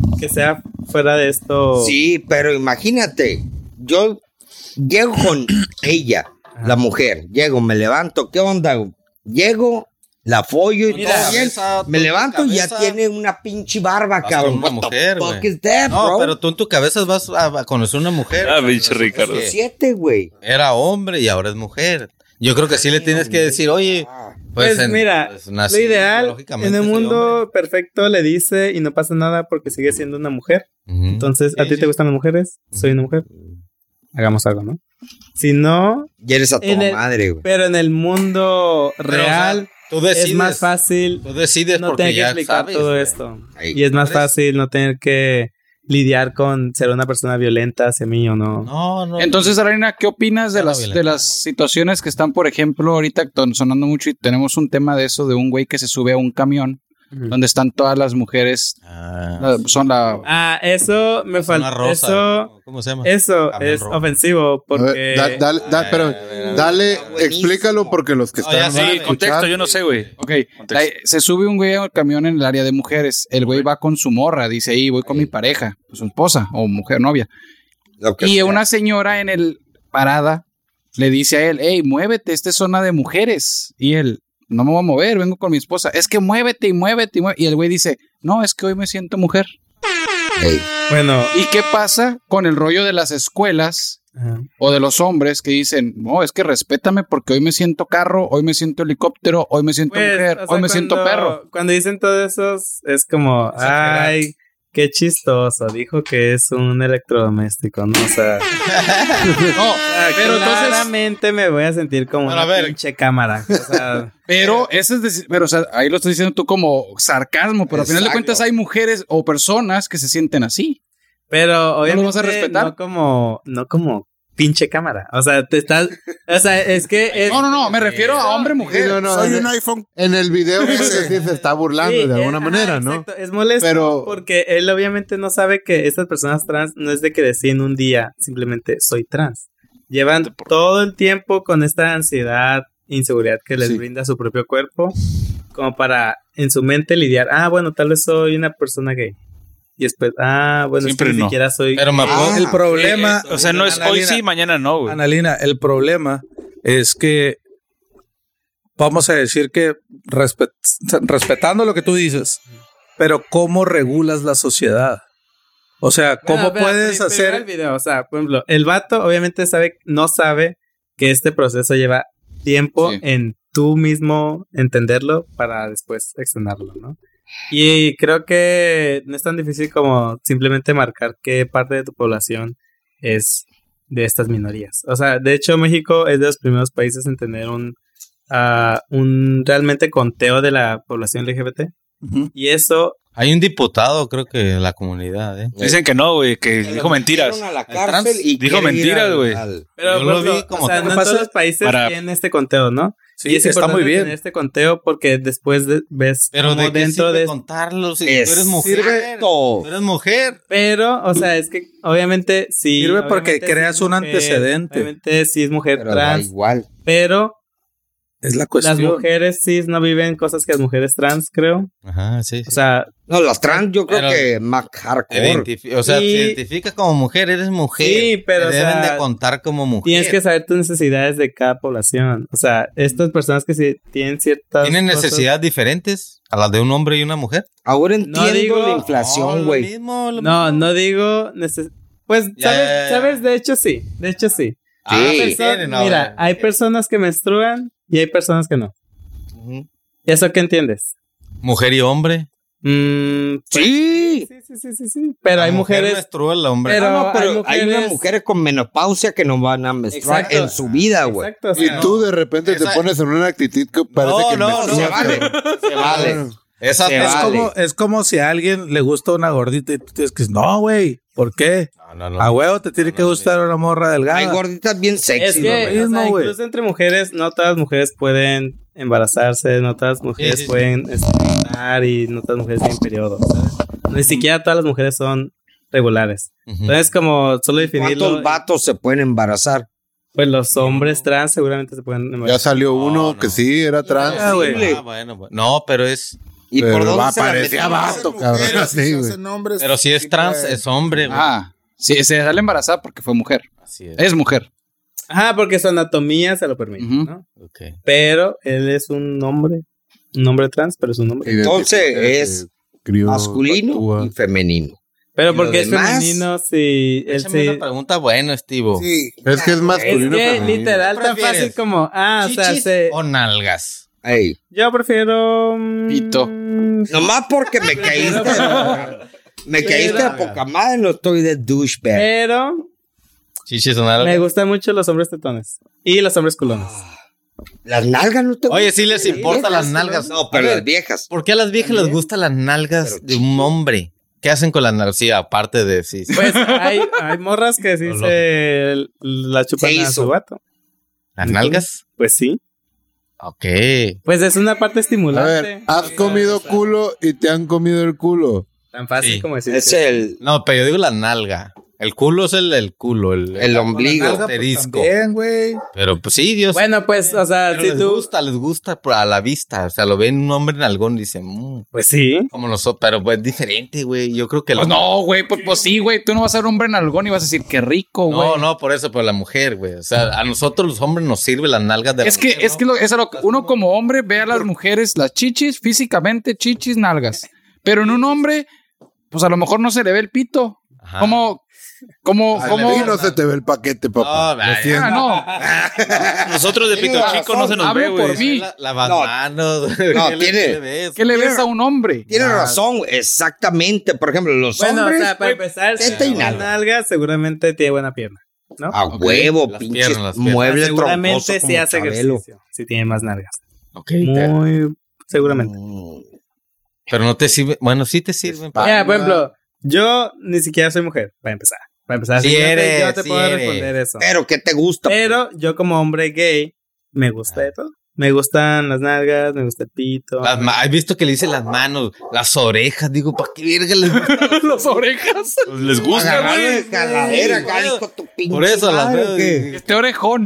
fuera de esto. Sí, pero imagínate, yo llego con ella, la mujer, llego, me levanto, ¿qué onda? Llego, la follo y Mira, todo bien. cabeza, Me tú en levanto tu y ya cabeza tiene una pinche barba, vas cabrón. con una What the mujer, fuck güey. is that, No, bro? pero tú en tu cabeza vas a conocer una mujer. Pinche Ricardo. Que 7, güey. Era hombre y ahora es mujer. Yo creo que sí le tienes que decir, oye, Pues, mira, pues, nací lo ideal biológicamente en el soy mundo perfecto le dice y no pasa nada porque sigue siendo una mujer. hombre. Ujú. Entonces, ¿a Sí, ti sí. te gustan las mujeres? Soy una mujer. Hagamos algo, ¿no? Si no, Y eres a tu En el- madre, güey. pero en el mundo Pero, o sea, real tú decides, es más fácil Tú decides no porque tener que ya explicar sabes. todo güey. esto. Ahí. Y es más ¿Cuál es? fácil no tener que lidiar con ser una persona violenta hacia mí o no. No. Entonces, Arena, ¿qué opinas de No, las, violenta. de las situaciones que están, por ejemplo, ahorita sonando mucho y tenemos un tema de eso de un güey que se sube a un camión donde están todas las mujeres. Son la... eso me Zona falta. rosa, Eso, ¿cómo se llama? eso Camión es rojo. ofensivo porque... Dale, explícalo porque los que Oh, ya están... sé, van a Sí, escuchar- contexto, yo no sé, güey. Ok, se sube un güey al camión en el área de mujeres. El güey va con su morra, dice ahí, voy con mi pareja, su esposa o mujer, novia. Lo que Y sea. una señora en el parada le dice a él, hey, muévete, esta es zona de mujeres. Y él, no me voy a mover, vengo con mi esposa. Es que muévete y muévete y muévete. Y el güey dice, no, es que hoy me siento mujer. Bueno, ¿Y qué pasa con el rollo de las escuelas o de los hombres que dicen, no, es que respétame porque hoy me siento carro, hoy me siento helicóptero, hoy me siento pues, mujer, o sea, hoy me siento perro? Cuando dicen todo eso, es como, ay, qué chistoso. Dijo que es un electrodoméstico, ¿no? O sea, No, pero entonces... claramente me voy a sentir como Bueno, una a ver. pinche cámara. O sea, Pero ese es pero o sea, ahí lo estás diciendo tú como sarcasmo, pero al final de Exacto. cuentas hay mujeres o personas que se sienten así. pero obviamente vas a respetar? no como pinche cámara. O sea, es que No, me refiero a hombre mujer. Sí, no, Soy en un el- iPhone. En el video pues, Sí. sí se está burlando Sí, de alguna ajá, manera, ¿no? exacto. Es molesto Pero- porque él obviamente no sabe que estas personas trans no es de que deciden un día simplemente soy trans. Llevan todo el tiempo con esta ansiedad, inseguridad que les Sí. brinda su propio cuerpo, como para en su mente lidiar, bueno, tal vez soy una persona gay. Y después, bueno, Siempre es que ni no. siquiera soy... Pero me puedo... El problema, O sea, no es hoy Analina, sí, mañana no, güey. Analina, el problema es que vamos a decir que respetando lo que tú dices, pero ¿cómo regulas la sociedad? O sea, ¿cómo Bueno, puedes pero hacer? el video, o sea, por ejemplo, el vato obviamente no sabe que este proceso lleva tiempo Sí. en tú mismo entenderlo para después externarlo, ¿no? Y creo que no es tan difícil como simplemente marcar qué parte de tu población es de estas minorías. O sea, de hecho, México es de los primeros países en tener un realmente conteo de la población LGBT. Ujú. Y eso... Hay un diputado, creo que de la comunidad, Dicen que no, güey, que dijo mentiras. A la trans cárcel y dijo quiere ir mentiras, güey. Pero Yo lo por ejemplo, vi como o sea, tal. no en Pasa- todos los países para- tienen este conteo, ¿no? Sí, Y es está importante muy bien. tener este conteo porque después ves Pero cómo ¿de qué dentro sirve de... contarlo si tú eres mujer? Tú eres mujer. Pero, o sea, es que obviamente sí. Sirve porque obviamente creas sí es un antecedente. Obviamente sí es mujer Pero da trans, igual. pero Es la las cuestión. mujeres cis no viven cosas que las mujeres trans, creo. Ajá, sí. O sea, No, las trans yo creo Pero- que más hardcore. O sea, Y- te identificas como mujer, eres mujer. Sí, pero, Te o deben sea, de contar como mujer. tienes que saber tus necesidades de cada población. O sea, estas personas que sí tienen ciertas ¿Tienen cosas- necesidades diferentes a las de un hombre y una mujer? Ahora entiendo digo- la inflación, lo güey. mismo, lo No, mismo. no digo... Pues, Ya, ¿sabes? ya, ya. ¿Sabes? De hecho, sí. De hecho, sí. Ah, Sí. tienen, no, Mira, güey. hay personas que menstruan y hay personas que no. Ujú. ¿Y eso qué entiendes? Mujer y hombre. Pues, Sí. sí. Pero La hay mujer mujeres... menstrua, el hombre. Pero- No, pero hay hay unas mujeres- mujeres con menopausia que no van a menstruar Exacto. en su vida, güey. Exacto. o Y sea, tú de repente te pones en una actitud que parece que no, menstruas, Se vale. cabrón. Se vale. Esa Se Es vale. es como si a alguien le gusta una gordita y tú tienes que decir, no, güey, ¿por qué? No. A huevo te tiene que gustar una morra Hay delgada. gorditas bien Es sexy, que, güey. o sea, mismo, güey. incluso entre mujeres, no todas las mujeres pueden embarazarse, no todas las mujeres Sí. pueden estrenar y no todas las mujeres tienen periodo, ¿sabes? Ni siquiera todas las mujeres son regulares. Ujú. Entonces, como solo definirlo, ¿Cuántos vatos se pueden embarazar? pues los hombres trans seguramente se pueden Ya embarazar. salió uno no. que sí era trans. Ah, güey. Bueno. No, pero es... ¿Y Pero por dónde va, se la parecía metieron? vato, cabrón. Sí, güey. Pero si es trans, es hombre, güey. Sí, se sale embarazada porque fue mujer. Así es. Es mujer. Ajá, porque su anatomía se lo permite, Ujú. ¿no? Ok. Pero él es un hombre trans, pero es un hombre. Entonces Identifica es que crió, masculino actúa. y femenino. Pero ¿Y porque lo es demás? femenino, sí, él Échame sí. una pregunta buena, Estivo. Sí. Es que es Es masculino. que femenino. literal tan ¿Prefieres fácil como, o sea, ¿Chichis o nalgas? Ey, yo prefiero Pito. nomás porque me caíste. Me caíste de poca madre, no estoy de douchebag. Pero ¿Chichis o me nalgas? gustan mucho los hombres tetones y los hombres culones. Las nalgas no te Oye, sí les importa las nalgas. No, pero las viejas. ¿Por qué a las viejas les gustan las nalgas de un hombre? ¿Qué hacen con las nalgas? Sí, aparte de sí. Pues hay morras que sí se la chupan Se a hizo. su vato. ¿Las nalgas? Pues sí. Ok. Pues es una parte A estimulante. ver, ¿has comido culo y te han comido el culo? Tan fácil Sí. como decir. Es que- el No, pero yo digo la nalga. El culo es el culo, el ombligo. asterisco. Bien, güey. Pero pues sí, Dios. Bueno, pues, o sea, pero si les tú. gusta a la vista. O sea, lo ven un hombre nalgón y dicen, Pues sí. como nosotros, pero pues es diferente, güey. Yo creo que Pues no, güey, pues sí, güey. Tú no vas a ser hombre en algón y vas a decir qué rico, güey. No, por eso, pero la mujer, güey. O sea, a nosotros los hombres nos sirve las nalgas de la Es que, mujer, es que eso es lo que uno como hombre ve a las mujeres, las chichis, físicamente, chichis, nalgas. Pero en un hombre, pues a lo mejor no se le ve el pito. Ajá. Como A ti no se te ve el paquete, papá. No, vaya. Lo siento. no. Nosotros de pito chico no se nos ve, Hablo por güey. mí. Lavas No. manos. No, ¿Qué tiene- le ves? ¿Qué le ves a un hombre? Tienes razón, güey, exactamente. Por ejemplo, los Bueno, hombres, o sea, para empezar, si teta y tiene nalga. nalga, seguramente tiene buena pierna. ¿no? a huevo, Las pinches piernas, las piernas. mueble troncoso Seguramente sí como hace Chabelo. ejercicio. Si tiene más nalgas. Ok. Muy seguramente. Pero no te sirve. Bueno, sí te sirven. Mira, por ejemplo, yo ni siquiera soy mujer, para empezar. Sí yo te- eres, yo te sí puedo eres. responder eso. Pero, ¿qué te gusta? Pero yo como hombre gay, me gusta de todo. Me gustan las nalgas, me gusta el pito. ¿Has visto que le dicen las manos, las orejas? Digo, ¿para qué verga les gusta? Las orejas. Pues les gusta, Agarrarlo güey. de caladera, acá, güey. hijo tu pinche Por eso las madre, veo. ¿o qué? Este orejón.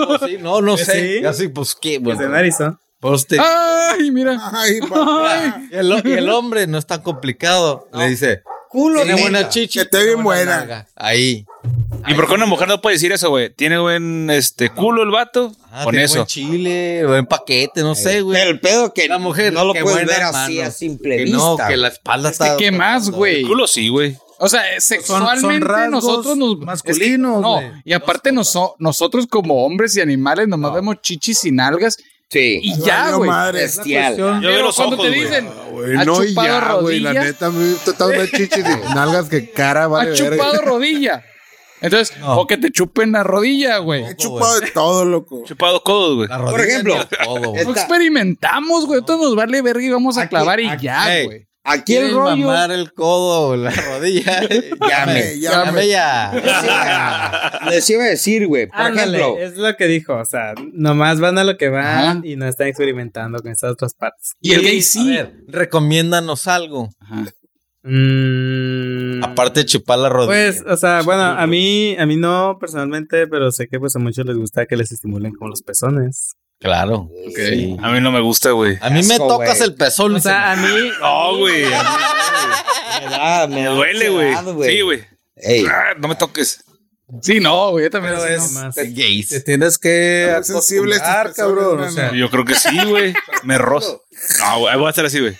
No sé. Sí. Así, pues qué, Que bueno. se narizó. Pues te- Ay, mira. Ay, papá. y el hombre no es tan complicado. Le dice, Culo, tiene neta. buena chichi. Que esté bien buena. nalga. Ahí. ¿Y por qué una mujer no puede decir eso, güey? ¿Tiene buen culo el vato? Con Tiene eso. buen chile, buen paquete, no sé, güey. Pero el pedo que La mujer, no lo qué puedes buenas ver así manos. a simple Que vista. no, que la espalda está. ¿Qué más, güey? El culo sí, güey. O sea, sexualmente rasgos nosotros nos masculinos, no, güey. y aparte nosotros como hombres y animales nomás vemos chichis y nalgas Sí. y ya, Valió güey. madre. Bestial. Yo veo Pero los cuando ojos, te güey. dicen, Güey, ¿ha no, y chupado ya, güey. La rodilla? neta, me he tratado una chichis y nalgas que cara, vale. ¿Ha chupado verga. rodilla? Entonces, o que te chupen la rodilla, güey. He chupado de todo, loco. Chupado codos, güey. La rodilla Por ejemplo, ni todo, güey. No experimentamos, güey. Todo nos vale verga y vamos a clavar y ya, Ey. güey. Aquí el ¿Quieres rollo. mamar el codo o la rodilla? Llame. Llame ya. Les iba a decir, güey. Por Ándale, ejemplo, es lo que dijo. O sea, nomás van a lo que van Ajá. y no están experimentando con estas otras partes. Y el gay A sí. ver, recomiéndanos algo. Mm, Aparte de chupar la rodilla. Pues, o sea, bueno, a mí no personalmente, pero sé que pues a muchos les gusta que les estimulen como los pezones. Claro. Sí. A mí no me gusta, güey. A mí me Asco, tocas güey. el pezón. O sea, a mí No, güey. me Me duele, güey. Sí, güey. Ey, Ah, no me toques. Sí, no, güey. Yo también Pero así es- nomás. gays. Te tienes que Muy sensible estos acostumbrar, pezones, cabrón. O mano. sea, Yo creo que sí, güey. Me rozo. No, güey, voy a hacer así, güey.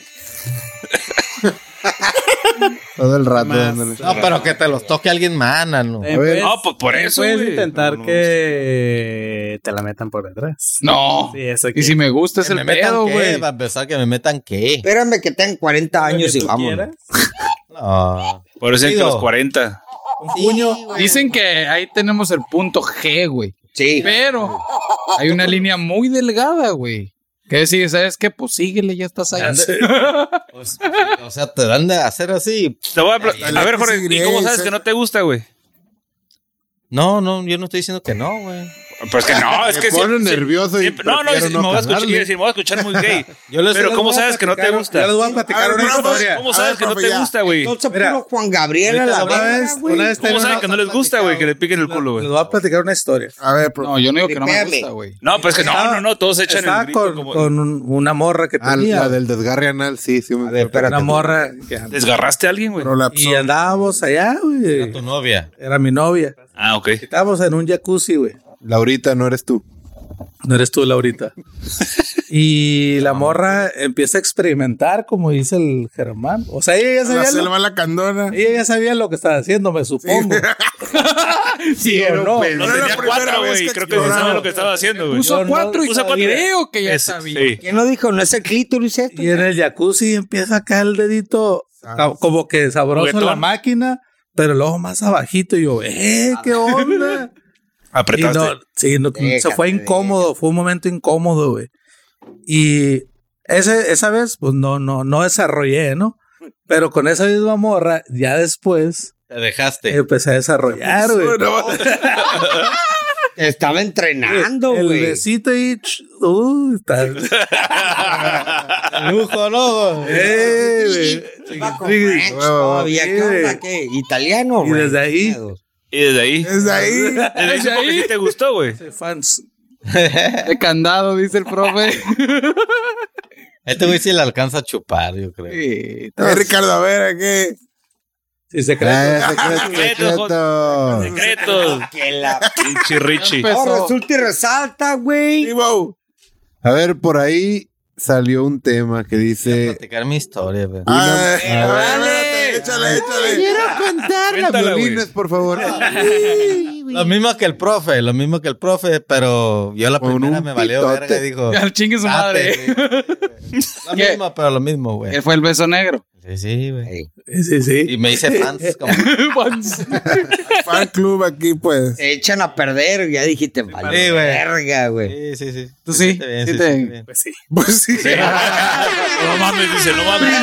Todo el rato Más. dándole. No, pero que te los toque alguien más, ¿no? puedes- No, pues por eso, puedes güey. intentar No, no, que te la metan por detrás. No. Sí, eso Y si me gusta es Que el me metan pedo, qué, güey. para empezar que me metan qué. espérame que tengan 40 años y vámonos. No. Por eso es que Digo, los 40. Dicen que ahí tenemos el punto G, güey. Sí. Pero hay una línea muy delgada, güey. Que decir, ¿sabes qué? Pues síguele, ya estás ahí. Pues, o sea, te dan de hacer así. Te voy a ver, Jorge, ¿y cómo sabes que no te gusta, güey? No, yo no estoy diciendo que no, güey. Pues que no, es Me que pone siempre- nervioso y siempre- no, prefiero me voy a escuchar, calarle. me voy a escuchar muy gay. Yo les- Pero les ¿cómo voy a sabes que no te Yo les gusta? voy a platicar una historia. ¿Cómo sabes que no te gusta, güey? Entonces, Mira, puro Juan Gabriel a la Una verga, vez, güey. una vez ¿Cómo tengo saben una- que no les gusta, güey? Que le piquen el culo, Les güey. voy a platicar una historia. A ver, pero No, yo no digo que no me Tripéame. gusta, güey. No, pues que no, todos echan el Estaba grito con, como... con una morra que Ah, tenía. la del desgarre anal, sí, sí. A ver, espérate. Una morra que ¿Desgarraste a alguien, güey? prolapso. y andábamos allá, güey. Tu novia. Era mi novia. Ah, ok. Estábamos en un jacuzzi, güey. Laurita, no eres tú. No eres tú, Laurita. Y la morra empieza a experimentar, como dice el Germán. O sea, ella ya La sabía, selva la candona. ella ya sabía lo que estaba haciendo, me supongo. Sí, o no. No, Era la tenía primera 4, vez güey. que Creo que exploraba. sí sabía lo que estaba haciendo, güey. Puso Yo no- 4 y Puso cuatro. creo que ya Es- sabía. sí. ¿Quién lo dijo? ¿No es el clítoris esto? Y en el jacuzzi empieza a caer el dedito como que sabroso en la Juguetón. máquina, pero luego más abajito. Y yo, ¿qué onda? Y Apretaste. no, sí, no, se fue incómodo, fue un momento incómodo, güey. Y esa vez, pues no desarrollé, ¿no? Pero con esa misma morra, ya después Te dejaste. empecé a desarrollar, güey. Estaba entrenando, El güey. besito y... está... Lujo, ¿no? güey. Iba con French todavía. ¿Qué onda? ¿Qué? ¿Italiano, Y güey? desde ahí... Y desde ahí. Desde ahí. Desde ahí supo que sí te gustó, güey. Fans. De candado, dice el profe. Este güey sí le alcanza a chupar, yo creo. Sí. Ricardo, a ver, ¿qué? Sí, secreto. Secretos. Que la Pinche Richie. Oh, resulta y resalta, güey. Ivo. A ver, por ahí salió un tema que dice... Platicar mi historia, güey. Échale. Quiero contar las Cuéntala, güey. violines, por favor. Lo mismo que el profe, pero yo la Con primera un me valió pitote. verga y dijo... Ya chingue su madre. Lo ¿Qué? mismo, pero lo mismo, güey. Él fue el beso negro. Sí, güey. Sí. Y me hice fans como... Fan club aquí, pues. Se echan a perder. Ya dijiste, vale, Sí, güey. verga, güey. Sí. ¿Tú sí? Bien, Sí sí, te- bien. Pues sí. Pues sí. No mames, dice, no mames.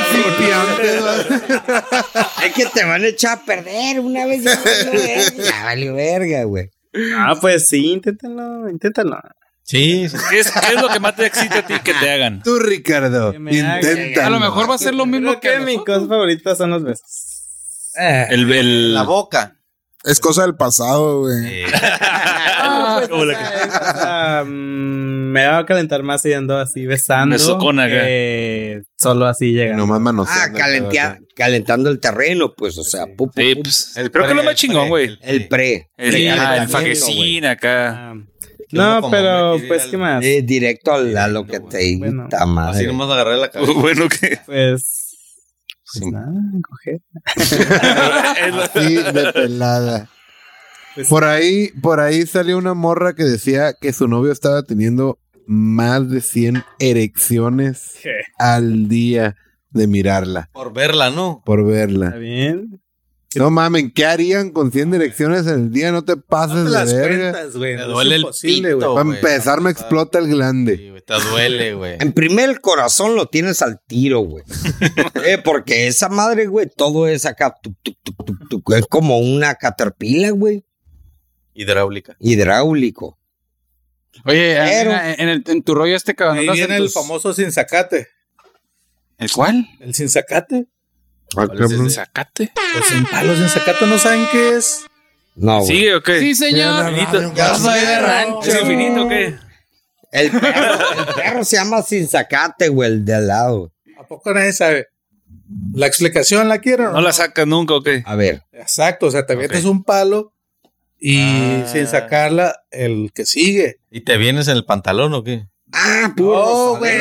Es que te van a echar a perder una vez. Ya valió verga. Ya valió verga, güey. Ah, pues sí, inténtalo. Sí. ¿Qué es lo que más te excita a ti que te hagan? Tú, Ricardo, Que me haga- intenta. A lo mejor va a ser lo mismo Creo que mi cosa favorita son los besos. La boca. Es cosa del pasado, güey. Como la que- Me va a calentar más si ando así besando. Besocona acá. que solo así llegando. Nomás manoseando. Calentando el terreno, pues, o sea, Sí, pues, creo que es lo más chingón, güey. el pre. El calentamiento, fajecín acá. Ah, no, como pero me quiere pues, ir ¿qué al- más? Directo a lo que te Bueno. invita, madre. Así nomás agarré la cabeza. Bueno, que. Pues Sí. nada, coger. Así de pelada. Pues, Por ahí salió una morra que decía que su novio estaba teniendo más de 100 erecciones ¿qué? al día de mirarla, Por verla, ¿no? por ¿Está verla. bien? No mamen, ¿qué harían con 100 erecciones al día? No te pases No te las de verga. cuentas, güey. Me No duele es el imposible, pito, güey. Para güey. empezar me explota el glande. Sí, güey, te duele, güey. En primer, el corazón lo tienes al tiro, güey. Porque esa madre, güey, todo es acá. Tuc. Es como una caterpillar, güey. Hidráulica. Hidráulico. Oye, Pero- en tu rollo este cabrón. Ahí ¿no? viene En el tus- famoso sin zacate. ¿El cuál? El sin zacate. ¿Cuál es ese? Sacate. Los empalos sin zacate no saben qué es. No, güey. ¿Sigue o qué? Sí, señor. Infinito. Ya soy de rancho. ¿Es infinito o qué? El perro se llama sin zacate, güey, el de al lado. ¿A poco nadie sabe? ¿La explicación la quiero? ¿No la sacas nunca o qué? A ver. Exacto, o sea, te metes un palo y sin sacarla, el que sigue. ¿Y te vienes en el pantalón o qué? Ah, puro. Oh, güey.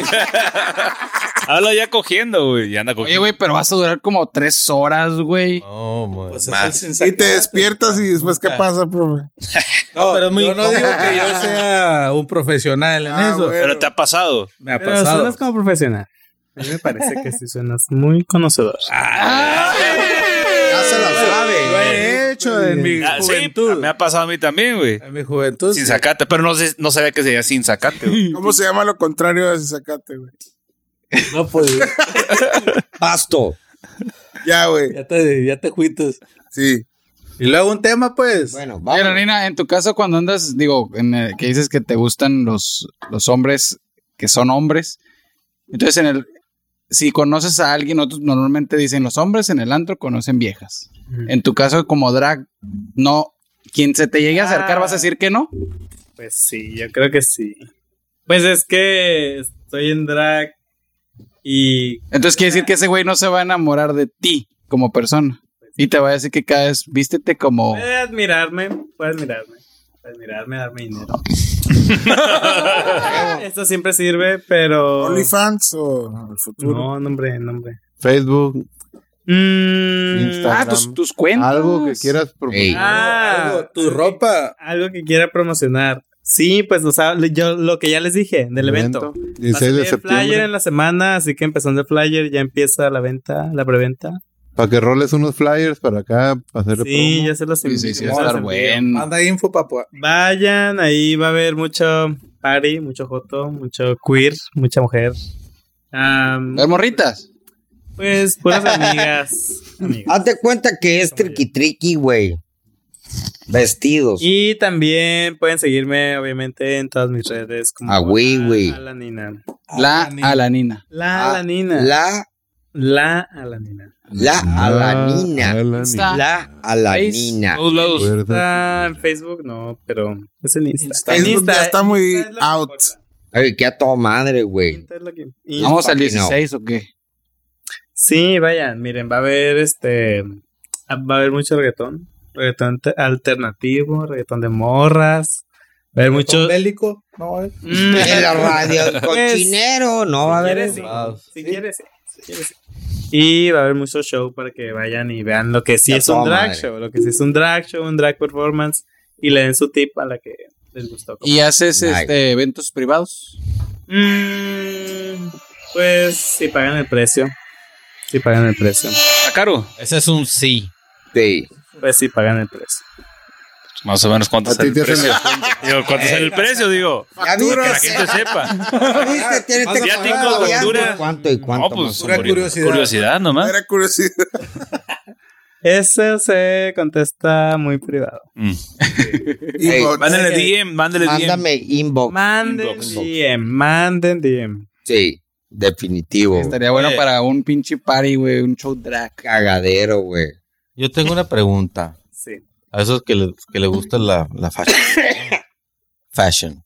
Habla ya cogiendo, güey. Ya anda Oye, cogiendo. güey, pero vas a durar como 3 horas, güey. No, güey. Pues es el más. sin Y zacate. te despiertas y después, ¿qué pasa, profe? No, pero es muy yo no digo que yo sea un profesional en eso. güey. Pero te ha pasado. Me ha Pero pasado. suenas como profesional. A mí me parece que sí suenas muy conocedor. Ya se la Lo sabe. he hecho en mi Ah, sí, juventud. me ha pasado a mí también, güey. En mi juventud. Sin sí. sacate, pero no sabía que sería sin sacate, güey. ¿Cómo se llama lo contrario de ese sacate, güey? No, pues Pasto. Ya, güey. ya te juitas. Sí. Y luego un tema, pues. Bueno, Oye, vamos. Lorena, en tu caso, cuando andas, digo, que dices que te gustan los hombres que son hombres, entonces si conoces a alguien, otros normalmente dicen los hombres en el antro conocen viejas. En tu caso, como drag, no, quien se te llegue a acercar, vas a decir que no. Pues sí, yo creo que sí. Pues es que estoy en drag y Entonces quiere decir que ese güey no se va a enamorar de ti como persona. Y te va a decir que cada vez vístete como... puede admirarme, darme dinero. Esto siempre sirve, pero... ¿OnlyFans o el futuro? No, nombre. Facebook, Instagram. tus cuentas. algo que quieras proponer. Algo, tu ropa. Algo que quiera promocionar. Sí, pues, o sea, yo lo que ya les dije del evento. 16 Va a salir de el flyer septiembre. en la semana, así que empezando el flyer ya empieza la venta, la preventa. Para que roles unos flyers para acá, para hacer Sí, promo. ya se los Sí, envío. sí, va a estar bueno. Manda info, papá. Vayan, ahí va a haber mucho party, mucho joto, mucho queer, mucha mujer. Las morritas. Pues puras amigas. Hazte cuenta que es triqui, güey. Vestidos. Y también pueden seguirme, obviamente, en todas mis redes. Como A Wiwi. Alanina. La Alanina. La Alanina. La Alanina. La Alanina. Insta. La Alanina. Todos lados. Está en Facebook, no, pero es en Insta. En Facebook ya está muy Insta es lo que out. importa. Ay, qué a toda madre, güey. Insta es lo que- ¿Vamos al Fucking 16 o qué? Sí, vayan, miren, va a haber mucho reggaetón alternativo, reggaetón de morras, va a haber mucho bélico. No, En la radio, el cochinero, no va a haber quieres, eso. si quieres, sí. Y va a haber mucho show para que vayan y vean lo que sí A es un toda drag madre. show, lo que sí es un drag show, un drag performance, y le den su tip a la que les gustó. ¿Y haces Nice. eventos privados? Pues si pagan el precio. Si pagan el precio. ¿Está caro? Ese es un sí. Sí. Pues si pagan el precio. Más o menos cuánto A sale ti el te hacen precio. Digo, ¿cuánto sale el precio? Digo, Ya que la viste, gente sepa. ¿viste? Tienes que Asiático, pagar ya, cultura. ¿Cuánto y cuánto? No, pues más o Pura menos? curiosidad. curiosidad nomás. Era curiosidad. Eso se contesta muy privado. Inbox. Mándale DM, mándale DM. Mándame inbox. Manden Inbox. manden DM. Sí, definitivo. Estaría bueno Oye. para un pinche party, güey, un show drag. Cagadero, güey. Yo tengo una pregunta. Sí. A esos que le gusta la fashion. Fashion.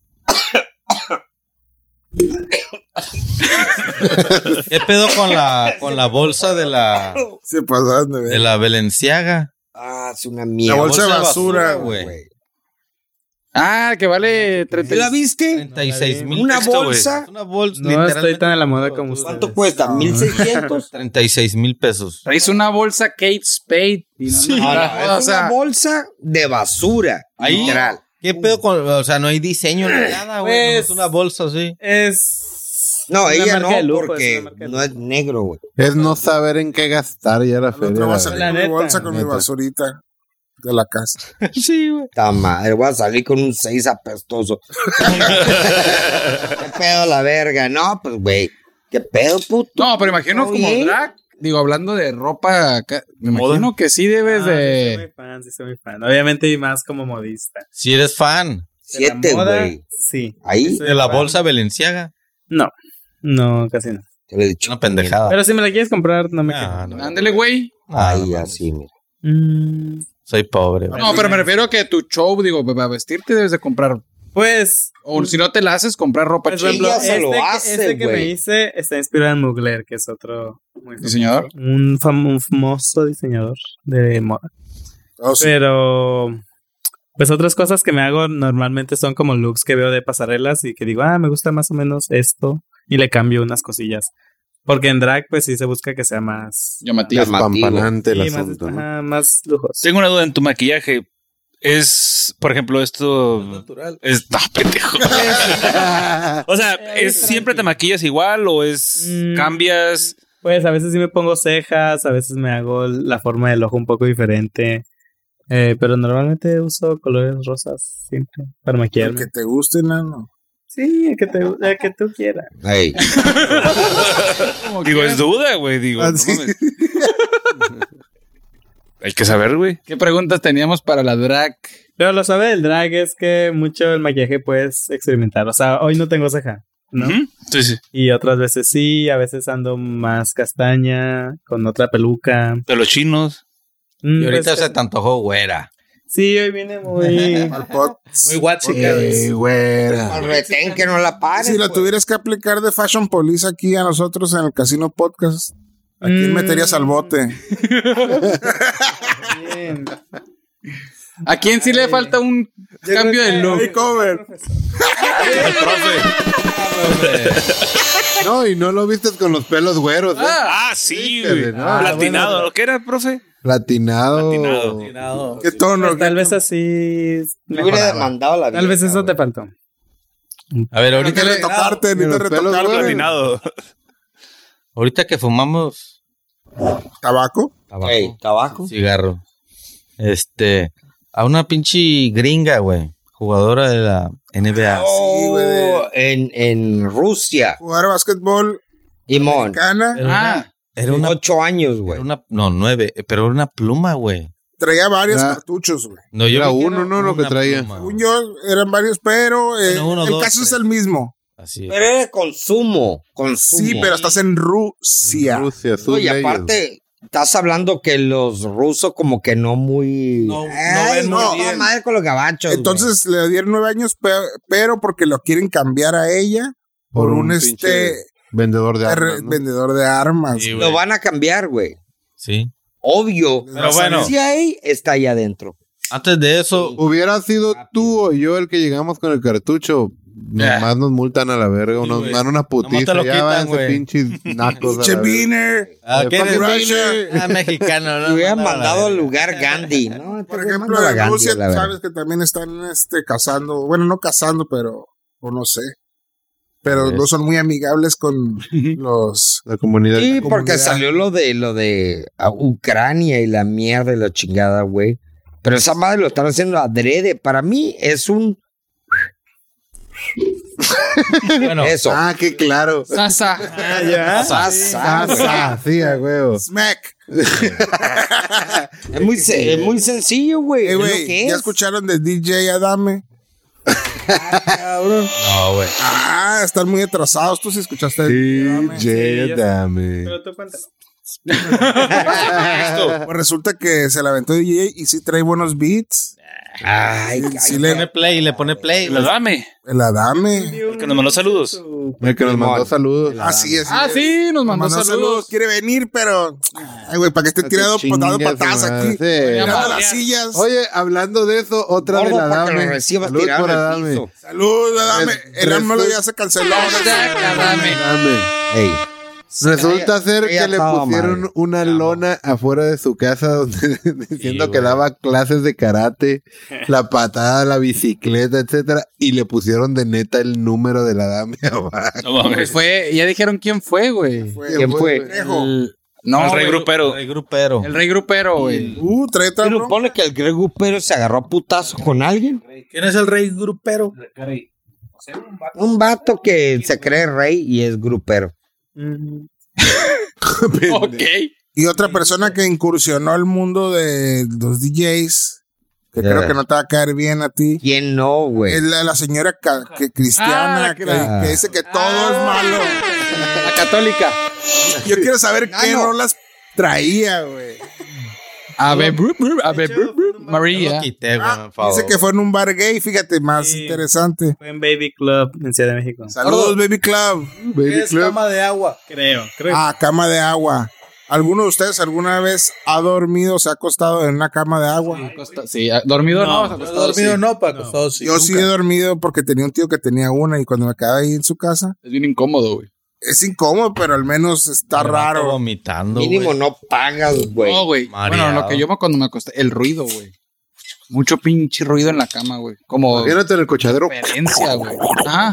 ¿Qué pedo con la bolsa de la Se pasaron de ver. Balenciaga? Ah, es una La mierda. bolsa de basura, güey. güey. Ah, que vale 30. ¿La viste? 36,000. Una texto, güey. bolsa. Una bolsa. No estoy tan a la moda como ustedes. ¿Cuánto cuesta? ¿1,600? 36,000 pesos. Traes una bolsa Kate Spade. Y no, Es una bolsa de basura. Ahí. Literal. ¿Qué pedo con.? O sea, no hay diseño ni nada, güey. Pues- No es una bolsa así. Es. No, una ella marca no, de lujo, es porque una marca de no es negro, güey. Es no saber en qué gastar ya la La feria. otra voy a la salir verdad. con mi neta. bolsa con mi Neta. basurita de la casa. Sí, güey. Ta madre, voy a salir con un 6 apestoso. ¿Qué pedo la verga? No, pues, güey. ¿Qué pedo, puto? No, pero imagino ¿Todo como bien? drag. Digo, hablando de ropa, acá, me Moda. imagino que sí debes Sí, soy de. muy fan, sí, soy muy fan. Obviamente, y más como modista. Si eres fan De la 7, moda, güey. Sí. Ahí Soy de la fan. bolsa Balenciaga. No, casi no. te lo he dicho. Una pendejada. Pero si me la quieres comprar, no me Ah, quedo. no. Ándele, güey. Ahí, no, así, mira. Soy pobre, güey. No, pero me refiero a que tu show, digo, para vestirte debes de comprar. Pues, O si no te la haces, comprar ropa por chida. ejemplo, Ella se lo hace, este que me güey. hice está inspirado en Mugler, que es otro muy famoso. ¿Diseñador? Un famoso diseñador de moda. Oh, sí. Pero, pues otras cosas que me hago normalmente son como looks que veo de pasarelas y que digo, me gusta más o menos esto y le cambio unas cosillas. Porque en drag, pues sí se busca que sea más... Llamativo. Despampanante el sí, más, asunto, ¿no? ajá, más lujoso. Tengo una duda en tu maquillaje. Es, por ejemplo, esto. Natural. Es. No, pendejo. O sea, ¿es siempre te maquillas igual o es. Cambias? Pues a veces sí me pongo cejas, a veces me hago la forma del ojo un poco diferente. Pero normalmente uso colores rosas siempre para El maquillarme. que te guste, nano. Sí, el que tú quieras. Ahí. Digo, es duda, güey. Digo, Ah, no sí. mames. Hay que saber, güey. ¿Qué preguntas teníamos para la drag? Pero lo sabe del drag es que mucho el maquillaje puedes experimentar. O sea, hoy no tengo ceja, ¿no? Ujú. Sí, sí. Y otras veces sí, a veces ando más castaña, con otra peluca. De los chinos. Y ahorita Pues, se te antojó güera. sí, hoy viene muy... Al pot. Muy guachi, Güera. Al retén que no la paren. Si la pues. tuvieras que aplicar de Fashion Police aquí a nosotros en el Casino Podcast, ¿a quién meterías al bote? Bien. ¿A quién sí le falta un cambio de look? Hey, cover. El profe. No, y no lo viste con los pelos güeros, ¿eh? Ah, sí, güey. no, Platinado. ¿Lo que era, profe? Platinado. Platinado. ¿Qué tono? Pues tal vez así... Me hubiera demandado la vida. Tal vez eso te faltó. A ver, Ni ahorita, que retocarte, ni Los te pelos retocarte. güeros. Platinado. ahorita que fumamos ¿Tabaco? tabaco, Ey, tabaco. cigarro, a una pinche gringa, güey, jugadora de la NBA. Oh, en Rusia. Jugar básquetbol Imón. americana. Ah, Era una, 8 años, güey. era una, no, 9, pero era una pluma, güey. traía varios Ah. cartuchos, güey. No, yo Era vi que uno, ¿no? Lo que una traía. pluma, Según yo, eran varios, pero Uno, el dos, caso es tres. el mismo. Así es. Pero era de consumo. Sí, pero estás en Rusia. Rusia, sus Oye, leyes. aparte, estás hablando que los rusos como que no muy... No Ay, ven muy no, bien. madre con los gabachos. Entonces le dieron 9 años, pero porque lo quieren cambiar a ella por un pinche vendedor de armas, ¿no? vendedor de armas. Sí, güey. güey. Lo van a cambiar, güey. Sí. Obvio. Pero bueno. Si hay, está ahí adentro. Antes de eso, Hubiera sido tú o yo el que llegamos con el cartucho. Nomás nos multan a la verga, o Sí, nos güey. dan una Nomás te putiza. lo Ya quitan, váyanse güey. pinches nacos. Pinche a la verga. Wiener. ¿qué fucking eres? Mexicano, ¿no? Hubieran Manda a la mandado al verga. lugar Gandhi, ¿no? Por ejemplo, en Rusia, sabes que también están cazando, bueno, no cazando, pero, o no sé. Pero no son muy amigables con los... La comunidad. Sí, la porque comunidad. salió lo de Ucrania y la mierda y la chingada, güey. Pero esa madre lo están haciendo adrede. Para mí es un... Bueno, Eso. Ah, qué claro. Sasa. Sasa, güey. Sí, a huevo. Smack. Es muy sencillo, güey. Es lo Güey, que ¿ya es. escucharon de DJ Adame? no, güey. Ah, están muy atrasados. ¿Tú sí escuchaste de Adame? DJ, dame. Pero tú cuéntalo. Pues resulta que se la aventó DJ y sí trae buenos beats. Ay, Sí Le le, pone play. Lo dame. el Adame. El que nos mandó saludos. El que nos mandó saludos. Así es. Ah, sí, nos mandó saludos. Quiere venir, pero... Ay, güey, ¿para qué esté tirando dando Chingas, patadas madre. aquí? Sí. Tirando las sillas. Oye, hablando de eso, otra de gordo, la para que lo Adame. recibas Salud tirado por en el Adame. piso. Salud, Adame. El AMLO ya se canceló. Adame. Ey. Resulta ser ella que le estaba pusieron madre. una lona afuera de su casa donde, diciendo Sí, que güey. daba clases de karate, la patada, la bicicleta, etcétera, y le pusieron de neta el número de la dame abajo. No mames. Pues fue, ya dijeron quién fue, güey. ¿Quién fue? Trejo. No, El rey güey, grupero. El grupero. El rey grupero, güey. Trae ¿Se bro. supone que el Greg Gupero se agarró a putazo con alguien? ¿Quién es el rey grupero? Un vato que se cree rey y es grupero. Ok. Y otra persona que incursionó al mundo de los DJs, que creo que no te va a caer bien a ti, ¿Quién no, güey? es la señora cristiana Ah, que dice que todo es malo. La católica. Yo quiero saber qué rolas traía, güey. A ver, María. Lo quité, güey, por favor. Dice que fue en un bar gay, fíjate, más Sí. interesante. Fue en Baby Club en Ciudad de México. Saludos, Baby Club. Baby Es Club. cama de agua. Creo. Ah, cama de agua. ¿Alguno de ustedes alguna vez ha dormido, se ha acostado en una cama de agua? Sí, dormido no. acostado, Dormido sí. no, para acostado sí. Yo sí he dormido porque tenía un tío que tenía una y cuando me quedaba ahí en su casa, Es bien incómodo, güey. es incómodo, pero al menos está El vato raro. vomitando, Mínimo güey. no pagas, güey. No, güey. Mareado. Bueno, lo que yo cuando me acosté, el ruido, güey. Mucho pinche ruido en la cama, güey. Como Imagínate en el cochadero. diferencia, güey. Ah.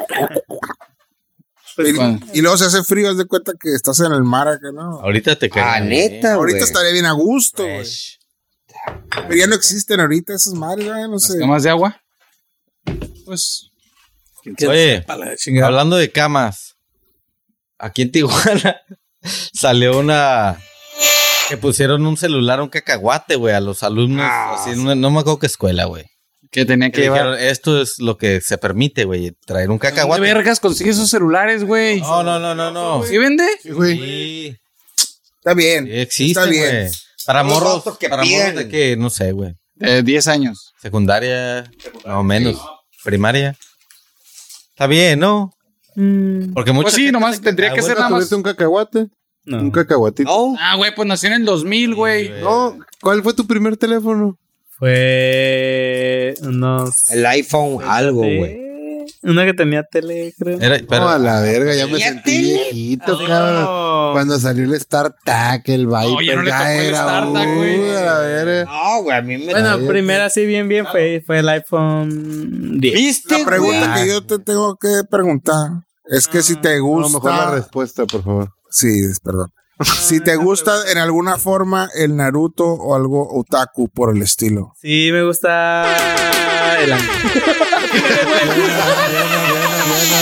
Y luego se hace frío, haz de cuenta que estás en el mar acá, ¿no? Ahorita te quedas. Ah, neta, güey. Ahorita estaría bien a gusto, güey. Pero ya no existen ahorita esas madres, güey, no sé. ¿Camas de agua? Pues. Oye, Para la chingada. hablando de camas, aquí en Tijuana salió una que pusieron un celular, un cacahuate, güey, a los alumnos. Así, no me acuerdo qué escuela, güey. Que tenía Que que llevar. dijeron, esto es lo que se permite, güey, traer un ¿Dónde cacahuate. vergas consigue esos celulares, güey? No. ¿Sí vende? Güey. Sí, Está bien. existe, Está bien. güey. Para Los morros, vatos que para morros de pierden. que, no sé, güey. 10 años. Secundaria, no menos. Primaria. Está bien, ¿no? Porque mucha Pues sí, gente nomás se- tendría que güey, ser nada más. ¿Tuviste un cacahuate? No. Un cacahuatito. No, Ah, güey, pues nació en el 2000, güey. No, ¿cuál fue tu primer teléfono? Fue unos... el iPhone, algo, güey. Una que tenía tele, creo. Era, pero, No, a la verga, ya me ¿Ya sentí tele? viejito, cabrón. Cuando salió el StarTAC, el Viper, ya no le tocó el era, StarTAC, güey. a la verga. No, güey, a mí me... Bueno, primero así bien fue el iPhone 10. ¿Viste, La pregunta güey? que yo te tengo que preguntar es que si te A lo mejor la gusta... respuesta, por favor. Sí, perdón. Si te gusta en alguna forma el Naruto o algo otaku por el estilo. Sí, me gusta el anime.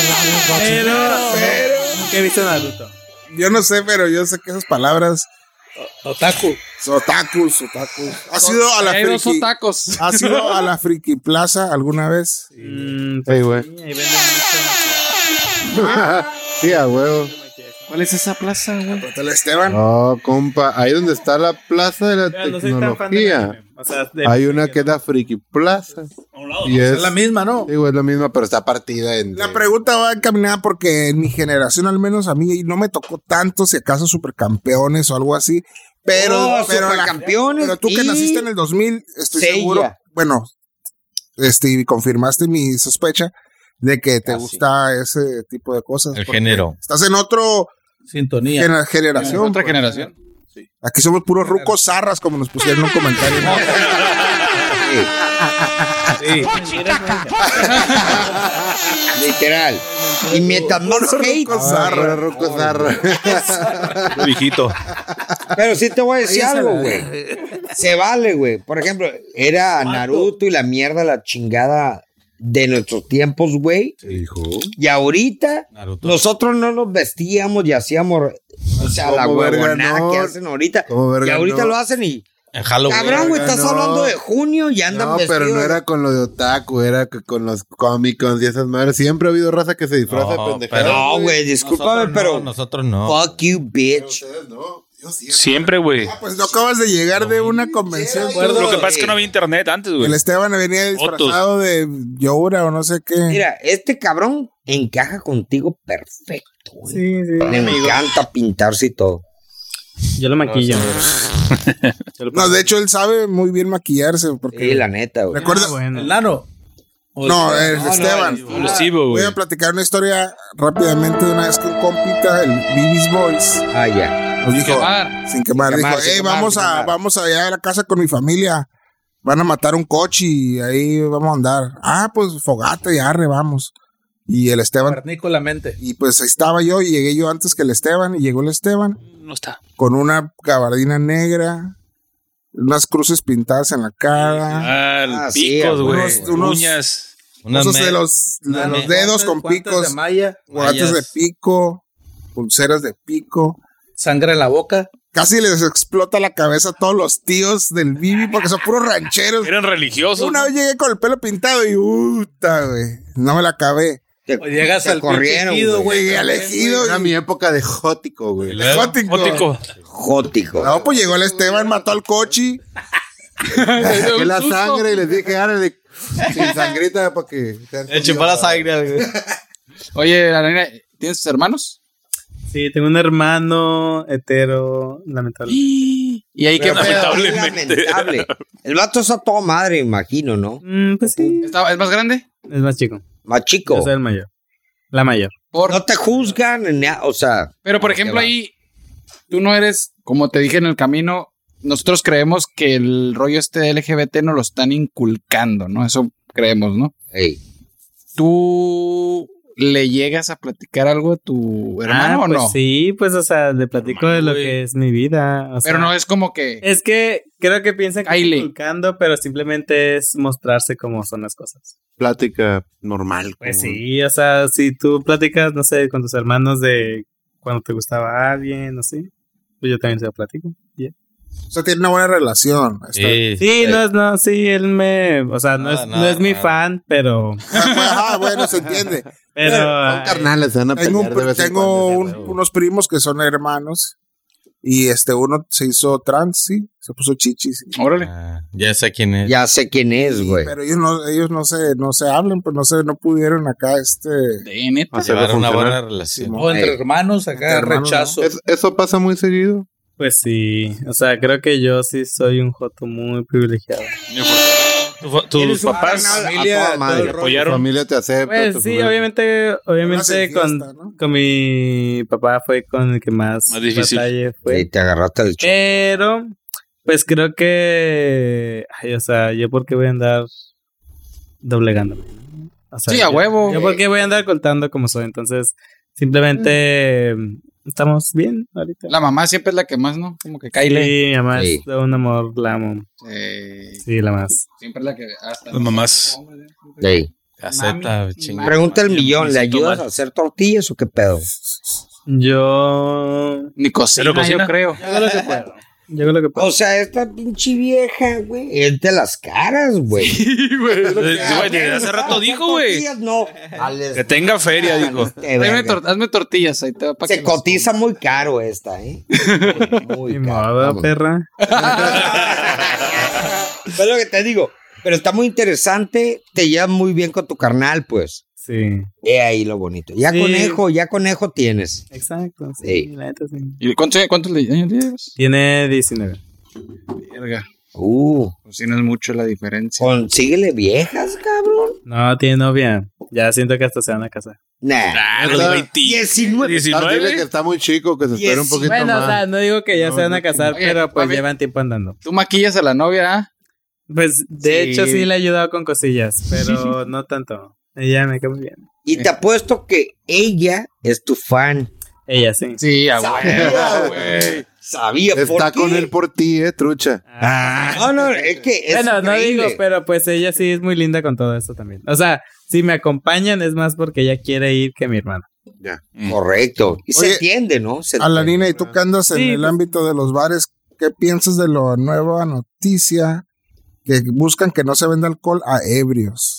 Pero nunca he visto Naruto. Yo no sé, pero yo sé que esas palabras Otaku. Otakus. ¿Has ido a la Hay dos friki? otacos. ¿Has ido a la Friki Plaza alguna vez? Pues Ey, güey. sí, ahí venden mucho. Sí, a huevo. ¿Cuál es esa plaza, güey? Hotel Esteban. No, compa, ahí donde está la Plaza de la Pero no soy tan fan de Tecnología. anime. O sea, Hay una que es la Friki Plaza. Y Es la misma, ¿no? Sí, güey, es la misma, pero está partida en... La pregunta va encaminada porque en mi generación, al menos a mí, no me tocó tanto, si acaso supercampeones o algo así. Pero, Supercampeones pero tú que y naciste en el 2000, estoy Seiya. seguro. Bueno, y confirmaste mi sospecha de que te gusta ese tipo de cosas. El porque género. Estás en otro Sintonía. generación. Otra pues. generación. Aquí somos puros rucos zarras, como nos pusieron en un comentario. Literal. Y mientras más hate. Ruco zarra. Viejito. Pero sí te voy a decir algo, güey. Se vale, güey. Por ejemplo, era Naruto y la mierda, la chingada de nuestros tiempos, güey. Hijo. Y ahorita Naruto. nosotros no nos vestíamos y hacíamos, o sea, la Como verga, huevonada no. que hacen ahorita. Como verga, Y ahorita no. lo hacen y... En Halloween. Cabrón, güey, estás no. hablando de junio y andan No, vestidos. pero no era con lo de otaku, era que con los Comic Cons y esas madres. Siempre ha habido raza que se disfraza de pendejadas. No, güey, discúlpame, pero... Nosotros no. Fuck you, bitch. Ustedes no. Yo sí. Siempre, güey. Pues no acabas de llegar de una convención. Lo que pasa es que no había internet antes, güey. El Esteban venía disfrazado de Yora o no sé qué. Mira, este cabrón encaja contigo perfecto, güey. Sí, sí. Le encanta pintarse y todo. Yo lo maquillo. No, de hecho, él sabe muy bien maquillarse. Porque Sí, la neta, güey. recuerda. Bueno. El nano. No, el Esteban. Exclusivo, Voy güey. a platicar una historia rápidamente de una vez que un compita, el Bibis Boys, Ah, ya. nos dijo, quemar. sin quemar, Sin dijo, quemar, sin quemar, vamos sin quemar. vamos allá a la casa con mi familia. Van a matar un coche y ahí vamos a andar. Ah, pues fogata y arre, vamos. Y el Esteban, Carnícolamente. y pues ahí estaba yo y llegué yo antes que el Esteban y llegó el Esteban No está. con una gabardina negra, unas cruces pintadas en la cara. Ah, Ah, sí, picos, güey. unos- Uñas. Cosas de los dedos con Guantes picos, de malla. guantes de pico, pulseras de pico. Sangre en la boca. Casi les explota la cabeza a todos los tíos del Bibi porque son puros rancheros. Eran religiosos. Una vez llegué con el pelo pintado y güey, no me la acabé. O llegas te al corrieron, pinche ejido, güey. güey. Llegué al ejido Era y mi época de jótico, güey. gótico. Gótico. Jótico. No, pues llegó el Esteban, mató al coche. Saqué la sangre y les dije, árale, sin sangrita para que... Chupar la sangre, güey. Oye, la nena, ¿tienes hermanos? Sí, tengo un hermano hetero, lamentable. ¿Y ahí qué pedo? Lamentablemente. Lamentable. El vato está todo madre, imagino, ¿no? Pues sí. ¿Es más grande? Es más chico. Más chico. Yo soy el mayor. La mayor. No te juzgan, o sea... Pero, por ejemplo, va. ahí tú no eres, como te dije en el camino, nosotros creemos que el rollo este de LGBT nos lo están inculcando, ¿no? Eso creemos, ¿no? Ey. ¿Tú le llegas a platicar algo a tu hermano o pues no? sí, pues, o sea, le platico de lo que es mi vida. O sea, Pero no es como que... Es que creo que piensan que Aile. estoy inculcando, pero simplemente es mostrarse cómo son las cosas. Plática normal. Pues como- sí, o sea, si tú platicas, no sé, con tus hermanos de cuando te gustaba alguien, no sé, pues yo también se lo platico. Yeah. O sea, tiene una buena relación. Está- Sí, sí, él o sea, no es mi fan, pero, Ajá, bueno, se entiende. pero, Son carnales, se van a Tengo, pelear de vez en tengo cuando, unos primos que son hermanos y uno se hizo trans, sí, se puso chichis. Órale. Ya sé quién es. Ya sé quién es, güey. Pero ellos no se hablan, pues no pudieron acá De neta. Llevar una funcionar. buena relación. O entre hermanos, acá, Entre hermanos, rechazo. Eso pasa muy seguido. pues sí, o sea, creo que yo sí soy un joto muy privilegiado. Tus Eres un papás carnal a familia, toda madre. te Tu apoyaron. familia te acepta. Pues tu sí, familia- obviamente Hacen fiesta, ¿no? con mi papá fue con el que más Más difícil. batallé fue. Sí, te agarraste el show. Pero, pues creo que, o sea, yo por qué voy a andar doblegándome. O sea, Sí, a huevo. Yo por qué voy a andar contando como soy. Entonces, simplemente estamos bien ahorita. La mamá siempre es la que más, ¿no? Como que Kyle. Sí, mi mamá Sí. es de un amor, la amo. Sí, la más. Siempre es la que... Hasta Las mamás. Ey. Acepta, chinga. Pregunta el millón, ¿le Me siento ayudas mal. a hacer tortillas o qué pedo? Yo... Ni cocina, ¿Pero cocina? yo creo. Yo hago lo que puedo. Yo hago lo que puedo. O sea, esta pinche vieja, güey, es de las caras, güey. Güey, hace rato dijo, güey. Tortillas, no. Que tenga feria, dijo. Hazme tortillas, ahí te va para Se cotiza muy caro esta, ¿eh? Muy Ni caro. modo, Vamos. perra. Es lo que te digo. Pero está muy interesante. Te llevas muy bien con tu carnal, pues. Sí. He ahí lo bonito. Ya Sí. conejo tienes. Exacto. Sí, Sí. la neta sí. ¿Y cuántos años llevas? Tiene 19. Verga. Pues Sí, no es mucho la diferencia. Consíguele viejas, cabrón. No, tiene novia. Ya siento que hasta se van a casar. Nah. Ah, los 20. 19. Dile que está muy chico, que se espere un poquito Bueno, más. o sea, no digo que ya se van a casar, Oye, pero pues papi. llevan tiempo andando. Tú maquillas a la novia, ¿ah? Pues de Sí. hecho sí le he ayudado con cosillas, pero no tanto. Ella me cae muy bien. Y te apuesto que ella es tu fan. Ella sí. Sí, a Sabía, huevo, güey. Sabía por Está qué. con él por ti, trucha. No, es que es Bueno, no increíble. digo, pero pues ella sí es muy linda con todo esto también. O sea, si me acompañan es más porque ella quiere ir que mi hermana. Ya. Correcto. Y se Oye, entiende, ¿no? Se Alanina, y tú que andas en Sí, el pues. ámbito de los bares, ¿qué piensas de la nueva noticia que buscan que no se venda alcohol a ebrios?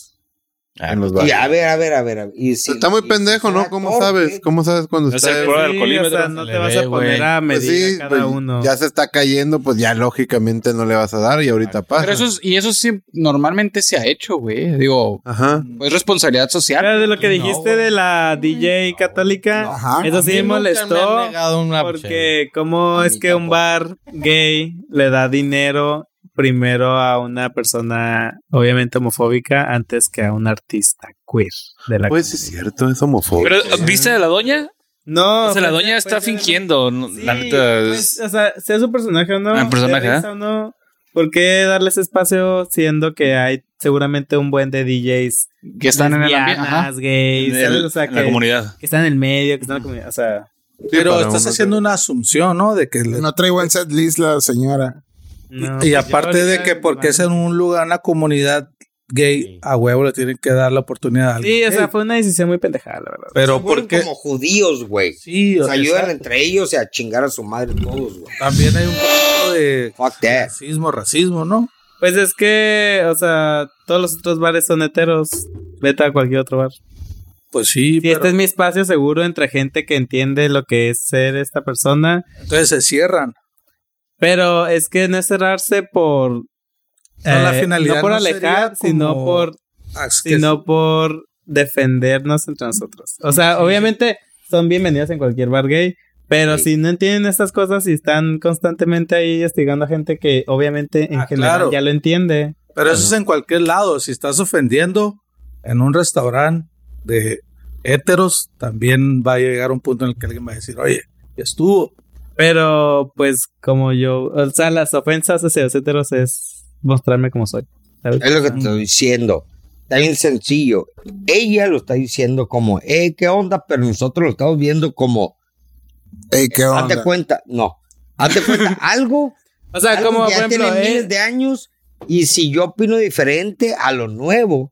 En los Y bares. a ver. Y si- Está muy y pendejo, si ¿no? será ¿Cómo corte, sabes? ¿Cómo sabes cuando No está sé, ebrio? prueba de Sí, alcoholímetro. o sea, no se te le vas ve, a poner güey. a Pues medir sí, a cada pues, uno. ya se está cayendo, pues ya lógicamente no le vas a dar y ahorita pasa. Pero eso sí normalmente se ha hecho, güey. Digo, Ajá. es responsabilidad social. Pero de lo que dijiste de la DJ católica, Ajá. eso sí me molestó. Porque Porque cómo es que un bar gay le da dinero primero a una persona obviamente homofóbica antes que a un artista queer de la Pues es cierto, es homofóbico. Pero, ¿viste a la doña? No, O sea, la pues, doña está pues, fingiendo. sí, La neta pues, o sea, sea su personaje o no. Ah, personaje, sea risa o no. ¿Por qué darles espacio siendo que hay seguramente un buen de DJs Que están en el ambiente. Ajá. lesbianas, gays, ¿sabes? O sea, en la comunidad. que están en el medio, que están en la comunidad, o sea, Pero para estás uno haciendo una asunción, ¿no? De que No trae buen set list la señora. no, y pues, aparte yo de ahorita- que porque es en un lugar, una comunidad gay, a huevo le tienen que dar la oportunidad a alguien. Sí, o sea, gay. fue una decisión muy pendejada, la verdad. Pero Se vuelven porque como judíos, güey. sí, Se ayudan exacto. entre ellos y a chingar a su madre todos, güey. También hay un poco de Fuck that. racismo, ¿no? Pues es que, o sea, todos los otros bares son heteros. Vete a cualquier otro bar. Pues sí, Si pero este es mi espacio seguro entre gente que entiende lo que es ser esta persona. entonces se cierran. Pero es que no es cerrarse por... La finalidad no por no alejar, sería sino como- por Es que sino por defendernos entre nosotros. O sea, obviamente son bienvenidos en cualquier bar gay, pero si no entienden estas cosas y están constantemente ahí investigando a gente que obviamente en general claro. ya lo entiende. Pero eso es en cualquier lado. Si estás ofendiendo en un restaurante de héteros, también va a llegar un punto en el que alguien va a decir, oye, ya estuvo. Pero pues como yo, o sea, las ofensas hacia los heteros es mostrarme como soy. ¿sabes? Es lo que te estoy diciendo. Está bien sencillo. Ella lo está diciendo como, ¿qué onda? Pero nosotros lo estamos viendo como, Ey, ¿qué onda? hazte cuenta. No. Hazte cuenta. Algo, O sea, algo como que ya por ejemplo, tiene miles de años. Y si yo opino diferente a lo nuevo,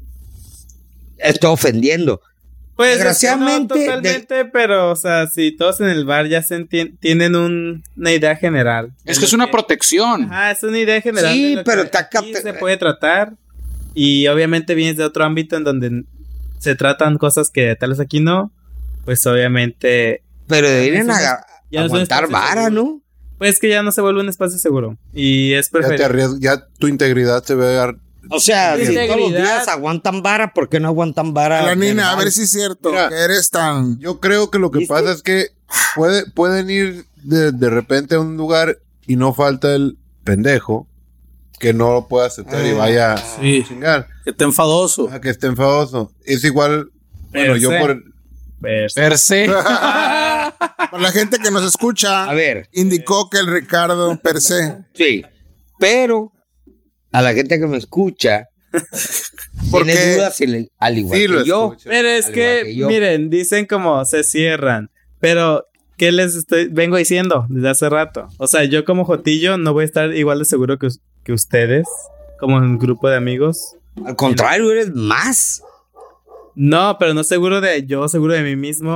estoy ofendiendo. pues desgraciadamente, no, totalmente, pero o sea, si todos en el bar ya se tienen una idea general. Es que es una protección. Ajá, es una idea general. Sí, de lo pero que aquí se puede tratar. Y obviamente vienes de otro ámbito en donde se tratan cosas que tal vez aquí no. Pues obviamente. Pero deberían Ya no es un aguantar espacio vara, seguro. ¿no? Pues que ya no se vuelve un espacio seguro. Y es Ya te preferible. arriesgas, ya tu integridad se ve. O sea, si Integridad. todos los días aguantan vara, ¿por qué no aguantan vara? Alanina, a verbal? ver si es cierto Mira, que eres tan... Yo creo que lo que ¿Viste? pasa es que pueden ir de repente a un lugar y no falta el pendejo que no lo pueda aceptar y vaya Sí. a chingar. Que esté enfadoso. A que esté enfadoso. Es igual. Bueno, yo se. por. Per se. Para la gente que nos escucha, A ver, indicó que el Ricardo per se. sí. Pero a la gente que me escucha, Porque- tiene dudas al igual Sí, lo que yo. escucho. Pero es Al que, igual que yo. miren, dicen como se cierran. Pero, ¿qué vengo diciendo desde hace rato? O sea, yo como Jotillo no voy a estar igual de seguro que ustedes, como un grupo de amigos. Al contrario, eres más. No, pero no seguro de mí mismo.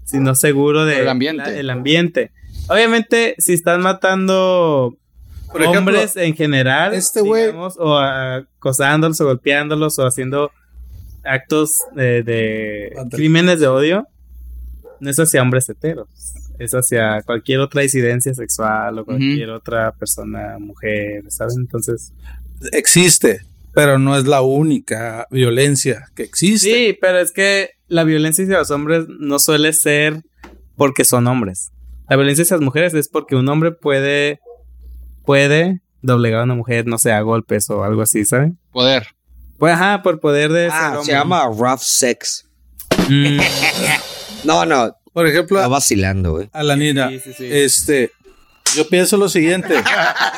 sino seguro de el ambiente. el ambiente. Obviamente, si están matando Por ejemplo, hombres en general, güey, digamos, o acosándolos o golpeándolos o haciendo actos de crímenes de odio, no es hacia hombres heteros, es hacia cualquier otra disidencia sexual o cualquier otra persona, mujer, ¿saben? Entonces existe, pero no es la única violencia que existe. sí, pero es que la violencia hacia los hombres no suele ser porque son hombres. La violencia hacia las mujeres es porque un hombre puede doblegar a una mujer, no sé, a golpes o algo así, ¿saben? Poder. Pues ajá, por poder de ser hombre. Se llama rough sex. Mm. No, Por ejemplo, está vacilando, güey. a la Nina, Sí. yo pienso lo siguiente. No,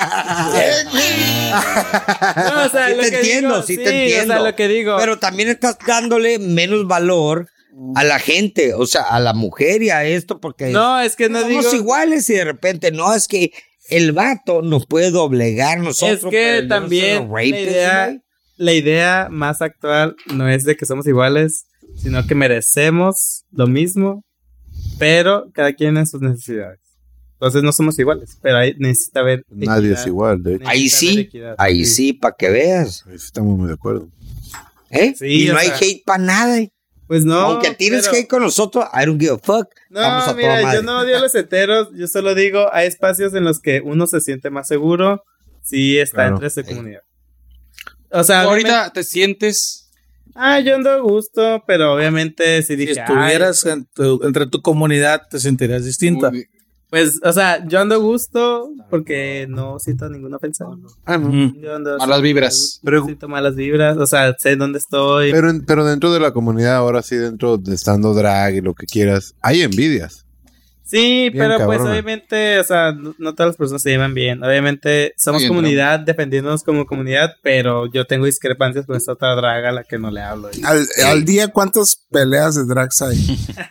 o sea, Sí lo te que entiendo, digo, sí te entiendo. O sea, lo que digo. Pero también estás dándole menos valor a la gente, o sea, a la mujer y a esto, porque no, es que no somos digo. iguales y de repente, no, es que el vato nos puede doblegar nosotros. Es que pero yo no soy también un rapist, güey. la idea más actual no es de que somos iguales, sino que merecemos lo mismo, pero cada quien en sus necesidades. Entonces no somos iguales, pero ahí necesita haber Nadie equidad. es igual, de hecho. Ahí Necesita haber sí, equidad. ahí sí, para que veas. Ahí sí estamos muy de acuerdo. ¿Eh? Sí, y no o hay sea, hate para nada. Pues no. Aunque tienes pero- hate con nosotros, I don't give a fuck. No, Vamos a toda mira, madre. yo no odio a los heteros, yo solo digo, hay espacios en los que uno se siente más seguro si está Claro. entre su comunidad. O sea, Ahorita te sientes... yo ando a gusto, pero obviamente si Si dije, estuvieras entre tu comunidad, te sentirías distinta. pues, o sea, yo ando a gusto porque no siento ninguna ofensa. Yo ando Malas vibras. No siento malas vibras, o sea, sé dónde estoy. Pero dentro de la comunidad, ahora sí, dentro de estando drag y lo que quieras, hay envidias. Sí, Bien pero pues cabrona. obviamente, o sea, no todas las personas se llevan bien. Obviamente somos Bien, comunidad, defendiéndonos como comunidad, pero yo tengo discrepancias con esta otra draga a la que no le hablo. Y- Al día, ¿cuántas peleas de drags hay?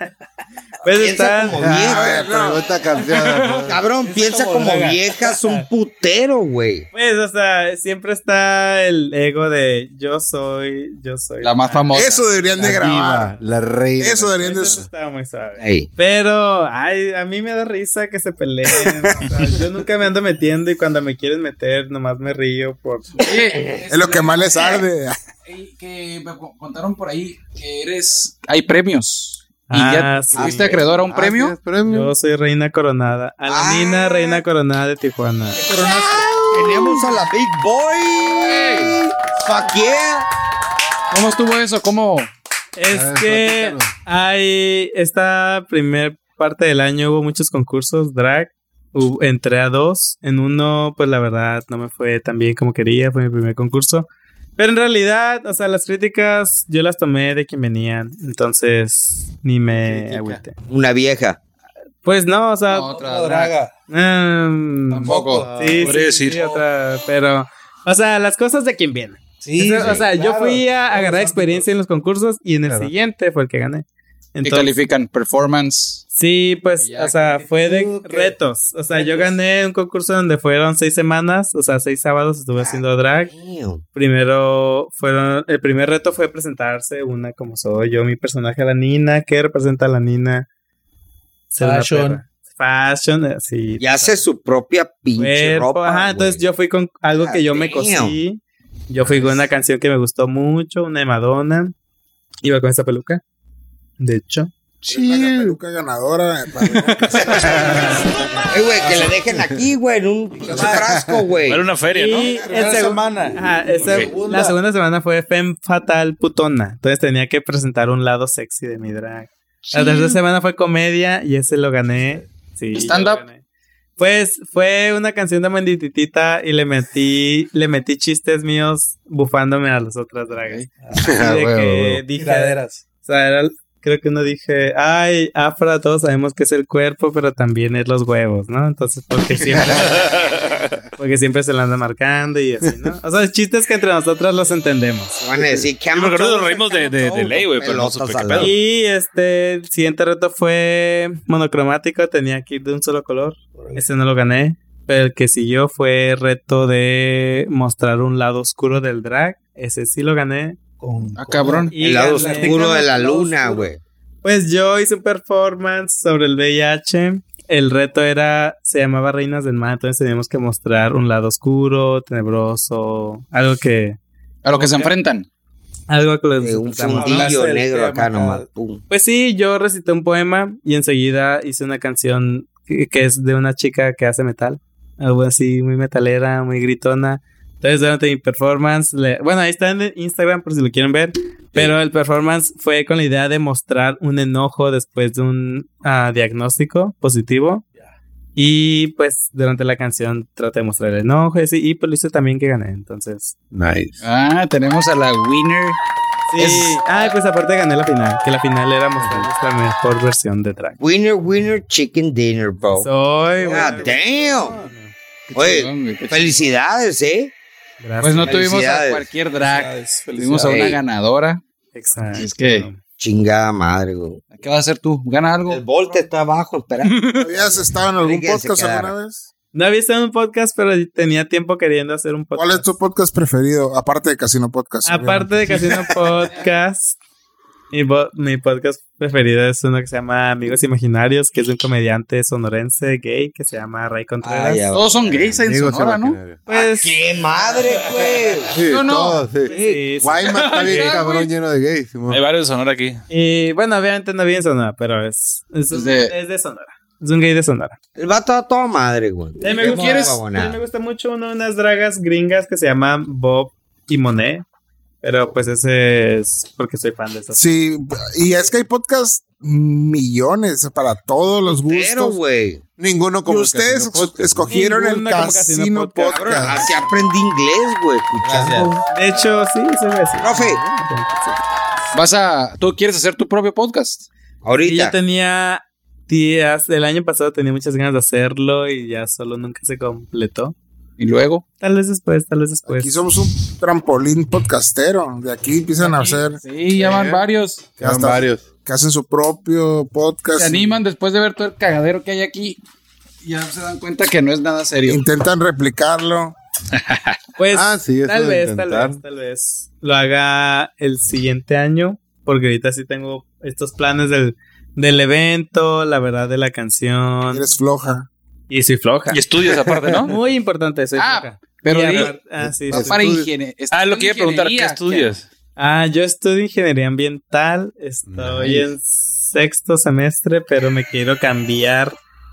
Pues Piensa está... como vieja. Esta canción. Cabrón, piensa como vieja, es un putero, güey. Pues, o sea, siempre está el ego de yo soy. La más famosa. Eso deberían de grabar. La reina. Eso deberían de... Eso está muy suave. Ey. Pero, ay, a mí me da risa que se peleen. O sea, yo nunca me ando metiendo y cuando me quieren meter, nomás me río por... Es lo que más les arde. Que me contaron por ahí que hay premios. Y ya sí. fuiste acreedor a un premio. Yo soy reina coronada. A la Nina, reina coronada de Tijuana. Teníamos a la Big Boy. Fuck yeah. ¿Cómo estuvo eso? ¿Cómo? Es que hay esta primer parte del año hubo muchos concursos drag. Entré a 2. En uno, pues la verdad, no me fue tan bien como quería. Fue mi primer concurso. Pero en realidad, o sea, las críticas yo las tomé de quien venían. Entonces, ni me agüité. Una vieja. Pues no, o sea... No, otra draga. Tampoco. Sí, Podría sí, decir. sí, otra, pero... O sea, las cosas de quien viene. Sí, o sea, yo claro. fui a agarrar experiencia en los concursos y en el siguiente fue el que gané. ¿Qué Entonces, califican? Performance. sí, pues, Ya, o sea, fue de retos. O sea, yo gané un concurso donde fueron 6 semanas, o sea, 6 sábados estuve haciendo drag. El primer reto fue presentarse una como soy yo, mi personaje, la Nina, que representa a la Nina. Ser una Fashion. perra. Fashion, sí. Y hace su propia pinche Cuerpo, ropa. ajá, güey. entonces yo fui con algo que yo me cosí. Yo fui con una canción que me gustó mucho, una de Madonna. Iba con esta peluca. De hecho. La peluca ganadora. Güey, que le dejen aquí, güey, en un pinche frasco, güey. Era una feria, ¿no? Y la segunda semana fue Femme Fatal Putona. Entonces tenía que presentar un lado sexy de mi drag. La tercera semana fue comedia y ese lo gané. Sí, ¿Stand-up? lo gané. Pues fue una canción de Mandititita y le metí chistes míos bufándome a las otras dragas. Así de que dije, Tiraderas. o sea, creo que uno dije, ay, Afra, todos sabemos que es el cuerpo, pero también es los huevos, ¿no? Entonces, porque siempre se lo anda marcando y así, ¿no? O sea, chistes que entre nosotras los entendemos. Van a decir, Yo me acuerdo que nos reímos de ley, güey, pero no supe qué pedo. Y el siguiente reto fue monocromático, tenía que ir de un solo color. Ese no lo gané. Pero el que siguió fue reto de mostrar un lado oscuro del drag. Ese sí lo gané. Cabrón. Y El lado gané- oscuro de la luna, güey. Pues yo hice un performance sobre el VIH. El reto se llamaba Reinas del Mal, entonces teníamos que mostrar un lado oscuro, tenebroso, algo que... A lo que se enfrentan. Algo que les Un fundillo negro acá nomás. Pum. Pues sí, yo recité un poema y enseguida hice una canción que es de una chica que hace metal. Algo así, muy metalera, muy gritona. Entonces durante mi performance, bueno, ahí está en Instagram por si lo quieren ver. Pero el performance fue con la idea de mostrar un enojo después de un diagnóstico positivo. Y pues durante la canción traté de mostrar el enojo y pues lo hice también que gané. Entonces... Nice. Tenemos a la winner. Sí. Pues aparte gané la final. Que la final era mostrar nuestra mejor versión de drag. Winner, chicken dinner, bro. Soy... God damn. Oye, felicidades, Gracias. Pues no tuvimos a Felicidades. cualquier drag. Felicidades, Tuvimos a una Ey. ganadora. Exacto. Es que, Chingada madre, güey. ¿qué vas a hacer tú? ¿Gana algo? El volte está abajo, espera. ¿Habías estado en algún Que se podcast quedara. alguna vez? No había estado en un podcast, pero tenía tiempo queriendo hacer un podcast. ¿Cuál es tu podcast preferido? Aparte de Casino Podcast. Aparte de Casino Podcast, mi podcast preferido es uno que se llama Amigos Imaginarios, que es de un comediante sonorense gay que se llama Ray Contreras. Ay, ya. Todos son gays en Amigos Sonora, ¿no? imaginarios. Pues, ¡Qué madre, güey! Sí, No, no. todos, sí. sí, sí. Guaymas está bien Sí, cabrón, güey. lleno de gays. Simón. Hay varios de Sonora aquí. Y bueno, obviamente no vive en Sonora, pero es de Sonora. Es un gay de Sonora. El vato a toda madre, güey. A mí me Qué gusta, babonada. a mí me gusta mucho unas dragas gringas que se llaman Bob y Monet. Pero pues ese es porque soy fan de esas. Sí, y es que hay podcasts millones para todos los Pero, gustos. güey. Y Ninguno como el ustedes Casino Podcast. escogieron Ninguna el como Casino, Casino Podcast. Podcast. Así aprendí inglés, güey, escuchando. De hecho, sí, se ve así. Profe, ¿Tú quieres hacer tu propio podcast? Y ahorita. yo tenía días, el año pasado tenía muchas ganas de hacerlo y ya solo nunca se completó. Y luego. Tal vez después. Aquí somos un trampolín podcastero. De aquí empiezan a hacer Sí, ya van varios. que, Quedan hasta- varios. que hacen su propio podcast. Se animan después de ver todo el cagadero que hay aquí. Ya se dan cuenta que no es nada serio. Intentan replicarlo. Pues Sí, eso tal de vez intentar. lo haga el siguiente año, porque ahorita sí tengo estos planes del evento, la verdad de la canción. Eres floja. Y soy floja. Y estudios aparte, ¿no? Muy importante, soy floja. Pero Y di- sí, va sí. para estudios. ingeniería. Lo que iba a preguntar, ¿qué estudias? Yo estudio ingeniería ambiental, estoy en sexto semestre, pero me quiero cambiar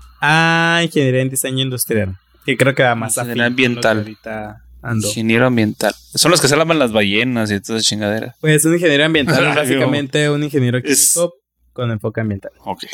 a ingeniería en diseño industrial, que creo que va más afín Ingeniería ambiental. con lo que ahorita ando. Ingeniero ambiental. Son los que se lavan las ballenas y toda esa chingadera. Pues un ingeniero ambiental es Ay, básicamente un ingeniero Es- químico con enfoque ambiental. Ok.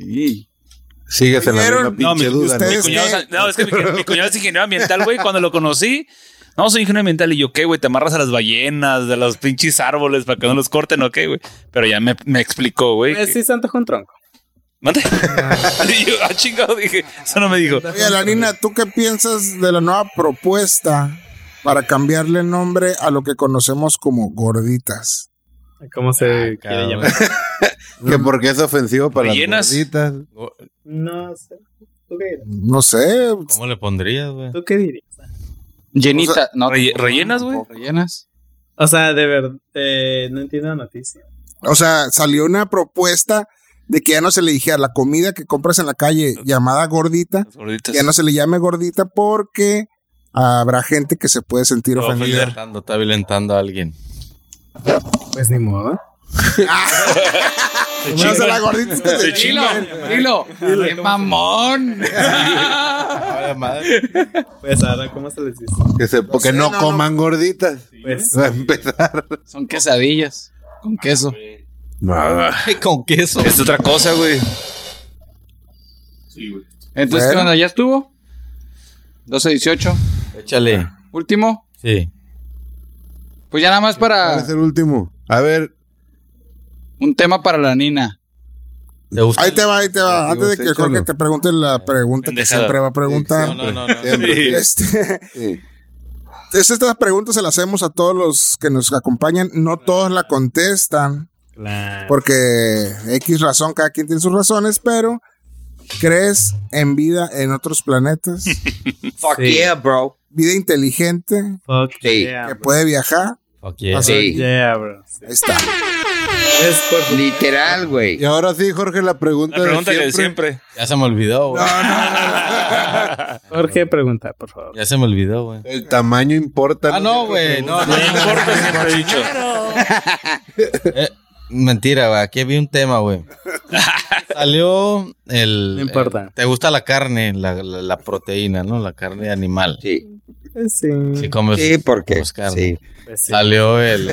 Sigues en la ¿Vieron? misma pinche No, duda. ustedes- ¿no? Es Es que mi cuñado es ingeniero ambiental, güey. Cuando lo conocí, no, soy ingeniero ambiental. Y yo, ¿qué, güey? Te amarras a las ballenas, de los pinches árboles para que no los corten, ¿o qué, güey? Pero ya me explicó, güey. Pues que- sí, santo con tronco. ¿Mande? Y yo, chingado, dije, eso no me dijo. Oye, Lanina, ¿tú qué piensas de la nueva propuesta para cambiarle el nombre a lo que conocemos como gorditas? ¿Cómo se quiere cabrón. llamar? Que porque es ofensivo para Rellenas. las gorditas. No sé. ¿Tú qué dirías? No sé. ¿Cómo le pondrías, güey? ¿Tú qué dirías? Llenita. O sea, no, ¿rellenas, güey? ¿Rellenas? O sea, de verdad, no entiendo la noticia. O sea, salió una propuesta de que ya no se le dijera la comida que compras en la calle llamada gordita, Las gorditas. ya no se le llame gordita porque habrá gente que se puede sentir Lo va a ofendida. Está violentando a alguien. Pues ni modo. No, o sea, la gordita es que se Dilo, dilo. ¡Qué mamón! Pues ahora, ¿cómo se les dice? Porque no no, coman gorditas. Pues Va a empezar. Son quesadillas. Con queso. Con queso. Es otra cosa, güey. Entonces, Bueno. ¿qué onda? ¿Ya estuvo? 12-18. Échale. Último. Sí. Pues ya nada más ¿Cuál para es el último? A ver, un tema para la Nina. ¿Te gusta? Ahí te va, ahí te va. Digo, Antes de sí, que Jorge échalo. te pregunte la pregunta que Pendejada. siempre va a preguntar. No. siempre. Este, Sí. estas preguntas se las hacemos a todos los que nos acompañan. No todos la contestan claro. porque X razón, cada quien tiene sus razones, pero ¿crees en vida en otros planetas? Fuck Sí. yeah, bro. Vida inteligente Fuck Sí. yeah, que bro. puede viajar. Fuck yeah. Sí. Yeah, bro. Sí. Ahí está. Es por Literal, güey. Y ahora sí, Jorge, la pregunta, La pregunta de que siempre. Ya se me olvidó, güey. Jorge, pregunta, por favor. Ya se me olvidó, güey. El tamaño importa. Ah, no, güey. No, No importa, siempre he dicho. Mentira, güey. Aquí había un tema, güey. Salió No importa. ¿te gusta la carne, la proteína, no? La carne animal. Sí. Sí. Si comes, Sí, porque. comes carne. Sí. Pues sí. Salió el...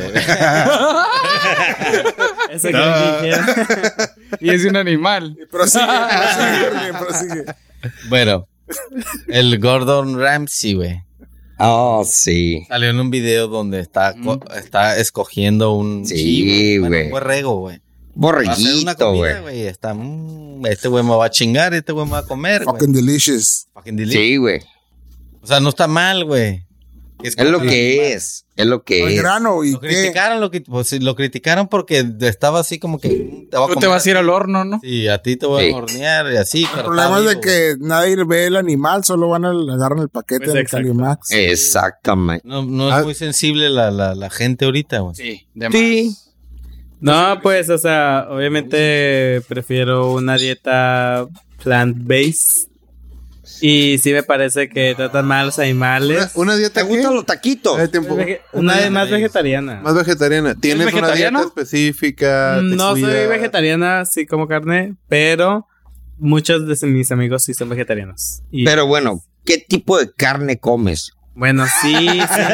Eso que dijera. Y es un animal. Prosigue, prosigue. Bueno, el Gordon Ramsay, güey. Oh, sí. Salió en un video donde está escogiendo un Sí, chivo, güey. un borrego, güey. Va a hacer una Borreguito, comida, güey. güey. Está, este güey me va a chingar, este güey me va a comer, güey. Fucking delicious. Fucking delicious. Sí, güey. O sea, no está mal, güey. Es lo que es. Es lo que El es. grano y Lo qué. criticaron, pues, sí, lo criticaron porque estaba así como que te va a Tú te comer vas a ir al horno, ¿no? Sí, a ti te voy Sí. a hornear y así. El problema es de que nadie ve el animal, solo agarran el paquete Pues del exacto. Calimax. Exactamente. No es muy sensible la gente ahorita, güey. Sí, de más. Sí. No, pues, o sea, obviamente prefiero una dieta plant-based. Y sí me parece que tratan mal a los animales. Una ¿Te dieta gustan los taquitos? Una vez más vegetariana. más vegetariana. ¿Tienes una vegetariano? dieta específica? ¿Te No soy cuidas? vegetariana, sí como carne, pero muchos de mis amigos sí son vegetarianos. Y Pero bueno, ¿qué tipo de carne comes? bueno, sí.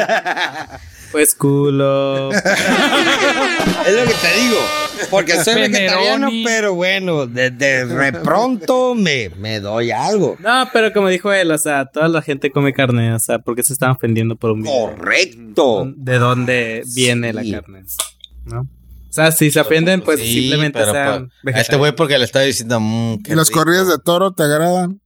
Pues culo. Es lo que te digo. Porque soy vegetariano, Pepperoni. pero bueno, de repronto me doy algo. No, pero como dijo él, o sea, toda la gente come carne, o sea, porque se están ofendiendo por un video. Correcto. ¿De dónde viene la Sí. carne? ¿No? O sea, si se ofenden, pues Sí, simplemente pero, sean pues, a este vegetarianos. güey porque le está diciendo... qué ¿Y los rico. corridos de toro te agradan?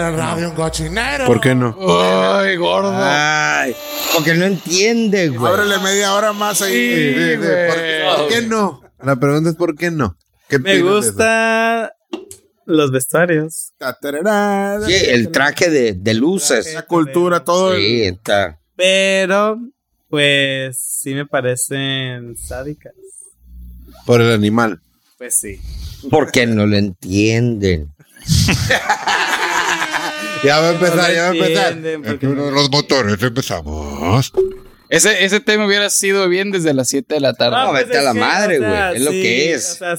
¿Por qué no? Ay, gordo. Ay, porque no entiende, güey. Ábrele media hora más ahí. Sí, ¿Por qué no? La pregunta es ¿por qué no? ¿Qué Me opinas de eso? gusta los vestuarios. Tatarará. Sí, el traje de luces. La cultura, todo. Sí, está. Pero, pues, sí me parecen sádicas. Por el animal. Pues sí. Porque no lo entienden. Ya va a empezar, No ya va a empezar. entienden, Aquí porque- uno de los motores, empezamos. Ese tema hubiera sido bien desde las 7 de la tarde. No, vete a la es que, madre, o sea, güey, es lo sí, que es. O sea,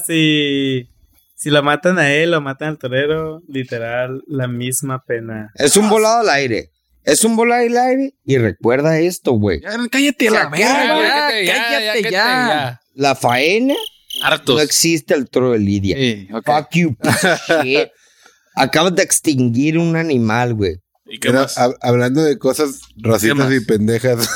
si lo matan a él, lo matan al torero, literal, la misma pena. Es un volado al aire. Es un volado al aire. Y recuerda esto, güey. Ya, cállate la verga. Cállate ya. La faena Hartos. no existe el toro de Lidia. Sí, ok. Fuck you, piece of shit. Acabas de extinguir un animal, güey. ¿Y qué Pero, más? hablando de cosas racistas más? y pendejas,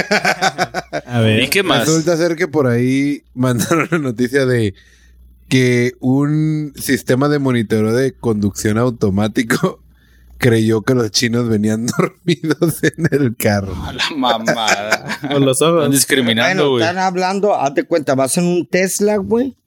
A ver. ¿Y qué más? resulta ser que por ahí mandaron la noticia de que un sistema de monitoreo de conducción automático creyó que los chinos venían dormidos en el carro. A la mamada. Por los Están ojos. discriminando, Bueno, güey. están hablando, hazte cuenta, vas en un Tesla, güey.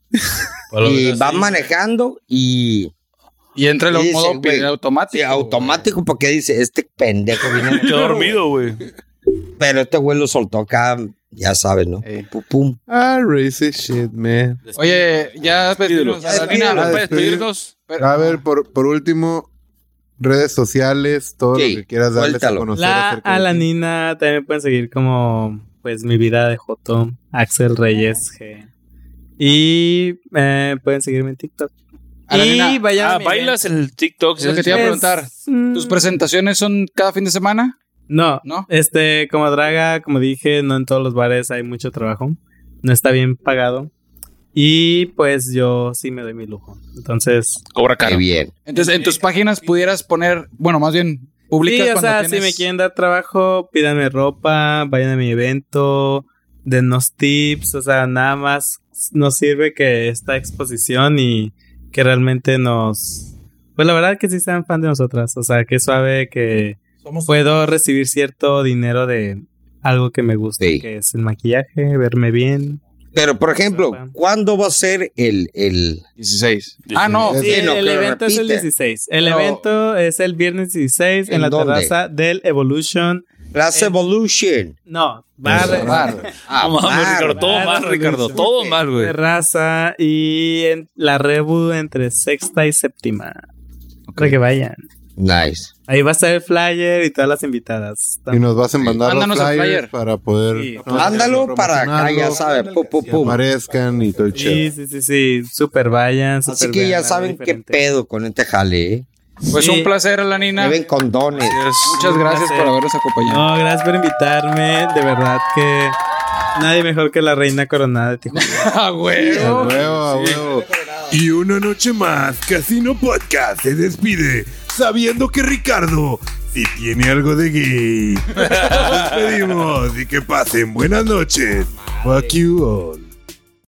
Y vas manejando y Y entra en Dice, modo güey, automático. sí, automático porque dice, este pendejo viene. Quedó dormido, güey. Pero este güey lo soltó acá, ya sabes, ¿no? Pum, pum. Ah, racist shit, man. Oye, ya despedimos. Despídelo. Alina, Ah, ¿puedes despedirnos? A ver, por último, redes sociales, todo Sí, lo que quieras darles suéltalo. a conocer. La acerca de ti. Alanina también pueden seguir como, pues, mi vida de Joto, Axel Reyes G. Y pueden seguirme en TikTok. Alanina, Y vayan a mi ¿bailas en el TikTok? Es lo que te iba a preguntar. ¿Tus presentaciones son cada fin de semana? No, ¿No? como draga, como dije, no en todos los bares hay mucho trabajo. No está bien pagado. Y pues yo sí me doy mi lujo. Entonces, Cobra Qué caro. bien. Entonces, en tus páginas pudieras poner, bueno, más bien, publicas sí, o cuando sea, tienes... si me quieren dar trabajo, pídanme ropa, vayan a mi evento, denos tips, o sea, nada más nos sirve que esta exposición y que realmente pues la verdad que sí sean fan de nosotras, o sea, que suave que puedo recibir cierto dinero de algo que me gusta, Sí. que es el maquillaje, verme bien. Pero, por ejemplo, ¿cuándo va a ser el 16. Ah, no. Sí, Sí, no, el que lo evento es el repite. 16. El Pero- evento es el viernes 16 en ¿En la dónde? terraza del Evolution Plaza Evolution. No, bar. No mames, Ricardo, todo mal, Ricardo. Todo mal, güey. Terraza y en la Rebu entre sexta y séptima. Para que vayan. Nice. Ahí va a estar el flyer y todas las invitadas. Y nos vas a mandar los Mándanos el flyers flyer. para poder... Sí. Mándalo para acá, ya sabes. Pum, pum, Que pum. aparezcan y todo el chido. Sí. Súper vayan. Así súper que vean ya algo saben qué diferente. pedo con este jale, ¿eh? Pues Sí. un placer, Alanina. Lleven condones. Muchas gracias por habernos acompañado. No, gracias por invitarme. De verdad que nadie mejor que la reina coronada de Tijuana. ¡Ah, güey! A huevo, a huevo. Y una noche más, Casino Podcast se despide sabiendo que Ricardo sí tiene algo de gay. Nos despedimos y que pasen buenas noches. Fuck you all.